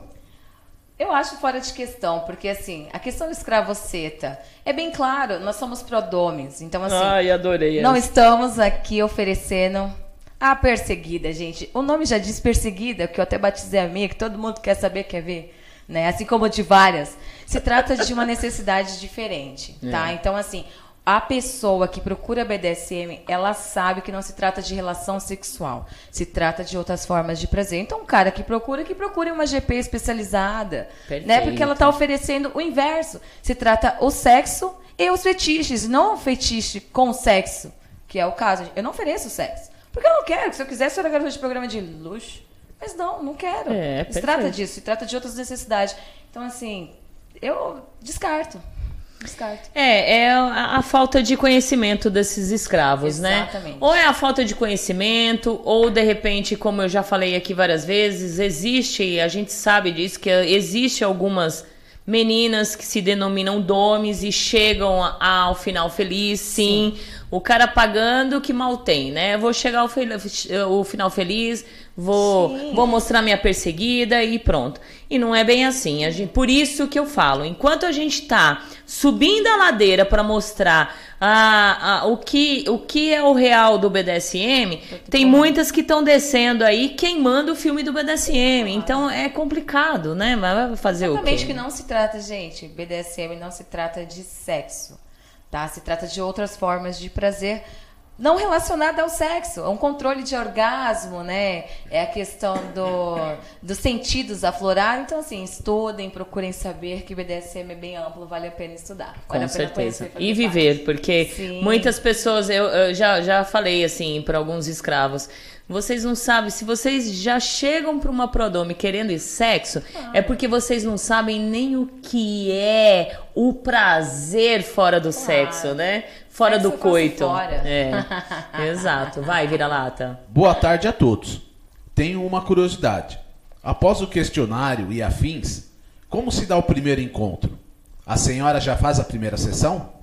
S8: Eu acho fora de questão, porque assim, a questão do escravoceta é bem claro, nós somos prodomes, então assim,
S6: Ai, adorei
S8: não
S6: essa.
S8: estamos aqui oferecendo a perseguida, gente. O nome já diz perseguida, que eu até batizei a minha, que todo mundo quer saber, quer ver, né? Assim como de várias. Se trata de uma necessidade diferente, tá?
S6: É.
S8: Então assim, a pessoa que procura B D S M, ela sabe que não se trata de relação sexual, se trata de outras formas de prazer. Então, um cara que procura, que procure uma G P especializada,
S6: Perfeito.
S8: né? Porque ela está oferecendo o inverso. Se trata o sexo e os fetiches, não o fetiche com sexo, que é o caso. Eu não ofereço sexo, porque eu não quero. Se eu quisesse, eu era garota de programa de luxo. Mas não, não quero.
S6: É,
S8: se trata disso, se trata de outras necessidades. Então, assim, eu descarto. Descarto.
S6: É, é a, a falta de conhecimento desses escravos,
S8: Exatamente.
S6: né? Ou é a falta de conhecimento, ou de repente, como eu já falei aqui várias vezes, existe, a gente sabe disso, que existe algumas meninas que se denominam domes e chegam a- ao final feliz, sim. O cara pagando que mal tem, né? Vou chegar ao fel- o final feliz, vou, vou mostrar minha perseguida e pronto. E não é bem assim. A gente, por isso que eu falo, enquanto a gente tá subindo a ladeira para mostrar a, a, o, que, o que é o real do B D S M, tem muitas que estão descendo aí queimando o filme do B D S M. Então é complicado, né? Mas vai fazer
S8: Exatamente,
S6: o quê?
S8: que não se trata, gente, B D S M não se trata de sexo, tá? Se trata de outras formas de prazer não relacionada ao sexo. É um controle de orgasmo, né? É a questão do, dos sentidos aflorar. Então, assim, estudem, procurem saber que B D S M é bem amplo, vale a pena estudar.
S6: Com
S8: Vale a pena
S6: certeza.
S8: conhecer, fazer
S6: E viver,
S8: parte.
S6: porque
S8: Sim.
S6: muitas pessoas, eu, eu já, já falei assim para alguns escravos, vocês não sabem, se vocês já chegam para uma prodome querendo sexo,
S8: Ah.
S6: é porque vocês não sabem nem o que é o prazer fora do sexo, né? Fora
S8: Sexo
S6: do
S8: eu faço
S6: coito.
S8: fora.
S6: É, exato. Vai, vira-lata.
S7: Boa tarde a todos. Tenho uma curiosidade. Após o questionário e afins, como se dá o primeiro encontro? A senhora já faz a primeira sessão?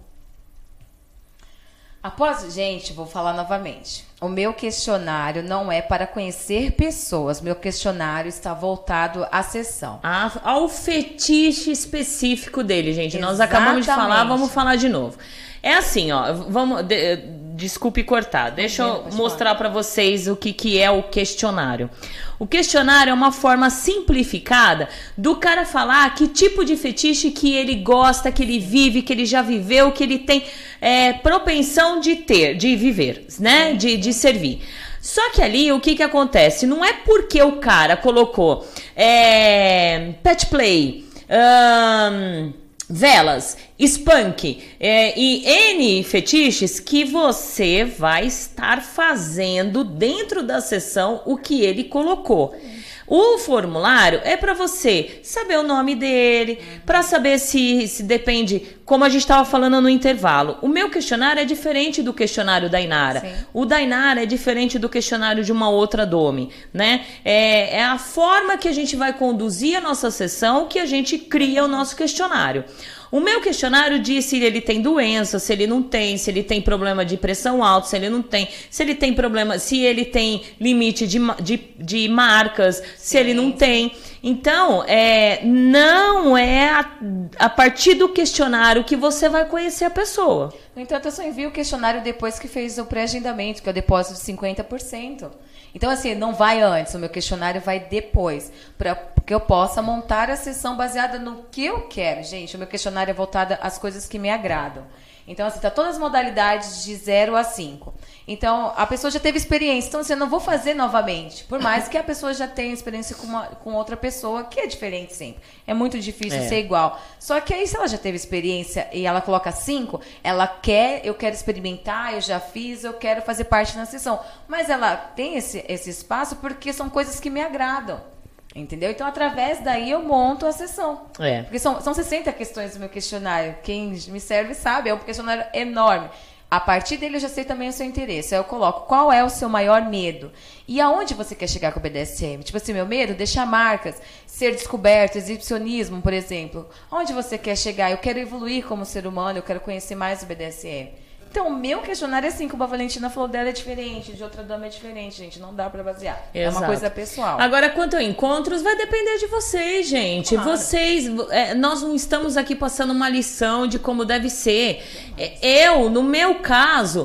S8: Após, gente, vou falar novamente. O meu questionário não é para conhecer pessoas. Meu questionário está voltado à sessão.
S6: A- ao fetiche específico dele, gente. Nós acabamos de falar,
S8: Exatamente.
S6: vamos falar de novo. É assim, ó, vamos de- desculpe cortar, deixa eu mostrar para vocês o que, que é o questionário. O questionário é uma forma simplificada do cara falar que tipo de fetiche que ele gosta, que ele vive, que ele já viveu, que ele tem é, propensão de ter, de viver, né? De, de servir. Só que ali o que, que acontece? Não é porque o cara colocou é, pet play, um, velas, spunk é, e N fetiches que você vai estar fazendo dentro da sessão o que ele colocou. O formulário é para você saber o nome dele, para saber se, se depende, como a gente estava falando no intervalo. O meu questionário é diferente do questionário da Inara. Sim. O da Inara é diferente do questionário de uma outra Domi, né? É, é a forma que a gente vai conduzir a nossa sessão que a gente cria o nosso questionário. O meu questionário diz se ele tem doença, se ele não tem, se ele tem problema de pressão alta, se ele não tem, se ele tem problema, se ele tem limite de, de, de marcas, Sim. se ele não tem. Então, é, não é a, a partir do questionário que você vai conhecer a pessoa.
S8: No entanto, eu só envio o questionário depois que fez o pré-agendamento, que é o depósito de cinquenta por cento. Então, assim, não vai antes, o meu questionário vai depois, para que eu possa montar a sessão baseada no que eu quero. Gente, o meu questionário é voltado às coisas que me agradam. Então, assim, tá todas as modalidades de zero a cinco. Então, a pessoa já teve experiência. Então, assim, eu não vou fazer novamente. Por mais que a pessoa já tenha experiência com, uma, com outra pessoa, que é diferente sempre. É muito difícil é. ser igual. Só que aí, se ela já teve experiência e ela coloca cinco, ela quer, eu quero experimentar, eu já fiz, eu quero fazer parte na sessão. Mas ela tem esse, esse espaço porque são coisas que me agradam. Entendeu? Então, através daí, eu monto a sessão. É. Porque são, são sessenta questões do meu questionário. Quem me serve sabe, é um questionário enorme. A partir dele, eu já sei também o seu interesse. Aí eu coloco qual é o seu maior medo. E aonde você quer chegar com o B D S M? Tipo assim, meu medo, deixar marcas, ser descoberto, exibicionismo, por exemplo. Onde você quer chegar? Eu quero evoluir como ser humano, eu quero conhecer mais o B D S M. Então, o meu questionário é assim, como a Valentina falou dela, é diferente, de outra dama é diferente, gente. Não dá pra basear. Exato. É uma coisa pessoal.
S6: Agora, quanto a encontros, vai depender de vocês, gente. Claro. Vocês, é, nós não estamos aqui passando uma lição de como deve ser. É, eu, no meu caso,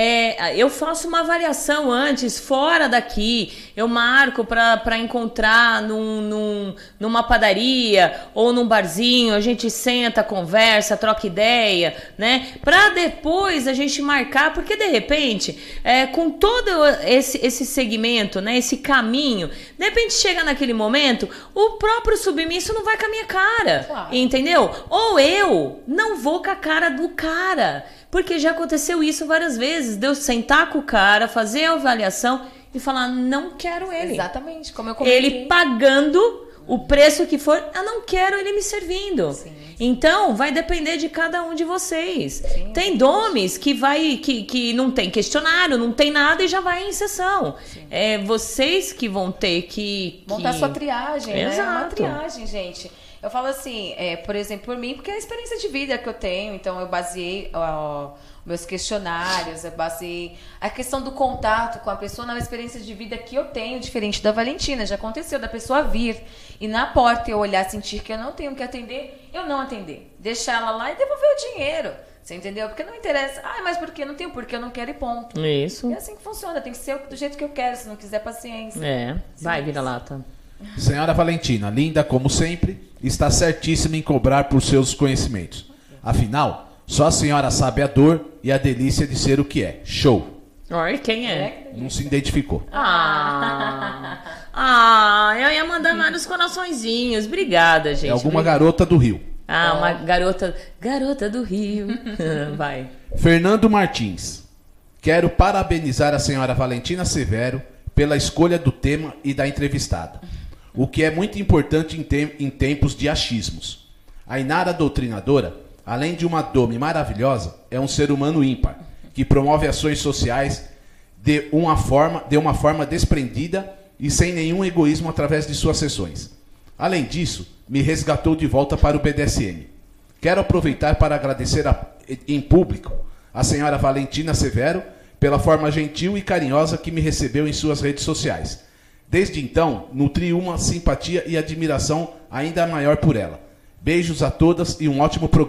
S6: é, eu faço uma avaliação antes, fora daqui. Eu marco pra, pra encontrar num, num, numa padaria ou num barzinho. A gente senta, conversa, troca ideia, né? Pra depois a gente marcar, porque de repente, é, com todo esse, esse segmento, né, esse caminho, de repente chega naquele momento, o próprio submisso não vai com a minha cara, claro. Entendeu? Ou eu não vou com a cara do cara, porque já aconteceu isso várias vezes, de eu sentar com o cara, fazer a avaliação e falar, não quero ele.
S8: Exatamente, como eu comentei.
S6: Ele pagando o preço que for, eu não quero ele me servindo. Sim. Então, vai depender de cada um de vocês. Sim, tem domes que, vai, que, que não tem questionário, não tem nada e já vai em sessão. Sim. É vocês que vão ter que... que...
S8: montar sua triagem,
S6: Exato.
S8: Né? É uma triagem, gente. Eu falo assim, é, por exemplo, por mim, porque é a experiência de vida que eu tenho, então eu baseei... Ó, meus questionários, eu baseei a questão do contato com a pessoa na experiência de vida que eu tenho, diferente da Valentina. Já aconteceu da pessoa vir e na porta eu olhar, sentir que eu não tenho que atender, eu não atender. Deixar ela lá e devolver o dinheiro. Você entendeu? Porque não interessa. Ah, mas por quê? Não tenho porque eu não quero e ponto.
S6: Isso.
S8: É assim que funciona. Tem que ser do jeito que eu quero. Se não quiser, paciência.
S6: É. Vai, vira-lata.
S7: Senhora Valentina, linda como sempre, está certíssima em cobrar por seus conhecimentos. Afinal... só a senhora sabe a dor e a delícia de ser o que é. Show.
S6: Oi, quem é?
S7: Não se identificou.
S6: Ah, ah, eu ia mandar vários coraçõezinhos. Obrigada, gente.
S7: É alguma garota do Rio.
S6: Ah, uma garota... Garota do Rio. Vai.
S7: Fernando Martins. Quero parabenizar a senhora Valentina Severo pela escolha do tema e da entrevistada. O que é muito importante em, te- em tempos de achismos. A Inara Doutrinadora... além de uma dome maravilhosa, é um ser humano ímpar, que promove ações sociais de uma forma, de uma forma desprendida e sem nenhum egoísmo através de suas sessões. Além disso, me resgatou de volta para o B D S M. Quero aproveitar para agradecer a, em público a senhora Valentina Severo pela forma gentil e carinhosa que me recebeu em suas redes sociais. Desde então, nutri uma simpatia e admiração ainda maior por ela. Beijos a todas e um ótimo programa.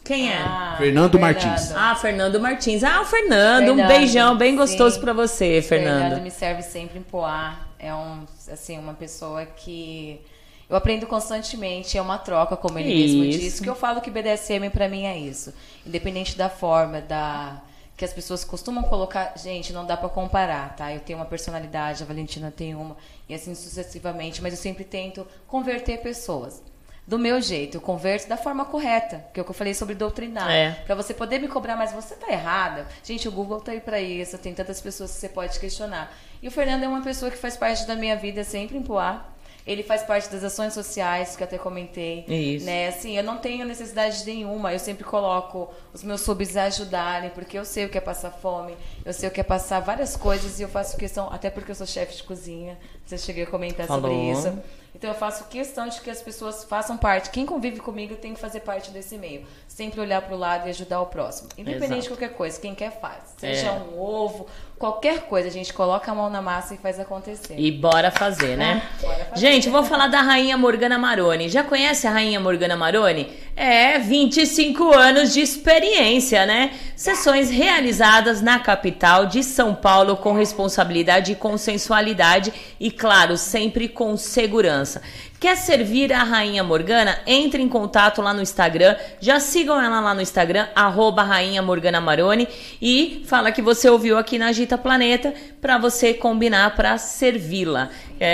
S6: Quem é?
S8: Ah,
S7: Fernando Martins.
S6: Ah, Fernando Martins. Ah, o Fernando.
S8: Fernando,
S6: um beijão bem gostoso
S8: sim.
S6: pra você, Fernando.
S8: Fernando me serve sempre em Poá. É um, assim, uma pessoa que eu aprendo constantemente. É uma troca, como ele
S6: Isso.
S8: mesmo disse. Que eu falo que B D S M pra mim é isso. Independente da forma, da... que as pessoas costumam colocar... Gente, não dá pra comparar, tá? Eu tenho uma personalidade, a Valentina tem uma, e assim sucessivamente, mas eu sempre tento converter pessoas. Do meu jeito, eu converso da forma correta, que é o que eu falei sobre doutrinar.
S6: É.
S8: Pra você poder me cobrar, mas você tá errada. Gente, o Google tá aí pra isso, tem tantas pessoas que você pode questionar. E o Fernando é uma pessoa que faz parte da minha vida sempre em Poá. Ele faz parte das ações sociais, que eu até comentei.
S6: Isso.
S8: Né? Assim, eu não tenho necessidade nenhuma. Eu sempre coloco os meus subs a ajudarem, porque eu sei o que é passar fome, eu sei o que é passar várias coisas, e eu faço questão, até porque eu sou chefe de cozinha, você cheguei a comentar
S6: Falou.
S8: sobre isso. Então eu faço questão de que as pessoas façam parte. Quem convive comigo tem que fazer parte desse meio. Sempre olhar para o lado e ajudar o próximo. Independente
S6: Exato.
S8: de qualquer coisa. Quem quer faz. Seja
S6: É.
S8: um ovo, qualquer coisa. A gente coloca a mão na massa e faz acontecer.
S6: E bora fazer, né?
S8: Bora fazer.
S6: Gente, vou falar da Rainha Morgana Maroni. Já conhece a Rainha Morgana Maroni? É, vinte e cinco anos de experiência, né? Sessões realizadas na capital de São Paulo com responsabilidade e consensualidade e, claro, sempre com segurança. Quer servir a Rainha Morgana? Entre em contato lá no Instagram. Já sigam ela lá no Instagram, arroba Rainha Morgana Maroni, e fala que você ouviu aqui na Agita Planeta para você combinar para servi-la.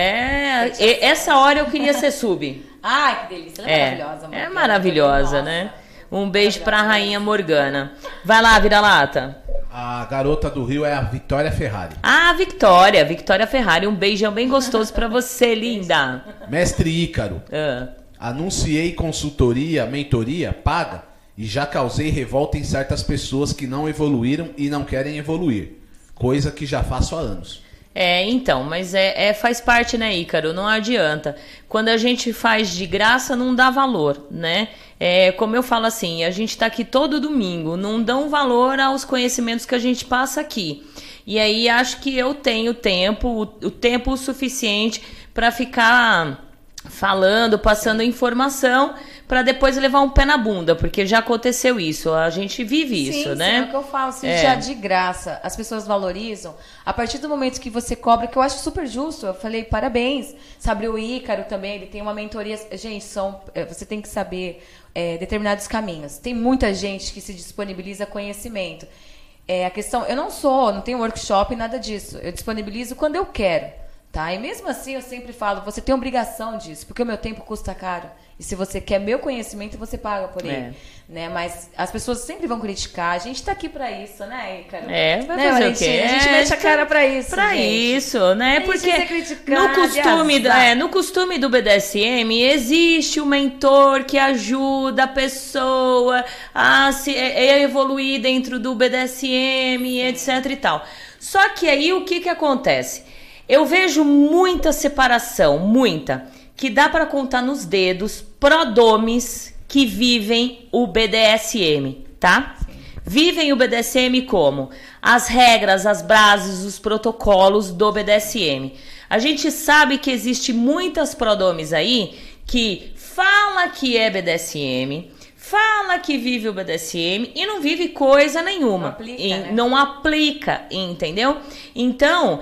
S6: É, e- essa hora eu queria ser sub.
S8: Ai, que delícia. Ela é,
S6: É,
S8: maravilhosa.
S6: é
S8: Morgana.
S6: maravilhosa,
S8: Nossa.
S6: né? Um beijo pra Rainha Morgana. Vai lá, vira-lata.
S7: A garota do Rio é a Vitória Ferrari.
S6: Ah, Victória, Victória Ferrari. Um beijão bem gostoso pra você, linda.
S7: Mestre Ícaro.
S6: Ah.
S7: Anunciei consultoria, mentoria paga e já causei revolta em certas pessoas que não evoluíram e não querem evoluir. Coisa que já faço há anos.
S6: É, então, mas é, é, faz parte, né, Ícaro? Não adianta. Quando a gente faz de graça, não dá valor, né? É, como eu falo assim, a gente tá aqui todo domingo, não dão valor aos conhecimentos que a gente passa aqui. E aí acho que eu tenho tempo, o, o tempo suficiente para ficar falando, passando informação, para depois levar um pé na bunda, porque já aconteceu isso, a gente vive isso,
S8: sim,
S6: né?
S8: Sim, é o que eu falo, se
S6: É.
S8: já de graça as pessoas valorizam, a partir do momento que você cobra, que eu acho super justo, eu falei parabéns, sabe, o Ícaro também, ele tem uma mentoria, gente, são, é, você tem que saber é, determinados caminhos, tem muita gente que se disponibiliza conhecimento, é, a questão, eu não sou, não tenho workshop, nada disso, eu disponibilizo quando eu quero. Tá? E mesmo assim eu sempre falo, você tem obrigação disso, porque o meu tempo custa caro. E se você quer meu conhecimento, você paga por ele.
S6: É.
S8: Né? Mas as pessoas sempre vão criticar. A gente tá aqui pra isso, né, Ícaro?
S6: É, vai
S8: né,
S6: fazer o
S8: Valentina?
S6: quê?
S8: A gente
S6: É,
S8: mete a cara pra isso,
S6: Pra
S8: gente.
S6: isso, né?
S8: É isso,
S6: Porque
S8: ser criticado,
S6: no costume,
S8: de
S6: do,
S8: azar.
S6: é, no costume do B D S M existe o mentor que ajuda a pessoa a se a evoluir dentro do B D S M, etc e tal. Só que aí o que que acontece? Eu vejo muita separação, muita, que dá para contar nos dedos prodomes que vivem o B D S M, tá? Sim. Vivem o B D S M como? As regras, as bases, os protocolos do B D S M. A gente sabe que existe muitas prodomes aí que fala que é B D S M, fala que vive o B D S M e não vive coisa nenhuma.
S8: Não aplica,
S6: e,
S8: né?
S6: não aplica, entendeu? Então,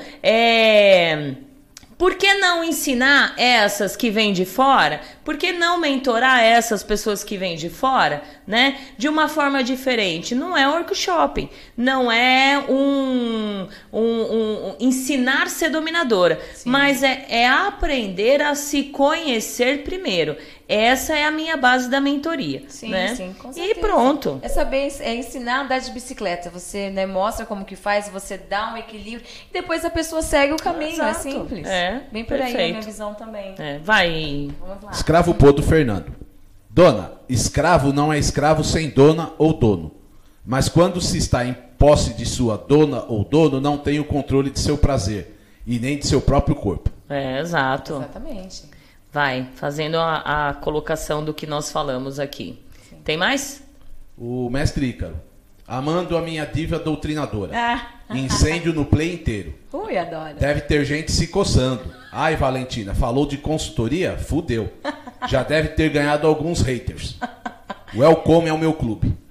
S6: é... por que não ensinar essas que vêm de fora? Por que não mentorar essas pessoas que vêm de fora, né? De uma forma diferente. Não é workshop, não é um, um, um, um ensinar a ser dominadora,
S8: Sim.
S6: mas é, é aprender a se conhecer primeiro. Essa é a minha base da mentoria,
S8: Sim,
S6: né?
S8: sim, com
S6: E
S8: certeza.
S6: pronto.
S8: É saber é ensinar a andar de bicicleta. Você, né, mostra como que faz, você dá um equilíbrio e depois a pessoa segue o caminho.
S6: Exato.
S8: É simples.
S6: É,
S8: Bem por aí,
S6: perfeito.
S8: a minha visão também.
S6: É, vai.
S8: Vamos lá.
S7: Escravo Podre Fernando. Dona, escravo não é escravo sem dona ou dono. Mas quando se está em posse de sua dona ou dono, não tem o controle de seu prazer e nem de seu próprio corpo.
S6: É, exato.
S8: Exatamente.
S6: Vai, fazendo a, a colocação do que nós falamos aqui. Sim. Tem mais?
S7: O mestre Ícaro. Amando a minha diva doutrinadora.
S8: Ah.
S7: Incêndio no play inteiro.
S8: Ui, adoro.
S7: Deve ter gente se coçando. Ai, Valentina, falou de consultoria? Fudeu. Já deve ter ganhado alguns haters. Welcome ao meu clube.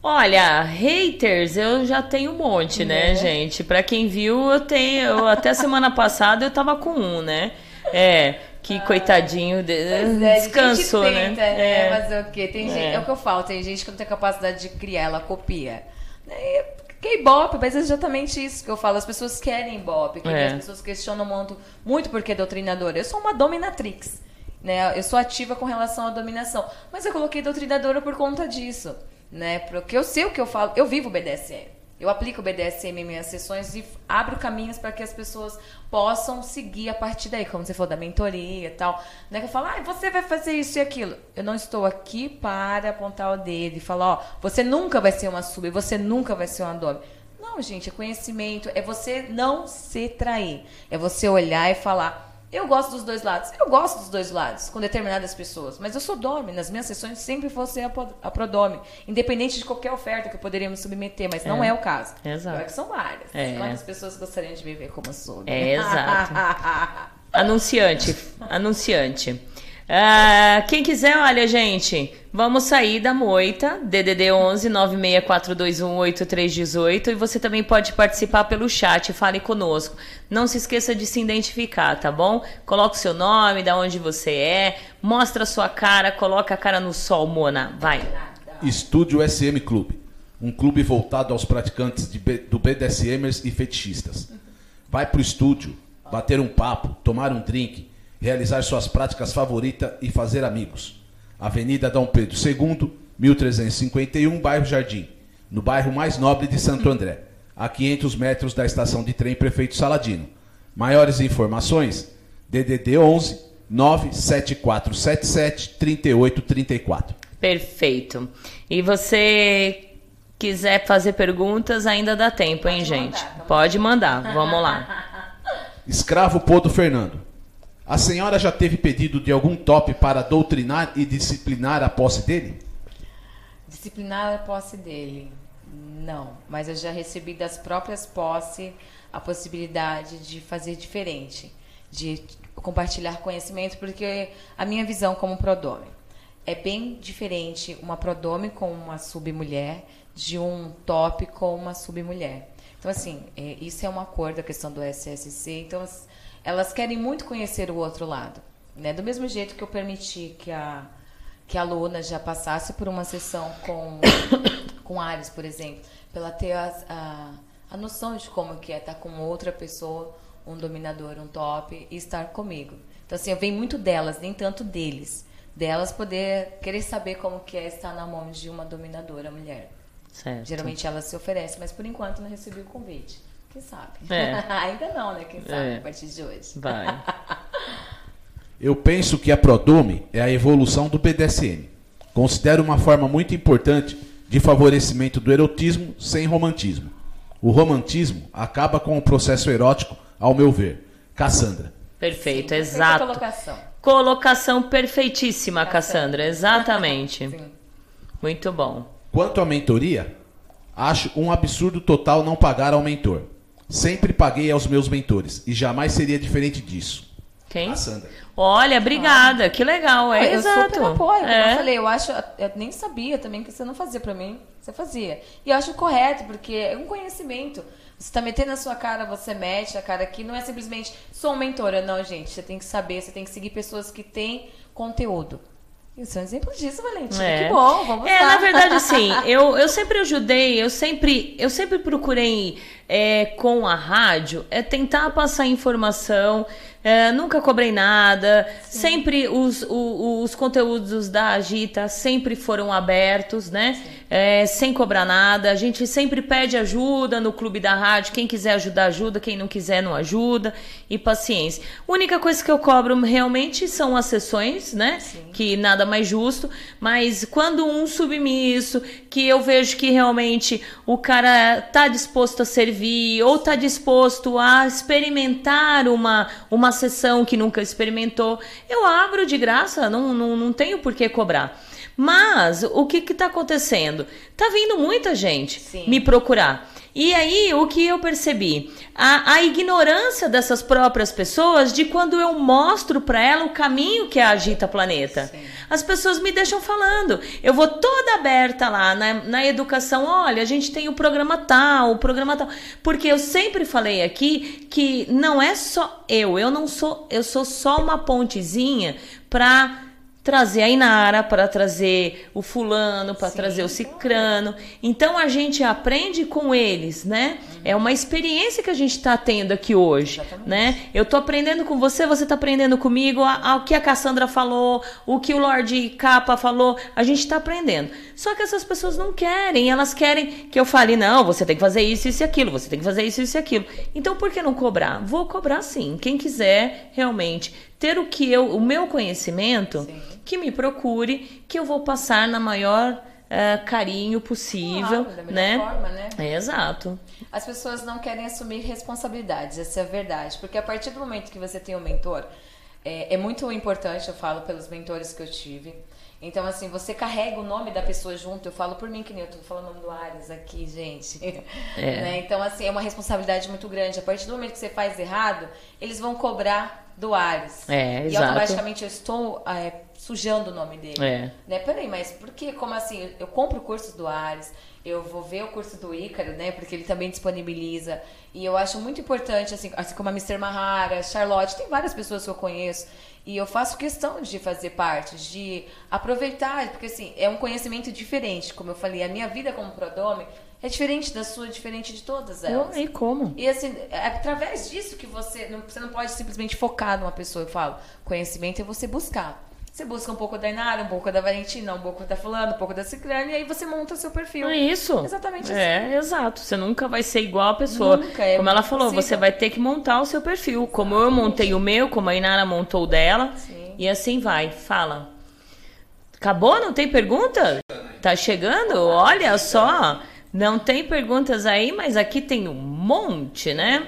S6: Olha, haters eu já tenho um monte, né, é. gente? Pra quem viu, eu tenho. Eu, até semana passada eu tava com um, né? É, que ah, coitadinho, de, é, descansou,
S8: a gente tenta,
S6: né?
S8: né?
S6: É.
S8: Fazer o quê? Tem é. Gente, é o que eu falo, tem gente que não tem capacidade de criar, ela copia. Que Ibope, mas é exatamente isso que eu falo. As pessoas querem Ibope, é. As pessoas questionam muito, muito porque é doutrinadora. Eu sou uma dominatrix, né? Eu sou ativa com relação à dominação, mas eu coloquei doutrinadora por conta disso. Né? Porque eu sei o que eu falo, eu vivo o B D S M, eu aplico o B D S M em minhas sessões e abro caminhos para que as pessoas possam seguir a partir daí, como você falou da mentoria e tal, né? Que eu falo, ah, você vai fazer isso e aquilo. Eu não estou aqui para apontar o dedo e falar, ó, você nunca vai ser uma sub, você nunca vai ser uma dome. Não, gente, é conhecimento, é você não se trair, é você olhar e falar, eu gosto dos dois lados. Eu gosto dos dois lados com determinadas pessoas. Mas eu sou dome. Nas minhas sessões sempre vou ser a prodome. Independente de qualquer oferta que eu poderia me submeter. Mas é. Não é o caso.
S6: Exato.
S8: Pior que são várias.
S6: É.
S8: Quantas pessoas gostariam de me ver como sub?
S6: É, exato. Anunciante. Anunciante. Ah, quem quiser, olha, gente, vamos sair da moita, D D D onze nove seis quatro dois um oito três um oito, e você também pode participar pelo chat, fale conosco. Não se esqueça de se identificar, tá bom? Coloca o seu nome, da onde você é, mostra a sua cara, coloca a cara no sol, Mona, vai.
S7: Estúdio S M Clube, um clube voltado aos praticantes de B, do BDSMers e fetichistas. Vai pro estúdio, bater um papo, tomar um drink, realizar suas práticas favoritas e fazer amigos. Avenida Dom Pedro segundo, mil trezentos e cinquenta e um, bairro Jardim, no bairro mais nobre de Santo André, a quinhentos metros da estação de trem Prefeito Saladino. Maiores informações, D D D onze nove sete quatro sete sete três oito três quatro.
S6: Perfeito. E você quiser fazer perguntas, ainda dá tempo, hein,
S8: Pode
S6: gente?
S8: mandar,
S6: Pode mandar, vamos lá.
S7: Escravo Podo Fernando. A senhora já teve pedido de algum top para doutrinar e disciplinar a posse dele?
S8: Disciplinar a posse dele? Não. Mas eu já recebi das próprias posses a possibilidade de fazer diferente. De compartilhar conhecimento, porque a minha visão como prodome é bem diferente uma prodome com uma submulher de um top com uma submulher. Então, assim, é, isso é um acordo, a questão do S S C. Então, elas querem muito conhecer o outro lado, né? Do mesmo jeito que eu permiti que a, que a aluna já passasse por uma sessão com, com Ares, por exemplo, para ela ter a, a, a noção de como que é estar com outra pessoa, um dominador, um top, e estar comigo. Então, assim, eu venho muito delas, nem tanto deles. Delas poder querer saber como que é estar na mão de uma dominadora mulher.
S6: Certo.
S8: Geralmente ela se oferece, mas por enquanto não recebi o convite. Quem sabe?
S6: É.
S8: Ainda não, né? Quem sabe
S6: é.
S8: a partir de hoje.
S6: Vai.
S7: Eu penso que a Prodome é a evolução do B D S M. Considero uma forma muito importante de favorecimento do erotismo sem romantismo. O romantismo acaba com o processo erótico, ao meu ver. Cassandra.
S6: Perfeito,
S8: Sim,
S6: exato.
S8: Colocação.
S6: Colocação perfeitíssima, Cassandra. Cassandra. Exatamente.
S8: Sim.
S6: Muito bom.
S7: Quanto à mentoria, acho um absurdo total não pagar ao mentor. Sempre paguei aos meus mentores e jamais seria diferente disso.
S6: Quem?
S7: Cassandra.
S6: Olha, obrigada, ah. que legal, é
S8: eu
S6: exato.
S8: super apoio,
S6: é.
S8: como eu falei, eu acho, eu nem sabia também que você não fazia pra mim, você fazia. E eu acho correto, porque é um conhecimento. Você tá metendo a sua cara, você mete a cara aqui, não é simplesmente sou mentora, não, gente. Você tem que saber, você tem que seguir pessoas que têm conteúdo. Isso é um exemplo disso, Valentina.
S6: É.
S8: Que bom, vamos lá.
S6: É, na verdade, assim, eu, eu sempre ajudei, eu sempre, eu sempre procurei é, com a rádio é tentar passar informação, é, nunca cobrei nada, Sim. sempre os, os, os conteúdos da Agita sempre foram abertos, né? É, sem cobrar nada, a gente sempre pede ajuda no clube da rádio, quem quiser ajudar, ajuda, quem não quiser, não ajuda, e paciência. A única coisa que eu cobro realmente são as sessões, né? Sim. Que nada mais justo, mas quando um submisso, que eu vejo que realmente o cara tá disposto a servir, ou tá disposto a experimentar uma, uma sessão que nunca experimentou, eu abro de graça, não, não, não tenho por que cobrar. Mas o que que tá acontecendo? Tá vindo muita gente Sim. me procurar. E aí, o que eu percebi? A, a ignorância dessas próprias pessoas de quando eu mostro para ela o caminho que é a Agita Planeta. Sim. As pessoas me deixam falando. Eu vou toda aberta lá na, na educação. Olha, a gente tem o programa tal, o programa tal. Porque eu sempre falei aqui que não é só eu. Eu não sou, eu sou só uma pontezinha para trazer a Inara, para trazer o fulano, para trazer o cicrano. Então a gente aprende com eles, né? Uhum. É uma experiência que a gente está tendo aqui hoje. Exatamente. Né? Eu tô aprendendo com você, você tá aprendendo comigo, a, a, o que a Cassandra falou, o que o Lorde Capa falou, a gente tá aprendendo. Só que essas pessoas não querem, elas querem que eu fale, não, você tem que fazer isso, isso e aquilo, você tem que fazer isso, isso e aquilo. Então por que não cobrar? Vou cobrar sim. Quem quiser realmente ter o que eu, o meu conhecimento, sim, que me procure, que eu vou passar na maior uh, carinho possível,
S8: claro, da melhor
S6: né?
S8: forma, né?
S6: É, exato.
S8: As pessoas não querem assumir responsabilidades, essa é a verdade, porque a partir do momento que você tem um mentor, é, é muito importante, eu falo pelos mentores que eu tive. Então, assim, você carrega o nome da pessoa junto. Eu falo por mim, que nem eu tô falando o nome do Ares aqui, gente. É. Né? Então, assim, é uma responsabilidade muito grande. A partir do momento que você faz errado, eles vão cobrar do Ares.
S6: É,
S8: e
S6: exato.
S8: automaticamente eu estou é, sujando o nome dele.
S6: É.
S8: Né? Peraí, mas por que? Como assim? Eu compro o curso do Ares, eu vou ver o curso do Ícaro, né? Porque ele também disponibiliza. E eu acho muito importante, assim, assim como a mister Mahara, Charlotte, tem várias pessoas que eu conheço. E eu faço questão de fazer parte, de aproveitar, porque assim, é um conhecimento diferente. Como eu falei, a minha vida como prodome é diferente da sua, diferente de todas elas.
S6: E como?
S8: E assim, é através disso que você não, você não pode simplesmente focar numa pessoa. Eu falo, conhecimento é você buscar. Você busca um pouco da Inara, um pouco da Valentina, um pouco da fulana, um pouco da Ciclane, e aí você monta o seu perfil.
S6: É isso.
S8: Exatamente assim.
S6: É, exato. Você nunca vai ser igual a pessoa.
S8: Nunca, é
S6: como ela falou,
S8: possível.
S6: Você vai ter que montar o seu perfil. Como eu montei o meu, como a Inara montou o dela. Sim. E assim vai. Fala. Acabou? Não tem pergunta? Tá chegando? Olha só. Não tem perguntas aí, mas aqui tem um monte, né?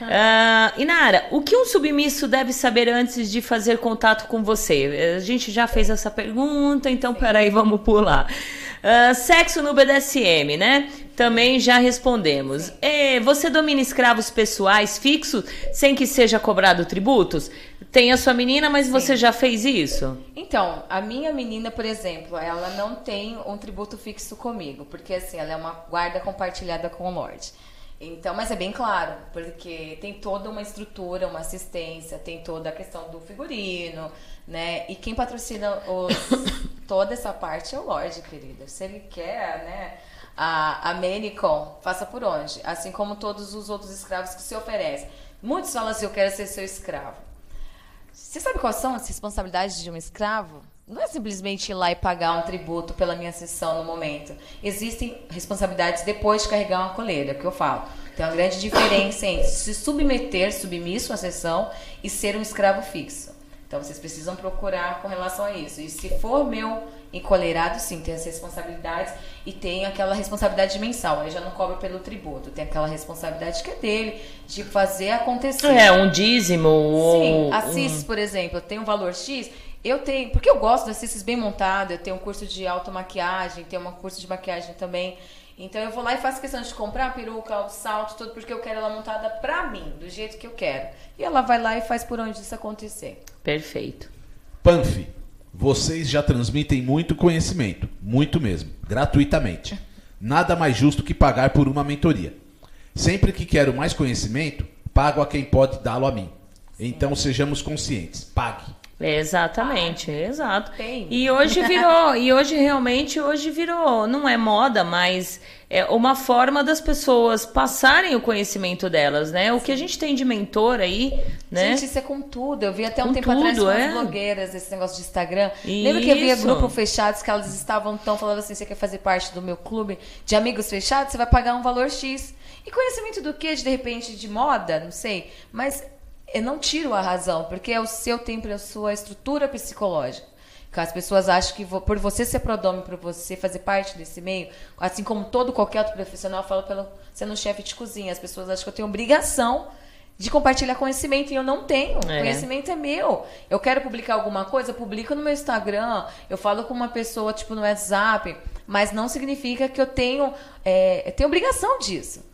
S6: Uh, Inara, o que um submisso deve saber antes de fazer contato com você? A gente já fez essa pergunta, então peraí, vamos pular. Uh, sexo no B D S M, né? Também já respondemos. E você domina escravos pessoais fixos sem que seja cobrado tributos? Tem a sua menina, mas Sim. você já fez isso?
S8: Então, a minha menina, por exemplo, ela não tem um tributo fixo comigo, porque assim, ela é uma guarda compartilhada com o Lorde. Então, mas é bem claro, porque tem toda uma estrutura, uma assistência, tem toda a questão do figurino, né? E quem patrocina os, toda essa parte é o Lorde, querida. Se ele quer, né, a, a Menicon, faça por onde? Assim como todos os outros escravos que se oferecem. Muitos falam assim, eu quero ser seu escravo. Você sabe quais são as responsabilidades de um escravo? Não é simplesmente ir lá e pagar um tributo pela minha sessão no momento. Existem responsabilidades depois de carregar uma coleira, é o que eu falo. Tem uma grande diferença entre se submeter, submisso à sessão e ser um escravo fixo. Então, vocês precisam procurar com relação a isso. E se for meu encoleirado, sim, tem as responsabilidades e tem aquela responsabilidade mensal. Aí já não cobra pelo tributo. Tem aquela responsabilidade que é dele, de fazer acontecer.
S6: É, um dízimo.
S8: Sim,
S6: ou...
S8: a C I S, por exemplo, tem um valor X... Eu tenho, porque eu gosto da C I S bem montada, eu tenho um curso de automaquiagem, tenho um curso de maquiagem também. Então eu vou lá e faço questão de comprar a peruca, o salto, tudo, porque eu quero ela montada pra mim, do jeito que eu quero. E ela vai lá e faz por onde isso acontecer.
S6: Perfeito.
S7: Panf, vocês já transmitem muito conhecimento, muito mesmo, gratuitamente. Nada mais justo que pagar por uma mentoria. Sempre que quero mais conhecimento, pago a quem pode dá-lo a mim. Então sejamos conscientes, pague.
S6: Exatamente, ah, exato.
S8: Tem.
S6: E hoje virou, e hoje realmente, hoje virou, não é moda, mas é uma forma das pessoas passarem o conhecimento delas, né? O Sim. que a gente tem de mentor aí, né?
S8: Gente, isso é com tudo. Eu vi até um
S6: com
S8: tempo
S6: tudo,
S8: atrás com
S6: é?
S8: as blogueiras, esse negócio de Instagram. Isso. Lembra que havia grupos fechados que elas estavam tão falando assim, você quer fazer parte do meu clube de amigos fechados? Você vai pagar um valor X. E conhecimento do quê? De, de repente, de moda? Não sei. Mas... eu não tiro a razão, porque é o seu tempo, é a sua estrutura psicológica. As pessoas acham que por você ser prodome, por você fazer parte desse meio, assim como todo qualquer outro profissional, eu falo pelo sendo um chefe de cozinha, as pessoas acham que eu tenho obrigação de compartilhar conhecimento, e eu não tenho. É. Conhecimento é meu. Eu quero publicar alguma coisa, eu publico no meu Instagram, eu falo com uma pessoa tipo no WhatsApp, mas não significa que eu tenho, é, eu tenho obrigação disso.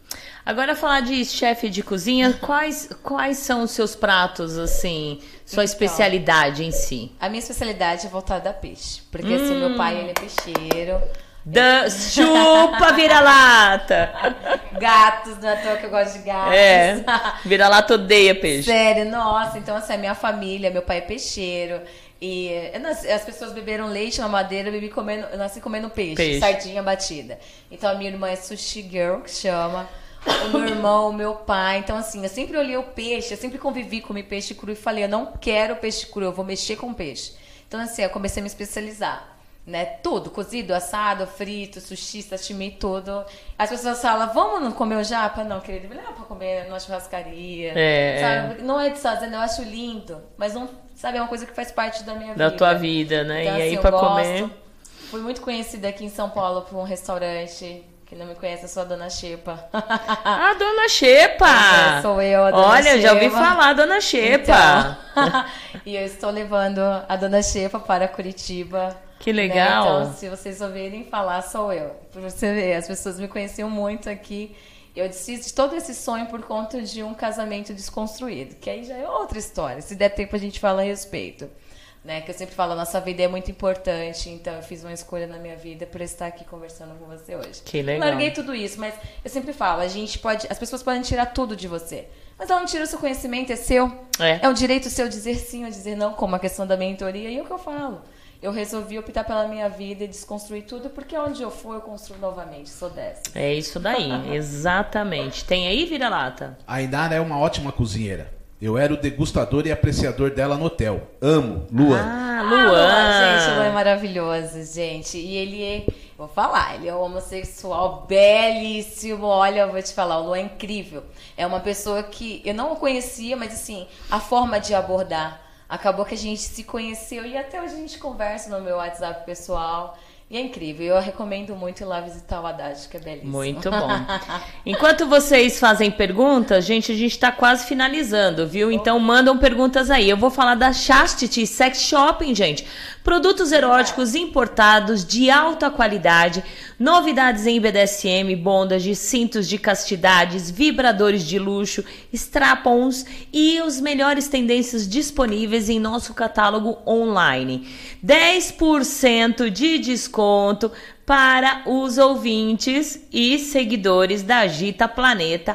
S6: Agora, falar de chefe de cozinha, quais, quais são os seus pratos, assim, sua então, especialidade em si?
S8: A minha especialidade é voltada a peixe. Porque, hum. assim, meu pai, ele é peixeiro.
S6: Da... Chupa, vira-lata!
S8: Gatos, não é à toa que eu gosto de gatos.
S6: É, vira-lata odeia peixe.
S8: Sério, nossa. Então, assim, a minha família, meu pai é peixeiro. E nasci, as pessoas beberam leite na madeira, eu, bebi comendo, eu nasci comendo peixe, peixe, sardinha batida. Então, a minha irmã é sushi girl, que chama. O meu irmão, o meu pai. Então, assim, eu sempre olhei o peixe, eu sempre convivi com peixe cru e falei, eu não quero peixe cru, eu vou mexer com peixe. Então, assim, eu comecei a me especializar. Né? Tudo, cozido, assado, frito, sushi, sashimi, tudo. As pessoas falam, vamos comer o japa? Não, querido, me leva pra comer numa churrascaria.
S6: É,
S8: sabe? Não é de fazer, eu acho lindo, mas não, sabe, é uma coisa que faz parte da minha
S6: da
S8: vida.
S6: Da tua vida, né?
S8: Então,
S6: e
S8: assim,
S6: aí pra
S8: gosto.
S6: comer.
S8: Fui muito conhecida aqui em São Paulo por um restaurante. Quem não me conhece, eu sou a Dona Xepa.
S6: Ah, Dona Xepa!
S8: É, sou eu, a Dona
S6: Olha,
S8: Xepa.
S6: já ouvi falar, Dona Xepa.
S8: Então, e eu estou levando a Dona Xepa para Curitiba.
S6: Que legal.
S8: Né? Então, se vocês ouvirem falar, sou eu. Por você ver, as pessoas me conheciam muito aqui. Eu desfiz de todo esse sonho por conta de um casamento desconstruído. Que aí já é outra história. Se der tempo, a gente fala a respeito. Né, que eu sempre falo, a nossa vida é muito importante, então eu fiz uma escolha na minha vida por estar aqui conversando com você hoje.
S6: Que legal.
S8: Larguei tudo isso, mas eu sempre falo, a gente pode, as pessoas podem tirar tudo de você, mas ela não tira o seu conhecimento, é seu. É, é um direito seu dizer sim ou dizer não, como a questão da mentoria, e é o que eu falo. Eu resolvi optar pela minha vida e desconstruir tudo, porque onde eu for, eu construo novamente, sou dessa.
S6: É isso daí, exatamente. Tem aí, vira-lata?
S7: A Inara é uma ótima cozinheira. Eu era o degustador e apreciador dela no hotel. Amo, Luan.
S6: Ah,
S8: Luan.
S6: Luan.
S8: Gente, o Luan é maravilhoso, gente. E ele é, vou falar, ele é um homossexual belíssimo. Olha, eu vou te falar, o Luan é incrível. É uma pessoa que eu não o conhecia, mas assim, a forma de abordar. Acabou que a gente se conheceu e até hoje a gente conversa no meu WhatsApp pessoal. E é incrível, eu recomendo muito ir lá visitar o Haddad, que é belíssimo.
S6: Muito bom. Enquanto vocês fazem perguntas, gente, a gente tá quase finalizando, viu? Então mandam perguntas aí. Eu vou falar da Chastity Sex Shopping, gente. Produtos eróticos importados de alta qualidade, novidades em B D S M, bondage, cintos de castidades, vibradores de luxo, strap-ons e os melhores tendências disponíveis em nosso catálogo online. dez por cento de desconto para os ouvintes e seguidores da Agita Planeta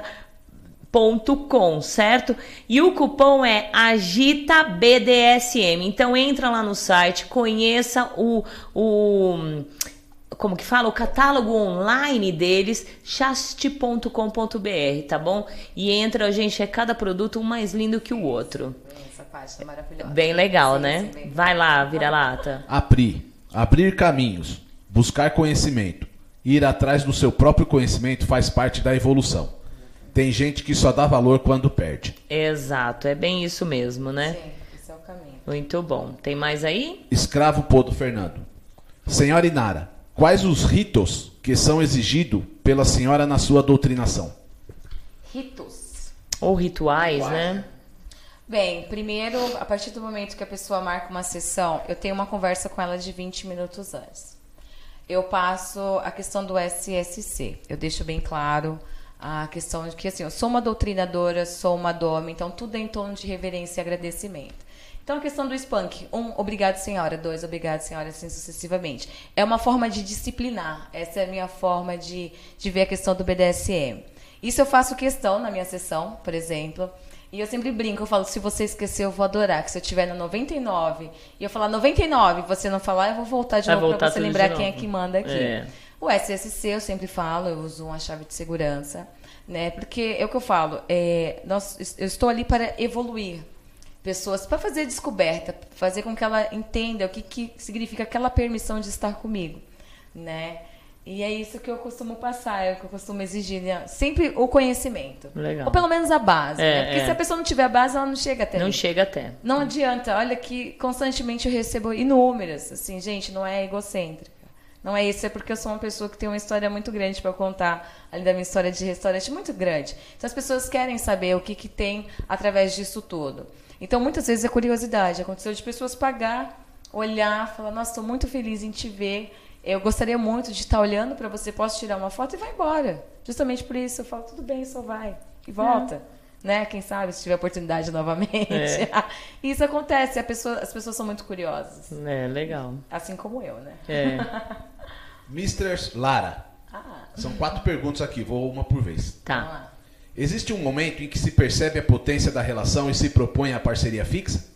S6: ponto com, certo? E o cupom é Agita B D S M. Então entra lá no site, conheça o, o como que fala? O catálogo online deles, chastity ponto com ponto br, tá bom? E entra, gente, é cada produto um mais lindo que o outro.
S8: Essa página é maravilhosa.
S6: Bem legal,
S8: sim,
S6: né?
S8: Sim, bem
S6: Vai lá, vira-lata.
S7: Apri, abrir caminhos, buscar conhecimento, ir atrás do seu próprio conhecimento faz parte da evolução. Tem gente que só dá valor quando perde.
S6: Exato, é bem isso mesmo, né?
S8: Sim, esse é o caminho.
S6: Muito bom. Tem mais aí?
S7: Escravo Pô do Fernando. Senhora Inara, quais os ritos que são exigidos pela senhora na sua doutrinação?
S8: Ritos.
S6: Ou rituais, Rituais. né?
S8: Bem, primeiro, a partir do momento que a pessoa marca uma sessão, eu tenho uma conversa com ela de vinte minutos antes. Eu passo a questão do S S C. Eu deixo bem claro a questão de que, assim, eu sou uma doutrinadora, sou uma doma, então tudo é em torno de reverência e agradecimento. Então, a questão do spank. Um, obrigado, senhora. Dois, obrigado, senhora, assim sucessivamente. É uma forma de disciplinar. Essa é a minha forma de, de ver a questão do B D S M. Isso eu faço questão na minha sessão, por exemplo. E eu sempre brinco, eu falo, se você esquecer, eu vou adorar. Que se eu estiver no noventa e nove e eu falar noventa e nove e você não falar, eu vou voltar de
S6: Vai
S8: novo para você lembrar quem é
S6: novo.
S8: que manda aqui.
S6: É.
S8: O S S C, eu sempre falo, eu uso uma chave de segurança, né? Porque é o que eu falo, é, nós, eu estou ali para evoluir pessoas, para fazer descoberta, fazer com que ela entenda o que, que significa aquela permissão de estar comigo, né? E é isso que eu costumo passar, é o que eu costumo exigir, né? Sempre o conhecimento.
S6: Legal.
S8: Ou pelo menos a base,
S6: É,
S8: né? Porque
S6: é.
S8: se a pessoa não tiver a base, ela não chega até
S6: Não
S8: mim.
S6: chega até.
S8: Não adianta, olha que constantemente eu recebo inúmeras, assim, gente, não é egocêntrica. Não é isso, é porque eu sou uma pessoa que tem uma história muito grande para contar, além da minha história de restaurante, muito grande. Então as pessoas querem saber o que, que tem através disso tudo. Então muitas vezes é curiosidade. Aconteceu de pessoas pagar, olhar, falar, nossa, estou muito feliz em te ver. eu gostaria muito de estar olhando para você, posso tirar uma foto e vai embora. Justamente por isso eu falo, tudo bem, só vai. E volta. É. Né? Quem sabe, se tiver oportunidade novamente. É. Isso acontece, a pessoa, as pessoas são muito curiosas.
S6: É, legal.
S8: Assim como eu, né?
S6: É.
S7: mister Lara. Ah. São quatro perguntas aqui, vou uma por vez.
S6: Tá.
S7: Existe um momento em que se percebe a potência da relação e se propõe a parceria fixa?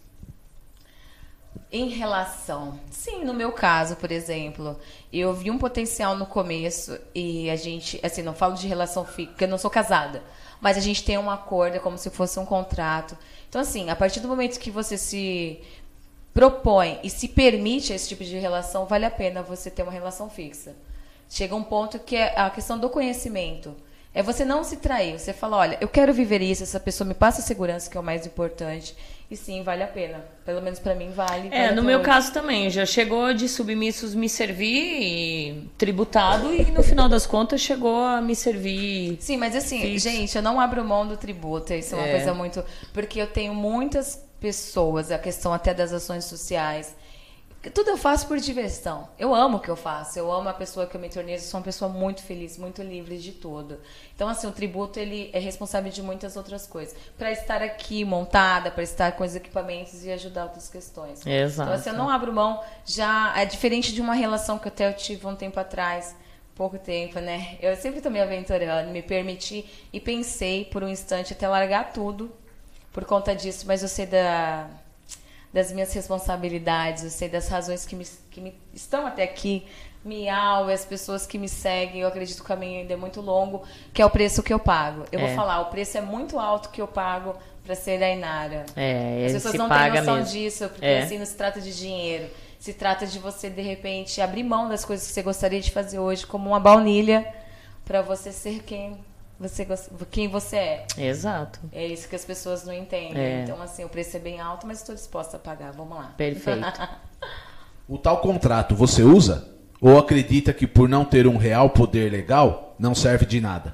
S8: Em relação... Sim, no meu caso, por exemplo, eu vi um potencial no começo e a gente... Assim, não falo de relação fixa, porque eu não sou casada, mas a gente tem um acordo, é como se fosse um contrato. Então, assim, a partir do momento que você se propõe e se permite esse tipo de relação, vale a pena você ter uma relação fixa. Chega um ponto que é a questão do conhecimento. É você não se trair. Você fala, olha, eu quero viver isso, essa pessoa me passa segurança, que é o mais importante. E sim, vale a pena. Pelo menos pra mim vale.
S6: É,
S8: vale
S6: no meu
S8: hoje.
S6: caso também. Já chegou de submissos me servir e tributado e no final das contas chegou a me servir.
S8: Sim, mas assim,
S6: fixo.
S8: Gente, eu não abro mão do tributo. Isso é uma
S6: É.
S8: coisa muito... Porque eu tenho muitas pessoas, a questão até das ações sociais... Tudo eu faço por diversão. Eu amo o que eu faço. Eu amo a pessoa que eu me tornei. Eu sou uma pessoa muito feliz, muito livre de tudo. Então, assim, o tributo ele é responsável de muitas outras coisas. Para estar aqui montada, para estar com os equipamentos e ajudar outras questões.
S6: Exato.
S8: Então, assim, eu não abro mão. Já é diferente de uma relação que até eu tive um tempo atrás. Pouco tempo, né? Eu sempre tô me aventurando, me permiti e pensei por um instante até largar tudo por conta disso. Mas eu sei da... das minhas responsabilidades, eu sei das razões que me, que me estão até aqui, Miau, as pessoas que me seguem, eu acredito que o caminho ainda é muito longo, que é o preço que eu pago. Eu
S6: É.
S8: vou falar, o preço é muito alto que eu pago para ser a Inara.
S6: É,
S8: As pessoas
S6: se
S8: não têm
S6: paga
S8: noção
S6: mesmo.
S8: disso, porque
S6: É.
S8: assim não se trata de dinheiro, se trata de você, de repente, abrir mão das coisas que você gostaria de fazer hoje, como uma baunilha, para você ser quem... Você, quem você é.
S6: Exato.
S8: É isso que as pessoas não entendem.
S6: É.
S8: Então, assim, o preço é bem alto, mas estou disposta a pagar. Vamos lá.
S6: Perfeito.
S7: O tal contrato você usa? Ou acredita que por não ter um real poder legal, não serve de nada?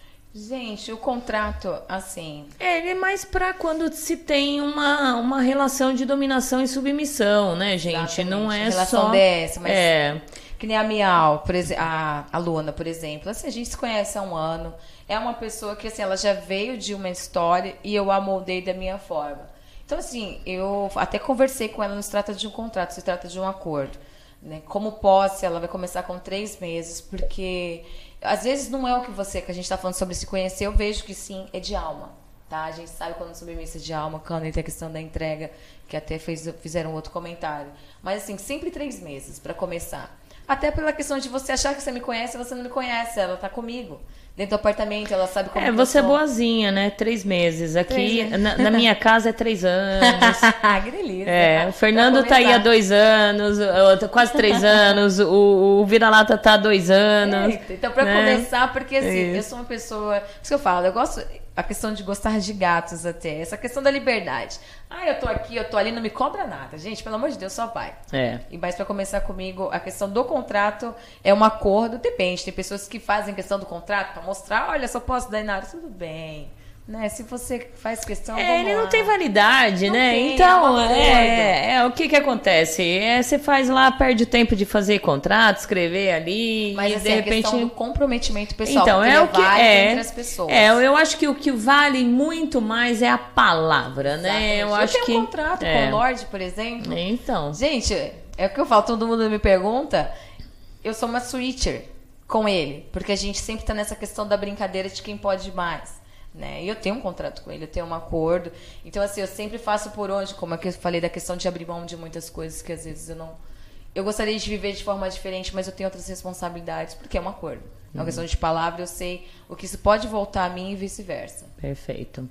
S8: Gente, o contrato, assim...
S6: É, ele é mais pra quando se tem uma, uma relação de dominação e submissão, né, gente?
S8: Exatamente.
S6: Não é
S8: Relação
S6: só...
S8: D S, mas...
S6: É.
S8: Que nem a Miau, por exemplo, a, a Luna, por exemplo. Assim, a gente se conhece há um ano. É uma pessoa que, assim, ela já veio de uma história e eu a moldei da minha forma. Então, assim, eu até conversei com ela, não se trata de um contrato, se trata de um acordo. Né? Como posse, ela vai começar com três meses, porque às vezes não é o que você, que a gente está falando sobre se conhecer, eu vejo que sim, é de alma. Tá? A gente sabe quando submissa de alma, quando entra a questão da entrega, que até fez, fizeram outro comentário. Mas, assim, sempre três meses para começar. Até pela questão de você achar que você me conhece e você não me conhece. Ela tá comigo. Dentro do apartamento, ela sabe como
S6: É,
S8: que
S6: você
S8: eu
S6: é
S8: sou.
S6: boazinha, né? Três meses. Aqui,
S8: Três meses.
S6: Na, na minha casa é três anos.
S8: Que delícia.
S6: É, o Fernando
S8: Pra
S6: tá aí há
S8: começar.
S6: dois anos, o- quase três anos, o, o Vira-Lata tá há dois anos.
S8: Eita, então, pra
S6: né?
S8: começar, porque assim,
S6: Isso.
S8: eu sou uma pessoa... Por isso que eu falo, eu gosto... A questão de gostar de gatos até. Essa questão da liberdade. Ah, eu tô aqui, eu tô ali, não me cobra nada. Gente, pelo amor de Deus, só vai.
S6: É.
S8: E mais pra começar comigo, a questão do contrato é um acordo. Depende, tem pessoas que fazem questão do contrato pra mostrar, olha, só posso dar nada. Tudo bem. Né? Se você faz questão,
S6: É,
S8: vamos
S6: ele
S8: lá.
S6: não tem validade,
S8: Não
S6: né?
S8: tem,
S6: Então,
S8: é um
S6: é, é, o que que acontece? É, você faz lá, perde o tempo de fazer contrato, escrever ali,
S8: Mas
S6: e
S8: assim,
S6: de
S8: a
S6: repente...
S8: questão do comprometimento pessoal.
S6: Então,
S8: porque
S6: é o
S8: ele
S6: que
S8: vale
S6: é,
S8: entre as pessoas.
S6: é, eu acho que o que vale muito mais é a palavra, né?
S8: Exatamente.
S6: Eu acho
S8: tenho
S6: que
S8: um contrato
S6: é.
S8: com o Lorde, por exemplo.
S6: Então,
S8: Gente, é o que eu falo, todo mundo me pergunta. Eu sou uma switcher com ele, porque a gente sempre tá nessa questão da brincadeira de quem pode mais. Né? E eu tenho um contrato com ele, eu tenho um acordo. Então, assim, eu sempre faço por onde, como é que eu falei da questão de abrir mão de muitas coisas que às vezes eu não. Eu gostaria de viver de forma diferente, mas eu tenho outras responsabilidades, porque é um acordo. É uma questão de palavra, eu sei o que isso pode voltar a mim e vice-versa.
S6: perfeito.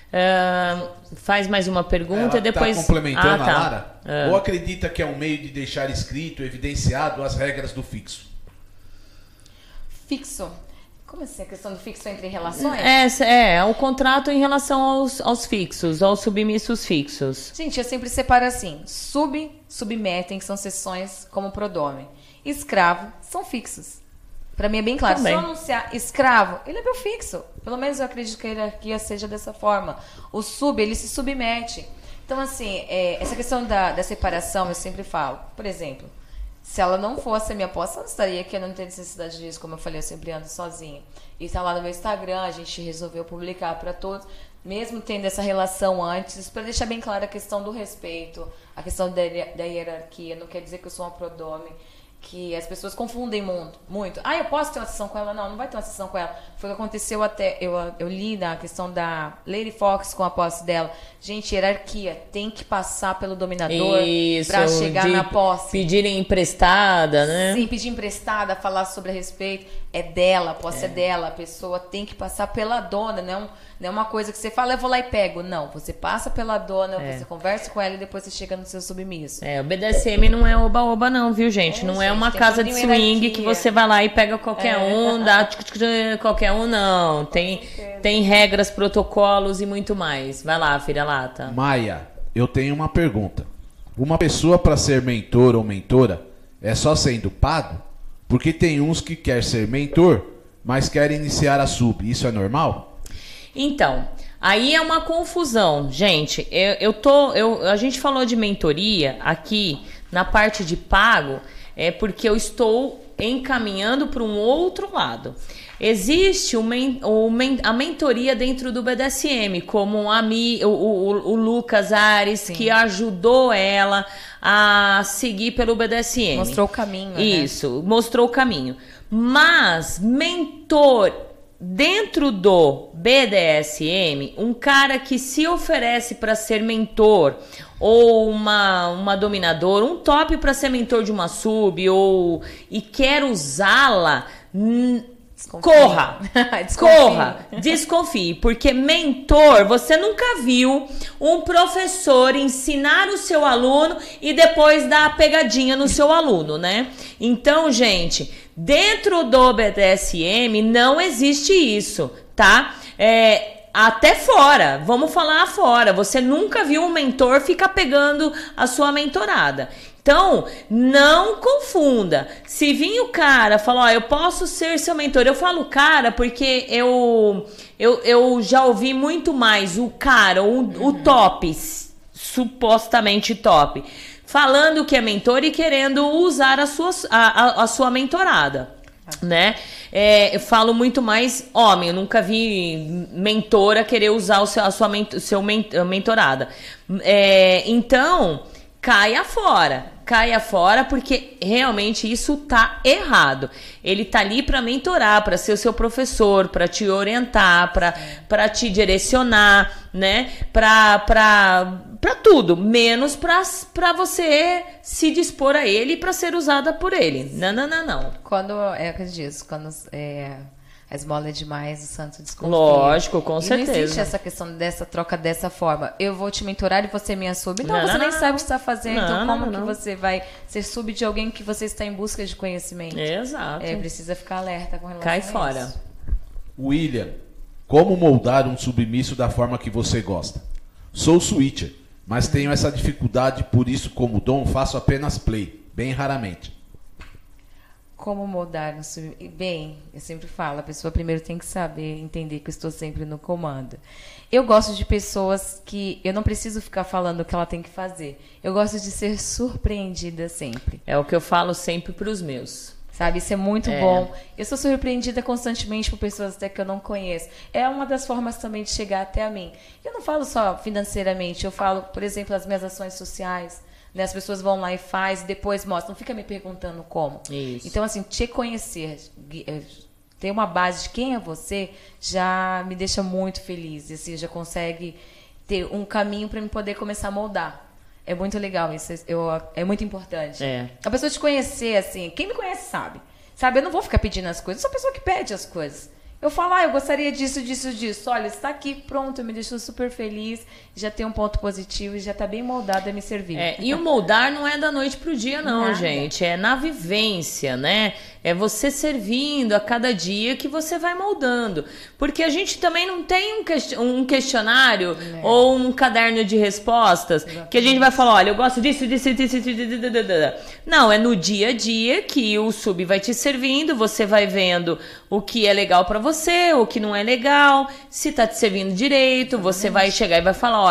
S6: Ah, faz mais uma pergunta
S7: Ela
S6: e depois...
S7: tá complementando
S6: Ah, tá.
S7: a Lara?
S6: Ah.
S7: Ou acredita que é um meio de deixar escrito, evidenciado as regras do fixo?
S8: Fixo. Como assim? A questão do fixo entre relações?
S6: É, é, o contrato em relação aos, aos fixos, aos submissos fixos.
S8: Gente, eu sempre separo assim. Sub, submetem, que são seções como prodome. Escravo, são fixos. Pra mim é bem claro.
S6: Também.
S8: Se eu anunciar escravo, ele é meu fixo. Pelo menos eu acredito que a hierarquia seja dessa forma. O sub, ele se submete. Então, assim, é, essa questão da, da separação, eu sempre falo. Por exemplo, Se ela não fosse a minha aposta, eu não estaria aqui, eu não tenho necessidade disso. Como eu falei, eu sempre ando sozinha. E tá lá no meu Instagram, a gente resolveu publicar para todos, mesmo tendo essa relação antes, para deixar bem clara a questão do respeito, a questão da, da hierarquia. Não quer dizer que eu sou uma prodome, que as pessoas confundem muito, muito. Ah, eu posso ter uma sessão com ela? Não, não vai ter uma sessão com ela. Foi o que aconteceu até, eu, eu li na questão da Lady Fox com a posse dela. Gente, hierarquia, tem que passar pelo dominador para chegar na posse.
S6: Pedirem emprestada, né?
S8: Sim, pedir emprestada, falar sobre a respeito. É dela, a posse é. é dela. A pessoa tem que passar pela dona, não, não é uma coisa que você fala, eu vou lá e pego. Não, você passa pela dona, é. você conversa com ela e depois você chega no seu submisso.
S6: É, o B D S M não é oba-oba não, viu, gente? É, não gente, é uma casa de swing que você vai lá e pega qualquer é. um, dá qualquer um, não. Tem, tem regras, protocolos e muito mais. Vai lá, filha lata.
S7: Maia, eu tenho uma pergunta. Uma pessoa para ser mentor ou mentora é só sendo pago? Porque tem uns que quer ser mentor, mas querem iniciar a sub. Isso é normal?
S6: Então, aí é uma confusão, gente. Eu, eu tô, eu, a gente falou de mentoria aqui na parte de pago, é porque eu estou encaminhando para um outro lado. Existe o men, o men, a mentoria dentro do B D S M, como a Mi, o, o, o Lucas Ares, Sim. que ajudou ela a seguir pelo B D S M.
S8: Mostrou o caminho.
S6: Isso,
S8: né?
S6: mostrou o caminho. Mas mentor dentro do B D S M, um cara que se oferece para ser mentor ou uma, uma dominadora, um top para ser mentor de uma sub ou e quer usá-la, Desconfie. corra, desconfie. corra, desconfie, porque mentor, você nunca viu um professor ensinar o seu aluno e depois dar a pegadinha no seu aluno, né? Então, gente, dentro do B D S M não existe isso, tá? É... Até fora, vamos falar fora. Você nunca viu um mentor ficar pegando a sua mentorada. Então, não confunda. Se vir o cara falar, ó, eu posso ser seu mentor. Eu falo cara porque eu, eu, eu já ouvi muito mais o cara, o, o top, supostamente top, falando que é mentor e querendo usar a sua, a, a, a sua mentorada. Né? É, eu falo muito mais homem, eu nunca vi mentora querer usar o seu, a sua ment, seu mentorada. É, então, caia fora, caia fora, porque realmente isso tá errado. Ele tá ali para mentorar, para ser o seu professor, para te orientar, para para te direcionar, né? Para para para tudo, menos para para você se dispor a ele e para ser usada por ele. Não, não, não, não.
S8: Quando é o que eu disse, quando é, a esmola é demais, o santo desconfia.
S6: Lógico, com
S8: e
S6: certeza.
S8: Não existe essa questão dessa troca dessa forma. Eu vou te mentorar e você me sub. Então não, você não, nem não, sabe o que está fazendo. Não, então como não, não. que você vai ser sub de alguém que você está em busca de conhecimento?
S6: Exato.
S8: É, precisa ficar alerta com relação
S6: Cai
S8: a
S6: fora.
S8: isso.
S7: William, como moldar um submisso da forma que você gosta? Sou switcher, mas tenho essa dificuldade, por isso, como dom, faço apenas play, bem raramente.
S8: Como moldar no sub... Bem, eu sempre falo, a pessoa primeiro tem que saber, entender que eu estou sempre no comando. Eu gosto de pessoas que eu não preciso ficar falando o que ela tem que fazer. Eu gosto de ser surpreendida sempre.
S6: É o que eu falo sempre para os meus.
S8: Sabe, isso é muito é. bom. Eu sou surpreendida constantemente por pessoas até que eu não conheço. É uma das formas também de chegar até a mim. Eu não falo só financeiramente, eu falo, por exemplo, as minhas ações sociais. Né? As pessoas vão lá e faz, depois mostram. Não fica me perguntando como.
S6: Isso.
S8: Então, assim, te conhecer, ter uma base de quem é você, já me deixa muito feliz. Assim, já consegue ter um caminho para me poder começar a moldar. É muito legal isso, eu, é muito importante.
S6: É.
S8: A pessoa te conhecer, assim, quem me conhece sabe. Sabe, eu não vou ficar pedindo as coisas, eu sou a pessoa que pede as coisas. Eu falo, ah, eu gostaria disso, disso, disso. Olha, está aqui, pronto, me deixou super feliz, já tem um ponto positivo e já está bem moldado a me servir.
S6: É, e o moldar não é da noite pro dia, não,
S8: Nada.
S6: gente. É na vivência, né? É você servindo a cada dia que você vai moldando. Porque a gente também não tem um questionário é. ou um caderno de respostas Exatamente. que a gente vai falar, olha, eu gosto disso, disso, disso, disso, disso, disso. Não, é no dia a dia que o sub vai te servindo, você vai vendo o que é legal para você, o que não é legal, se tá te servindo direito, Exatamente. você vai chegar e vai falar, olha,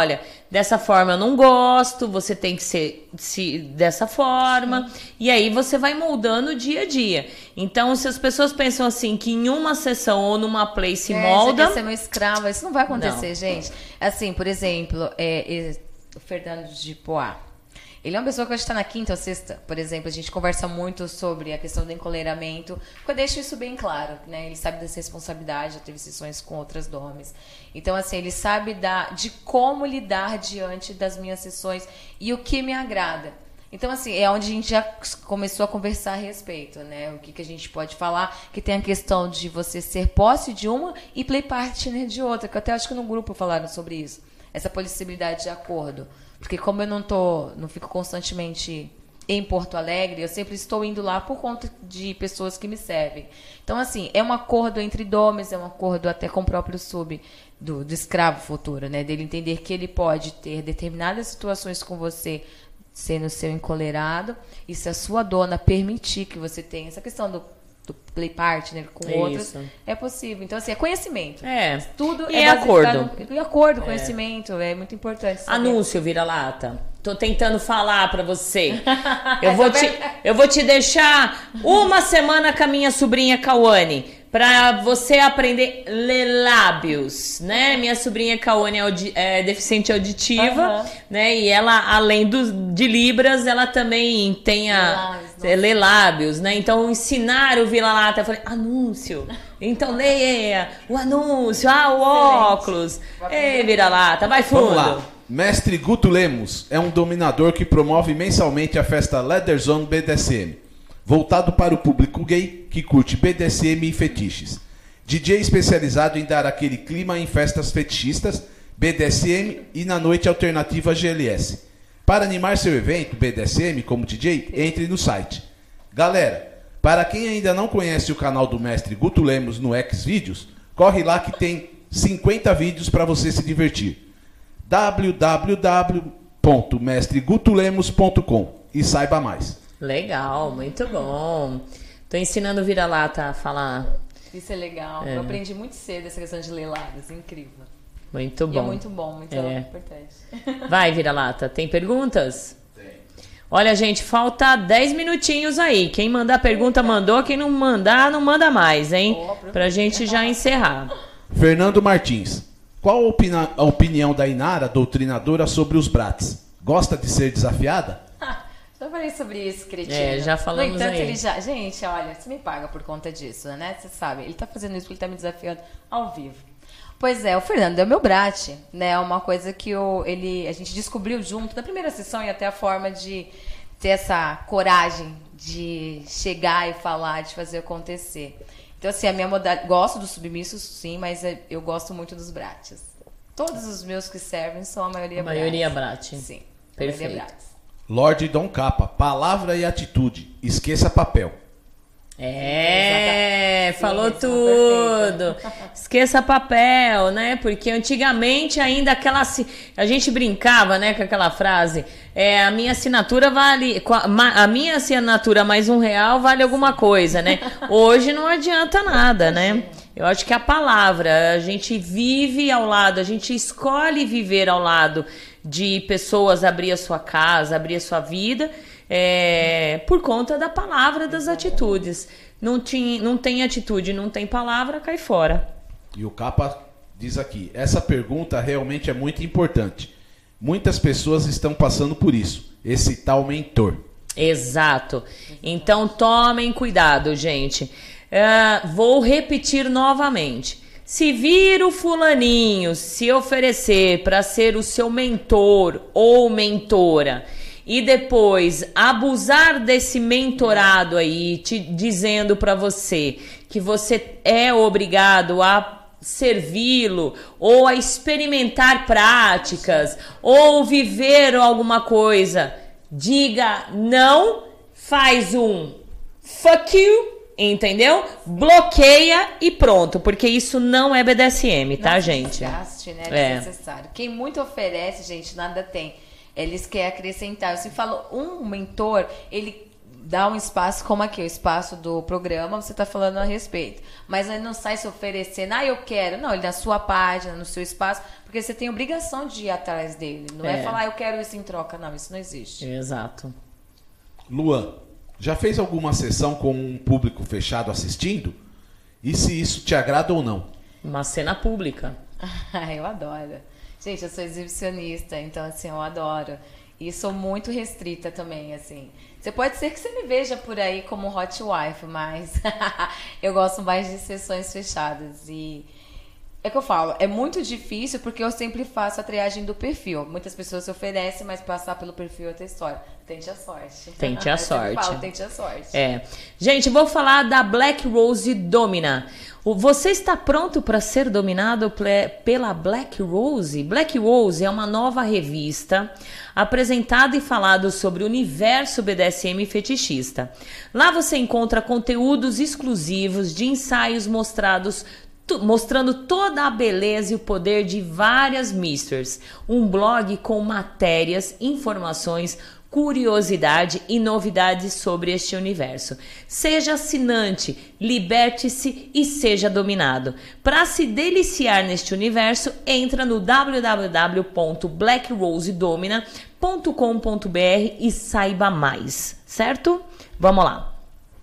S6: dessa forma eu não gosto, você tem que ser se, dessa forma. Sim. E aí você vai moldando o dia a dia. Então, se as pessoas pensam assim, que em uma sessão ou numa play se
S8: é,
S6: molda...
S8: Você quer ser meu escravo, isso não vai acontecer,
S6: não.
S8: gente. Assim, por exemplo, é, é, o Fernando de Poá. Ele é uma pessoa que hoje está na quinta ou sexta, por exemplo, a gente conversa muito sobre a questão do encoleiramento, porque eu deixo isso bem claro, né? Ele sabe dessa responsabilidade, já teve sessões com outras domes. Então, assim, ele sabe da, de como lidar diante das minhas sessões e o que me agrada. Então, assim, é onde a gente já começou a conversar a respeito, né? O que, que a gente pode falar, que tem a questão de você ser posse de uma e play partner de outra, que eu até acho que no grupo falaram sobre isso. Essa possibilidade de acordo. Porque como eu não tô, não fico constantemente em Porto Alegre, eu sempre estou indo lá por conta de pessoas que me servem. Então, assim, é um acordo entre domes, é um acordo até com o próprio sub do, do escravo futuro, né? Dele entender que ele pode ter determinadas situações com você sendo seu encolerado, e se a sua dona permitir que você tenha essa questão do do play partner com
S6: é
S8: outros,
S6: isso.
S8: É possível. Então, assim, é conhecimento.
S6: É.
S8: Tudo
S6: e
S8: é
S6: acordo.
S8: E acordo, conhecimento, é, é muito importante saber.
S6: Anúncio, vira-lata. Tô tentando falar pra você. Eu vou, te, eu vou te deixar uma semana com a minha sobrinha Cauane, pra você aprender ler lábios, né? Minha sobrinha Cauane é, audi- é deficiente auditiva, uhum. né? E ela, além do, de Libras, ela também tem a... É, ler lábios, né? Então, ensinar o vira-lata. Eu falei, anúncio. Então, leia o anúncio. Ah, o óculos. Ei, vira-lata, vai fundo.
S7: Vamos lá. Mestre Guto Lemos é um dominador que promove mensalmente a festa Leather Zone B D S M, voltado para o público gay que curte B D S M e fetiches. D J especializado em dar aquele clima em festas fetichistas, B D S M e na noite alternativa G L S. Para animar seu evento B D S M como D J, entre no site. Galera, para quem ainda não conhece o canal do Mestre Guto Lemos no Xvideos, corre lá que tem cinquenta vídeos para você se divertir. w w w ponto mestre guto lemos ponto com e saiba mais.
S6: Legal, muito bom. Tô ensinando o vira-lata a falar.
S8: Isso é legal. É. Eu aprendi muito cedo essa questão de ler lábios, incrível.
S6: Muito bom.
S8: E é muito bom, muito
S6: é.
S8: importante.
S6: Vai, vira-lata. Tem perguntas? Tem. Olha, gente, falta dez minutinhos aí. Quem mandar pergunta, mandou. Quem não mandar, não manda mais, hein? Oh, pra gente já encerrar.
S7: Fernando Martins. Qual a, opina- a opinião da Inara, doutrinadora, sobre os brats? Gosta de ser desafiada?
S8: Já falei sobre isso, cretino.
S6: É, já falamos.
S8: No entanto,
S6: aí.
S8: Ele já... Gente, olha, você me paga por conta disso, né? Você sabe, ele tá fazendo isso porque ele tá me desafiando ao vivo. Pois é, o Fernando é o meu brate, né? Uma coisa que eu, ele, a gente descobriu junto na primeira sessão, e até a forma de ter essa coragem de chegar e falar, de fazer acontecer. Então, assim, a minha modalidade... Gosto dos submissos, sim, mas eu gosto muito dos brates. Todos os meus que servem são a maioria brates.
S6: A maioria brate.
S8: Sim,
S6: perfeito.
S8: A maioria brates.
S7: Lorde Dom Capa, palavra e atitude. Esqueça papel.
S6: É, sim, falou tudo. Esqueça papel, né? Porque antigamente ainda aquela... A gente brincava, né, com aquela frase. É, a minha assinatura vale... A minha assinatura mais um real vale alguma coisa, né? Hoje não adianta nada, né? Eu acho que a palavra, a gente vive ao lado, a gente escolhe viver ao lado de pessoas, abrir a sua casa, abrir a sua vida... É, por conta da palavra, das atitudes. Não, tinha, não tem atitude, não tem palavra, cai fora.
S7: E o Capa diz aqui, essa pergunta realmente é muito importante. Muitas pessoas estão passando por isso, esse tal mentor.
S6: Exato. Então tomem cuidado, gente. Uh, vou repetir novamente. Se vir o fulaninho se oferecer para ser o seu mentor ou mentora... E depois abusar desse mentorado aí, te dizendo para você que você é obrigado a servi-lo, ou a experimentar práticas, ou viver alguma coisa, diga não, faz um fuck you, entendeu? Bloqueia e pronto, porque isso não é B D S M, tá,
S8: Nossa,
S6: gente?
S8: Desgaste, né?
S6: É.
S8: Desnecessário. Quem muito oferece, gente, nada tem. Eles querem acrescentar. Eu sempre falo, um mentor, ele dá um espaço como aqui, o espaço do programa, você tá falando a respeito. Mas ele não sai se oferecendo, ah, eu quero. Não, ele na sua página, no seu espaço, porque você tem obrigação de ir atrás dele. Não é, é falar, ah, eu quero isso em troca. Não, isso não existe.
S6: Exato.
S7: Luan, já fez alguma sessão com um público fechado assistindo? E se isso te agrada ou não?
S6: Uma cena pública.
S8: Ah, eu adoro. Gente, eu sou exibicionista, então assim, eu adoro. E sou muito restrita também, assim. Você pode ser que você me veja por aí como hot wife, mas eu gosto mais de sessões fechadas. E é que eu falo, é muito difícil porque eu sempre faço a triagem do perfil. Muitas pessoas se oferecem, mas passar pelo perfil é outra história. Tente a sorte.
S6: Tente a sorte.
S8: Eu falo, tente a sorte.
S6: É. Gente, vou falar da Black Rose Domina. Você está pronto para ser dominado pela Black Rose? Black Rose é uma nova revista apresentada e falado sobre o universo B D S M fetichista. Lá você encontra conteúdos exclusivos de ensaios mostrados mostrando toda a beleza e o poder de várias misters. Um blog com matérias, informações, curiosidade e novidades sobre este universo. Seja assinante, liberte-se e seja dominado. Para se deliciar neste universo, entra no w w w ponto black rose domina ponto com ponto b r e saiba mais, certo? Vamos lá.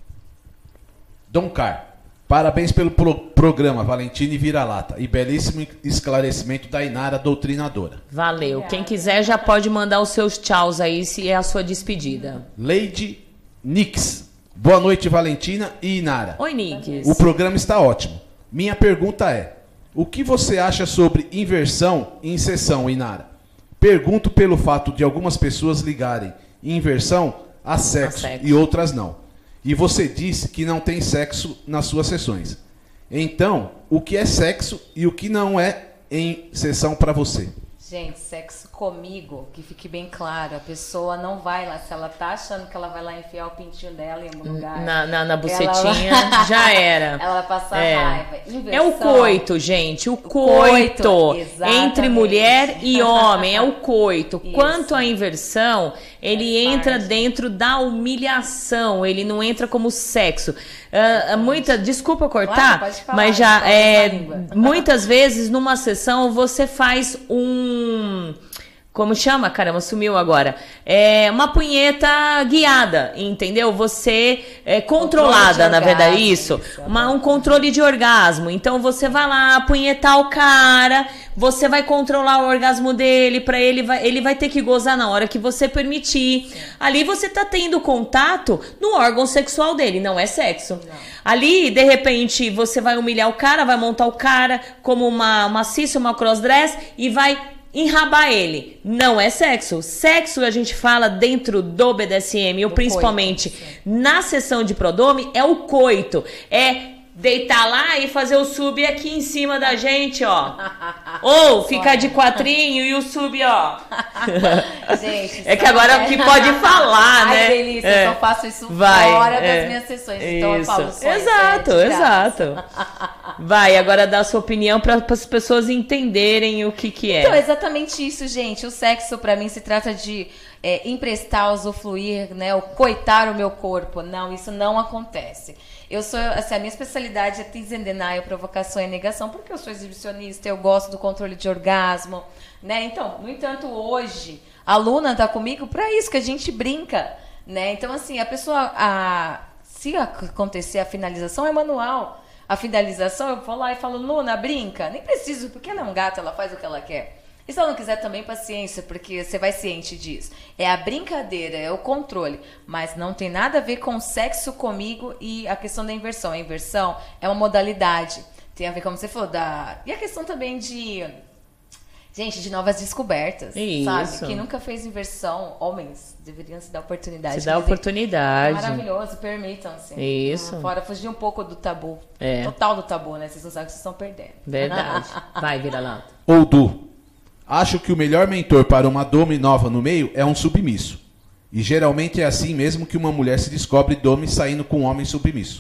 S7: Dom Car, parabéns pelo pro programa Valentina e Vira-Lata e belíssimo esclarecimento da Inara Doutrinadora.
S6: Valeu. Quem quiser já pode mandar os seus tchauz aí, se é a sua despedida.
S7: Lady Nix, boa noite Valentina e Inara.
S6: Oi, Nix.
S7: O programa está ótimo. Minha pergunta é, o que você acha sobre inversão e inserção, Inara? Pergunto pelo fato de algumas pessoas ligarem inversão a sexo, a sexo. E outras não. E você disse que não tem sexo nas suas sessões. Então, o que é sexo e o que não é em sessão para você?
S8: Gente, sexo comigo, que fique bem claro, a pessoa não vai lá, se ela tá achando que ela vai lá enfiar o pintinho dela em algum lugar.
S6: Na, na, na bucetinha, ela... já era.
S8: Ela vai passar é. raiva. Inversão.
S6: É o coito, gente, o, o coito, coito entre mulher e homem, é o coito. Isso. Quanto à inversão, ele é entra parte. dentro da humilhação, ele não entra como sexo. Uh, muita, desculpa cortar, claro, falar, mas já é, muitas vezes numa sessão você faz um, como chama? Caramba, sumiu agora. É uma punheta guiada, entendeu? Você é controlada, na verdade, isso. isso uma, um controle de orgasmo. Então você vai lá apunhetar o cara, você vai controlar o orgasmo dele, para ele vai, ele vai ter que gozar na hora que você permitir. Sim. Ali você tá tendo contato no órgão sexual dele, não é sexo. Não. Ali, de repente, você vai humilhar o cara, vai montar o cara como uma, uma cis, uma crossdress e vai enrabar ele. Não é sexo. Sexo, a gente fala dentro do B D S M, ou principalmente coito, na sessão de prodome, é o coito. É deitar lá e fazer o sub aqui em cima da gente, ó. Ou ficar de quatrinho e o sub, ó. Gente, é que agora é o que pode falar,
S8: ai,
S6: né?
S8: Ai, delícia, é. Eu só faço isso
S6: vai,
S8: fora
S6: é.
S8: das minhas sessões. Então isso. Eu falo só
S6: exato,
S8: isso, é
S6: exato. Vai, agora dá a sua opinião para as pessoas entenderem o que que é.
S8: Então, exatamente isso, gente. O sexo, pra mim, se trata de é, emprestar, usufruir, né? O coitar o meu corpo. Não, isso não acontece. Eu sou, assim, a minha especialidade é Tizendenai, provocação e negação, porque eu sou exibicionista, eu gosto do controle de orgasmo, né? Então, no entanto, hoje, a aluna tá comigo para isso, que a gente brinca, né? Então, assim, a pessoa, a, se acontecer a finalização, é manual. A finalização, eu vou lá e falo, Luna, brinca. Nem preciso, porque ela é um gato, ela faz o que ela quer. E se ela não quiser também, paciência, porque você vai ciente disso. É a brincadeira, é o controle. Mas não tem nada a ver com sexo comigo e a questão da inversão. A inversão é uma modalidade. Tem a ver, como você falou, da... E a questão também de... Gente, de novas descobertas. Isso. Sabe? Quem nunca fez inversão, homens, deveriam se dar oportunidade.
S6: Se dar oportunidade.
S8: É maravilhoso, permitam-se.
S6: Isso.
S8: Fora, fugir um pouco do tabu.
S6: É.
S8: Total do tabu, né? Vocês não sabem que vocês estão perdendo.
S6: Verdade. Vai, Vira-Lata.
S7: Ou Du. Acho que o melhor mentor para uma dome nova no meio é um submisso. E geralmente é assim mesmo que uma mulher se descobre dome saindo com um homem submisso.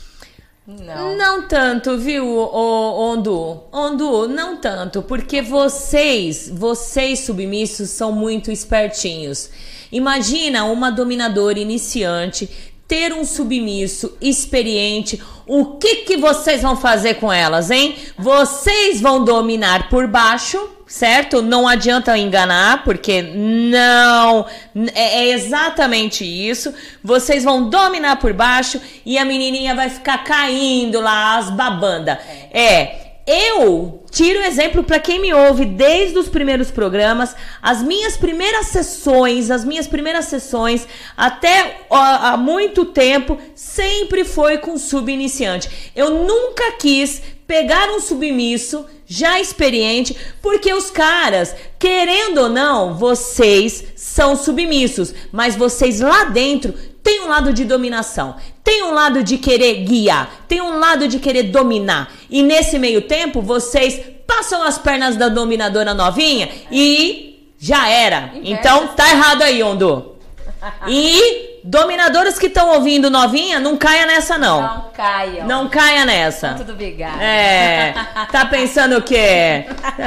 S6: Não. Não tanto, viu, Ondu? Ondu, não tanto, porque vocês, vocês submissos são muito espertinhos. Imagina uma dominadora iniciante ter um submisso experiente, o que que vocês vão fazer com elas, hein? Vocês vão dominar por baixo, certo? Não adianta enganar, porque não, é exatamente isso. Vocês vão dominar por baixo e a menininha vai ficar caindo lá, as babanda. É, eu tiro exemplo para quem me ouve desde os primeiros programas, as minhas primeiras sessões, as minhas primeiras sessões, até há muito tempo, sempre foi com subiniciante. Eu nunca quis pegar um submisso já experiente, porque os caras, querendo ou não, vocês são submissos, mas vocês lá dentro tem um lado de dominação, tem um lado de querer guiar, tem um lado de querer dominar. E nesse meio tempo, vocês passam as pernas da dominadora novinha e já era. Então, tá errado aí, Ondo. E dominadoras que estão ouvindo novinha, não caia nessa, não.
S8: Não caia.
S6: Não caia nessa.
S8: Tudo obrigado.
S6: É. Tá pensando o quê?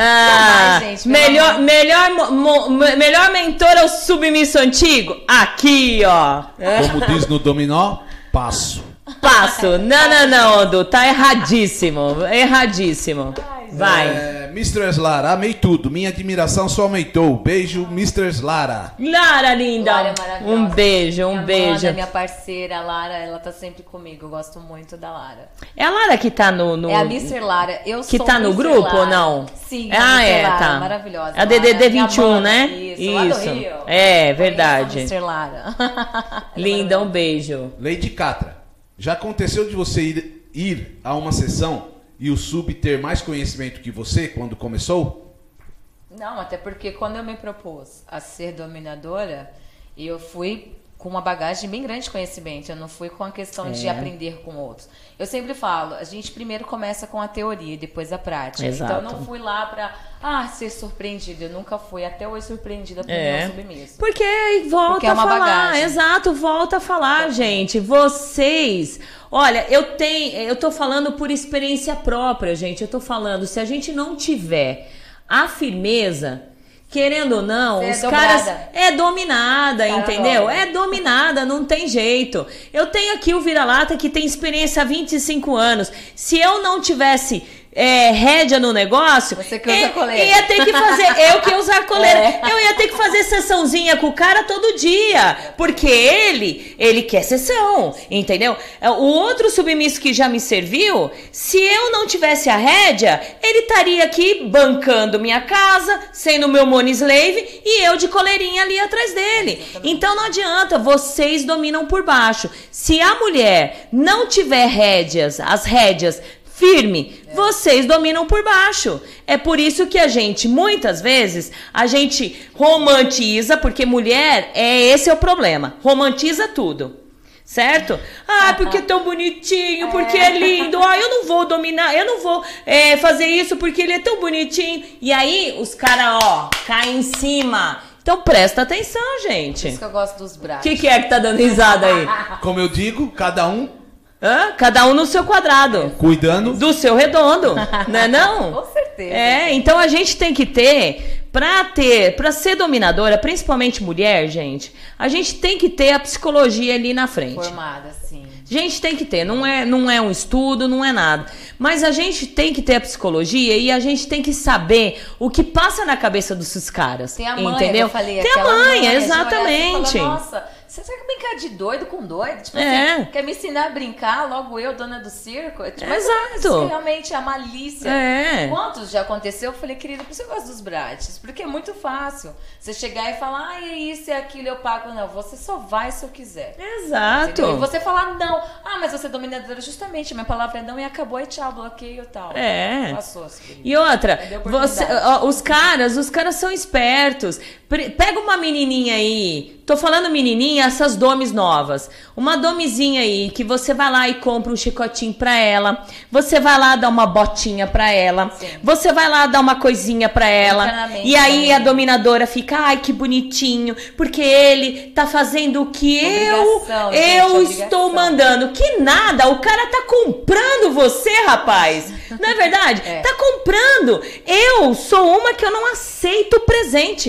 S6: Ah,
S8: não, gente,
S6: melhor, melhor, mo, melhor mentor é o submisso antigo? Aqui, ó.
S7: Como diz no dominó, passo.
S6: Passo. Não, não, não, Ondo. Tá erradíssimo. Erradíssimo. Vai.
S7: É, mister Lara, amei tudo. Minha admiração só aumentou. Beijo, mister Lara.
S6: Lara, linda.
S8: Lara é maravilhosa.
S6: Um beijo, um
S8: minha
S6: beijo.
S8: Amanda, minha parceira, a Lara, ela tá sempre comigo. Eu gosto muito da Lara.
S6: É a Lara que tá no... no...
S8: É a mister Lara. Eu
S6: que
S8: sou
S6: tá no
S8: mister
S6: grupo
S8: Lara.
S6: ou não?
S8: Sim,
S6: ah,
S8: a
S6: é,
S8: Lara,
S6: tá.
S8: Maravilhosa.
S6: A D D D vinte e um,
S8: Lara,
S6: né?
S8: Isso, lá do Rio.
S6: É, verdade.
S8: mister Lara.
S6: Linda, um beijo.
S7: Lady Catra, já aconteceu de você ir, ir a uma sessão e o sub ter mais conhecimento que você quando começou?
S8: Não, até porque quando eu me propus a ser dominadora, eu fui com uma bagagem bem grande de conhecimento. Eu não fui com a questão é. de aprender com outros. Eu sempre falo, a gente primeiro começa com a teoria e depois a prática.
S6: Exato.
S8: Então eu não fui lá pra ah, ser surpreendida. Eu nunca fui até hoje surpreendida por é. meu submisso.
S6: Porque volta
S8: porque é uma
S6: a falar.
S8: Bagagem.
S6: Exato, volta a falar, gente. Vocês... Olha, eu tenho, eu tô falando por experiência própria, gente. Eu tô falando, se a gente não tiver a firmeza, querendo ou não,
S8: Você
S6: os
S8: é
S6: caras é dominada,
S8: Cara,
S6: entendeu?
S8: logo.
S6: É dominada, não tem jeito. Eu tenho aqui o vira-lata que tem experiência há vinte e cinco anos. Se eu não tivesse é, rédea no negócio,
S8: Você que usa
S6: é,
S8: coleira.
S6: ia ter que fazer, eu que ia usar coleira.
S8: É.
S6: Eu ia ter que fazer sessãozinha com o cara todo dia, porque ele, ele quer sessão, entendeu? O outro submisso que já me serviu, se eu não tivesse a rédea, ele estaria aqui bancando minha casa, sendo meu money slave, e eu de coleirinha ali atrás dele. Então não adianta, vocês dominam por baixo. Se a mulher não tiver rédeas, as rédeas firme, é. vocês dominam por baixo. É por isso que a gente, muitas vezes, a gente romantiza, porque mulher, é esse é o problema, romantiza tudo. Certo? Ah, porque é tão bonitinho, porque é lindo. Ah, eu não vou dominar, eu não vou é, fazer isso porque ele é tão bonitinho. E aí, os caras, ó, caem em cima. Então presta atenção, gente.
S8: Por isso que eu gosto dos braços.
S6: O que, que é que tá dando risada aí?
S7: Como eu digo, cada um...
S6: Hã? Cada um no seu quadrado.
S7: Cuidando
S6: do seu redondo, não é não?
S8: Com certeza.
S6: É, então a gente tem que ter, pra ter, pra ser dominadora, principalmente mulher, gente, a gente tem que ter a psicologia ali na frente.
S8: Formada, sim.
S6: A gente tem que ter, não é, não é um estudo, não é nada. Mas a gente tem que ter a psicologia e a gente tem que saber o que passa na cabeça dos caras.
S8: Tem a mãe,
S6: entendeu?
S8: eu falei,
S6: tem a mãe,
S8: mãe
S6: exatamente.
S8: Fala, nossa, você sabe brincar de doido com doido? Tipo
S6: é.
S8: assim, quer me ensinar a brincar, logo eu, dona do circo? Tipo,
S6: exato.
S8: Realmente a malícia.
S6: É.
S8: Quantos já aconteceu? Eu falei, querida, por isso eu gosto dos brates. Porque é muito fácil. Você chegar e falar, ah, é isso, é aquilo, eu pago. Não, você só vai se eu quiser.
S6: Exato.
S8: Entendeu? E você falar não. Ah, mas você é dominadora, justamente, minha palavra é não e acabou e tchau, bloqueio e tal.
S6: É.
S8: Passou,
S6: e outra, você, ó, os caras, os caras são espertos. Pega uma menininha aí, tô falando menininha, essas domes novas. Uma domezinha aí, que você vai lá e compra um chicotinho pra ela. Você vai lá dar uma botinha pra ela. Sim. Você vai lá dar uma coisinha pra ela. E aí a dominadora fica, ai, que bonitinho, porque ele tá fazendo o que
S8: obrigação,
S6: eu,
S8: gente,
S6: eu
S8: obrigação.
S6: estou mandando. Que nada, o cara tá comprando você, rapaz. Não é verdade? É. Tá comprando. Eu sou uma que eu não aceito presente.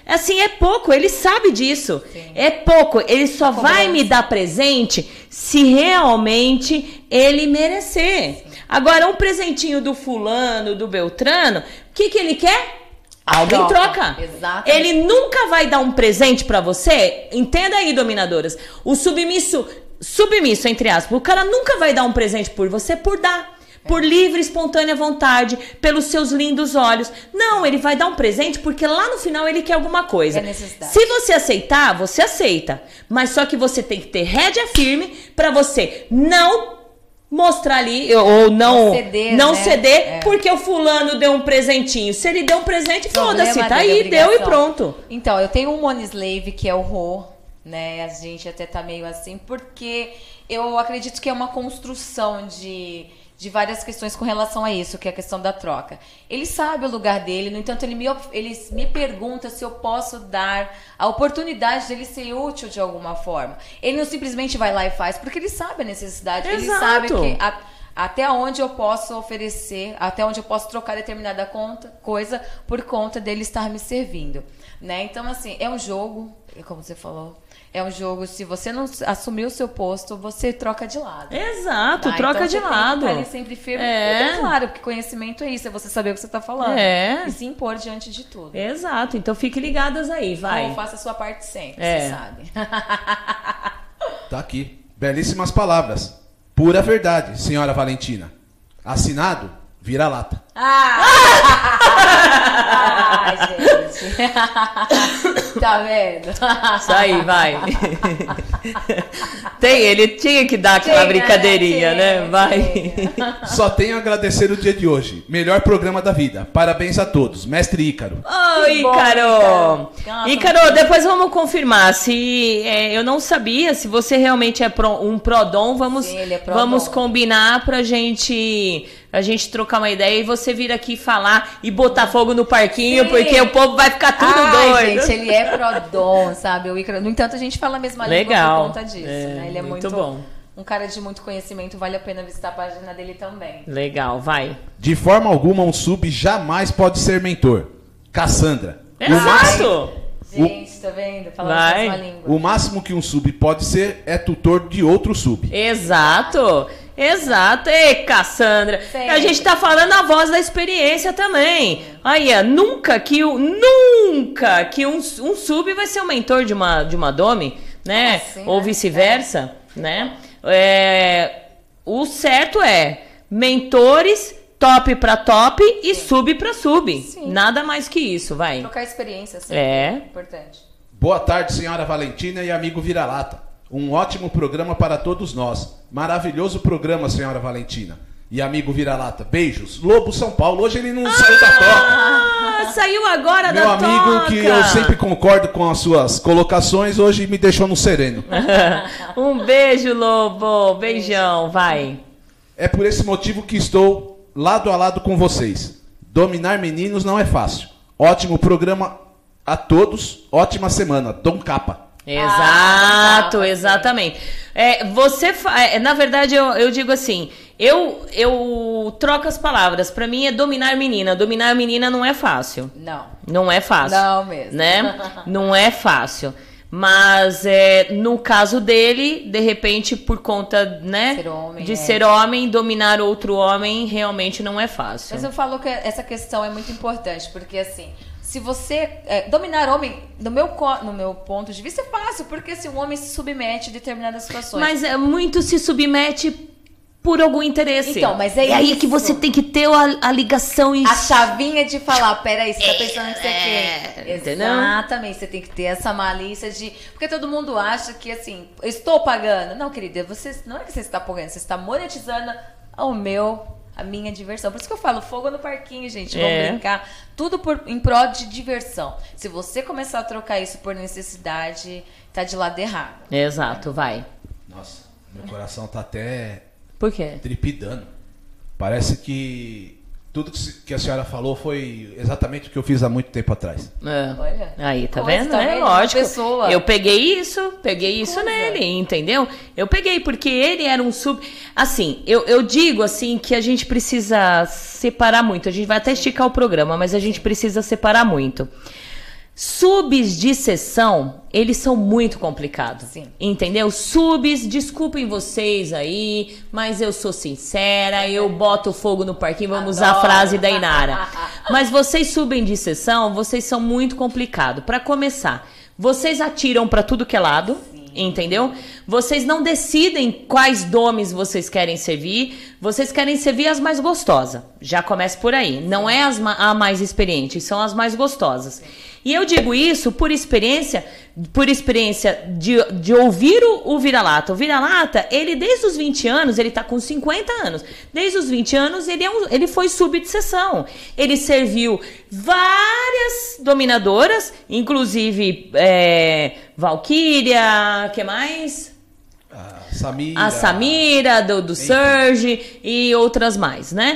S6: Assim, é pouco, ele sabe disso. Sim. É pouco, ele só Cobrança. vai me dar presente se realmente ele merecer. Sim. Agora, um presentinho do fulano, do Beltrano, o que, que ele quer? Alguém troca. troca. Exatamente. Ele nunca vai dar um presente pra você. Entenda aí, dominadoras. O submisso, submisso, entre aspas, o cara nunca vai dar um presente por você por dar. Por livre e espontânea vontade, pelos seus lindos olhos. Não, ele vai dar um presente porque lá no final ele quer alguma coisa. É necessidade. Se você aceitar, você aceita. Mas só que você tem que ter rédea firme pra você não mostrar ali, ou não, não ceder, não né? ceder é. porque o fulano deu um presentinho. Se ele deu um presente, foda-se, tá aí, deu e pronto.
S8: Então, eu tenho um money slave que é o Rô, né? A gente até tá meio assim, porque eu acredito que é uma construção de... de várias questões com relação a isso, que é a questão da troca. Ele sabe o lugar dele, no entanto, ele me, ele me pergunta se eu posso dar a oportunidade dele ser útil de alguma forma. Ele não simplesmente vai lá e faz, porque ele sabe a necessidade, Exato. ele sabe que a, até onde eu posso oferecer, até onde eu posso trocar determinada conta, coisa por conta dele estar me servindo. Né? Então, assim, é um jogo, como você falou... É um jogo, se você não assumir o seu posto, você troca de lado.
S6: Exato, tá? troca
S8: então,
S6: de
S8: você
S6: lado.
S8: Tem que estar ali sempre firme. É. é claro, porque conhecimento é isso, é você saber o que você está falando.
S6: É.
S8: E se impor diante de tudo.
S6: Exato, então fique ligadas aí, vai.
S8: Então, faça a sua parte sempre,
S6: é.
S8: você sabe.
S7: Tá aqui. Belíssimas palavras. Pura verdade, senhora Valentina. Assinado, vira-lata.
S8: Ah! Ai, gente. Tá vendo?
S6: Isso aí, vai. Tem, ele tinha que dar aquela tinha, brincadeirinha, né? Tinha, né? Vai.
S7: Tinha. Só tenho a agradecer o dia de hoje. Melhor programa da vida. Parabéns a todos. Mestre Ícaro.
S6: Ô, oh, Ícaro. Ícaro, Ícaro depois vamos confirmar. Se é, eu não sabia, se você realmente é pro, um prodom, vamos, Sim, ele é prodom. vamos combinar pra gente... A gente trocar uma ideia e você vir aqui falar e botar fogo no parquinho, Sim. porque o povo vai ficar tudo
S8: Ai,
S6: doido.
S8: Gente, ele é prodom, sabe? O Ícaro, no entanto, a gente fala a mesma
S6: Legal.
S8: língua por conta disso.
S6: É,
S8: né? Ele é
S6: muito,
S8: muito
S6: bom.
S8: Um cara de muito conhecimento, vale a pena visitar a página dele também.
S6: Legal, vai.
S7: De forma alguma, um sub jamais pode ser mentor. Cassandra.
S6: Exato!
S8: Gente, tá vendo? Falando a mesma língua.
S7: O máximo que um sub pode ser é tutor de outro sub.
S6: Exato! Exato, ei, Cassandra, Sim. a gente tá falando a voz da experiência também. Aí, é, nunca que o nunca que um, um sub vai ser o mentor de uma de uma dome, né? Assim, Ou né? vice-versa, é. né? É, o certo é mentores top pra top e Sim. sub pra sub. Sim. Nada mais que isso, vai.
S8: Trocar experiência, sempre
S6: é
S8: importante.
S7: Boa tarde, senhora Valentina e amigo vira-lata. Um ótimo programa para todos nós. Maravilhoso programa, senhora Valentina. E amigo vira-lata. Beijos. Lobo São Paulo. Hoje ele não ah, saiu da toca.
S6: Saiu agora
S7: Meu
S6: da toca.
S7: Meu amigo, que eu sempre concordo com as suas colocações, hoje me deixou no sereno.
S6: Um beijo, Lobo. Beijão, vai.
S7: É por esse motivo que estou lado a lado com vocês. Dominar meninos não é fácil. Ótimo programa a todos. Ótima semana. Dom Capa.
S6: Exato, ah, exatamente. É, você, fa... na verdade, eu, eu digo assim, eu, eu troco as palavras. Pra mim é dominar menina. Dominar menina não é fácil.
S8: Não.
S6: Não é fácil.
S8: Não mesmo.
S6: Né? Não é fácil. Mas é, no caso dele, de repente, por conta, né,
S8: ser homem,
S6: de
S8: é.
S6: ser homem, dominar outro homem realmente não é fácil.
S8: Mas eu falo que essa questão é muito importante, porque assim, se você é, dominar homem, no meu, no meu ponto de vista, é fácil, porque se um homem se submete a determinadas situações.
S6: Mas é, muito se submete por algum interesse.
S8: Então, mas é
S6: e
S8: isso.
S6: aí que você tem que ter a, a ligação e...
S8: A chavinha de falar, peraí, você tá pensando que você
S6: é,
S8: quer.
S6: Entendeu?
S8: Exatamente, você tem que ter essa malícia de... Porque todo mundo acha que, assim, eu estou pagando. Não, querida, você, não é que você está pagando, você está monetizando o meu, a minha diversão. Por isso que eu falo, fogo no parquinho, gente, vamos
S6: é.
S8: brincar. Tudo por, em prol de diversão. Se você começar a trocar isso por necessidade, tá de lado errado.
S6: Exato, vai.
S7: Nossa, meu coração tá até...
S6: Por quê?
S7: Tripidando. Parece que tudo que a senhora falou foi exatamente o que eu fiz há muito tempo atrás.
S6: É.
S8: Olha.
S6: Aí, tá
S8: Coisa,
S6: vendo?
S8: Tá
S6: é
S8: vendo?
S6: lógico.
S8: Pessoa.
S6: Eu peguei isso, peguei isso
S8: Coisa.
S6: nele, entendeu? Eu peguei, porque ele era um sub... Assim, eu, eu digo assim que a gente precisa separar muito. A gente vai até esticar o programa, mas a gente precisa separar muito. Subs de sessão, eles são muito complicados.
S8: Sim.
S6: Entendeu? Subs, desculpem vocês aí, mas eu sou sincera, eu boto fogo no parquinho, vamos usar a frase da Inara. Mas vocês subem de sessão, vocês são muito complicados. Para começar, vocês atiram para tudo que é lado. Entendeu? Vocês não decidem quais domes vocês querem servir. Vocês querem servir as mais gostosas. Já começa por aí. Não é as ma- a mais experiente, são as mais gostosas. E eu digo isso por experiência, por experiência de, de ouvir o, o vira-lata. O vira-lata, ele desde os vinte anos, ele tá com cinquenta anos. Desde os vinte anos, ele, é um, ele foi sub de sessão. Ele serviu várias dominadoras, inclusive é, Valkyria, que mais?
S7: A Samira.
S6: A Samira, do, do Surge e outras mais, né?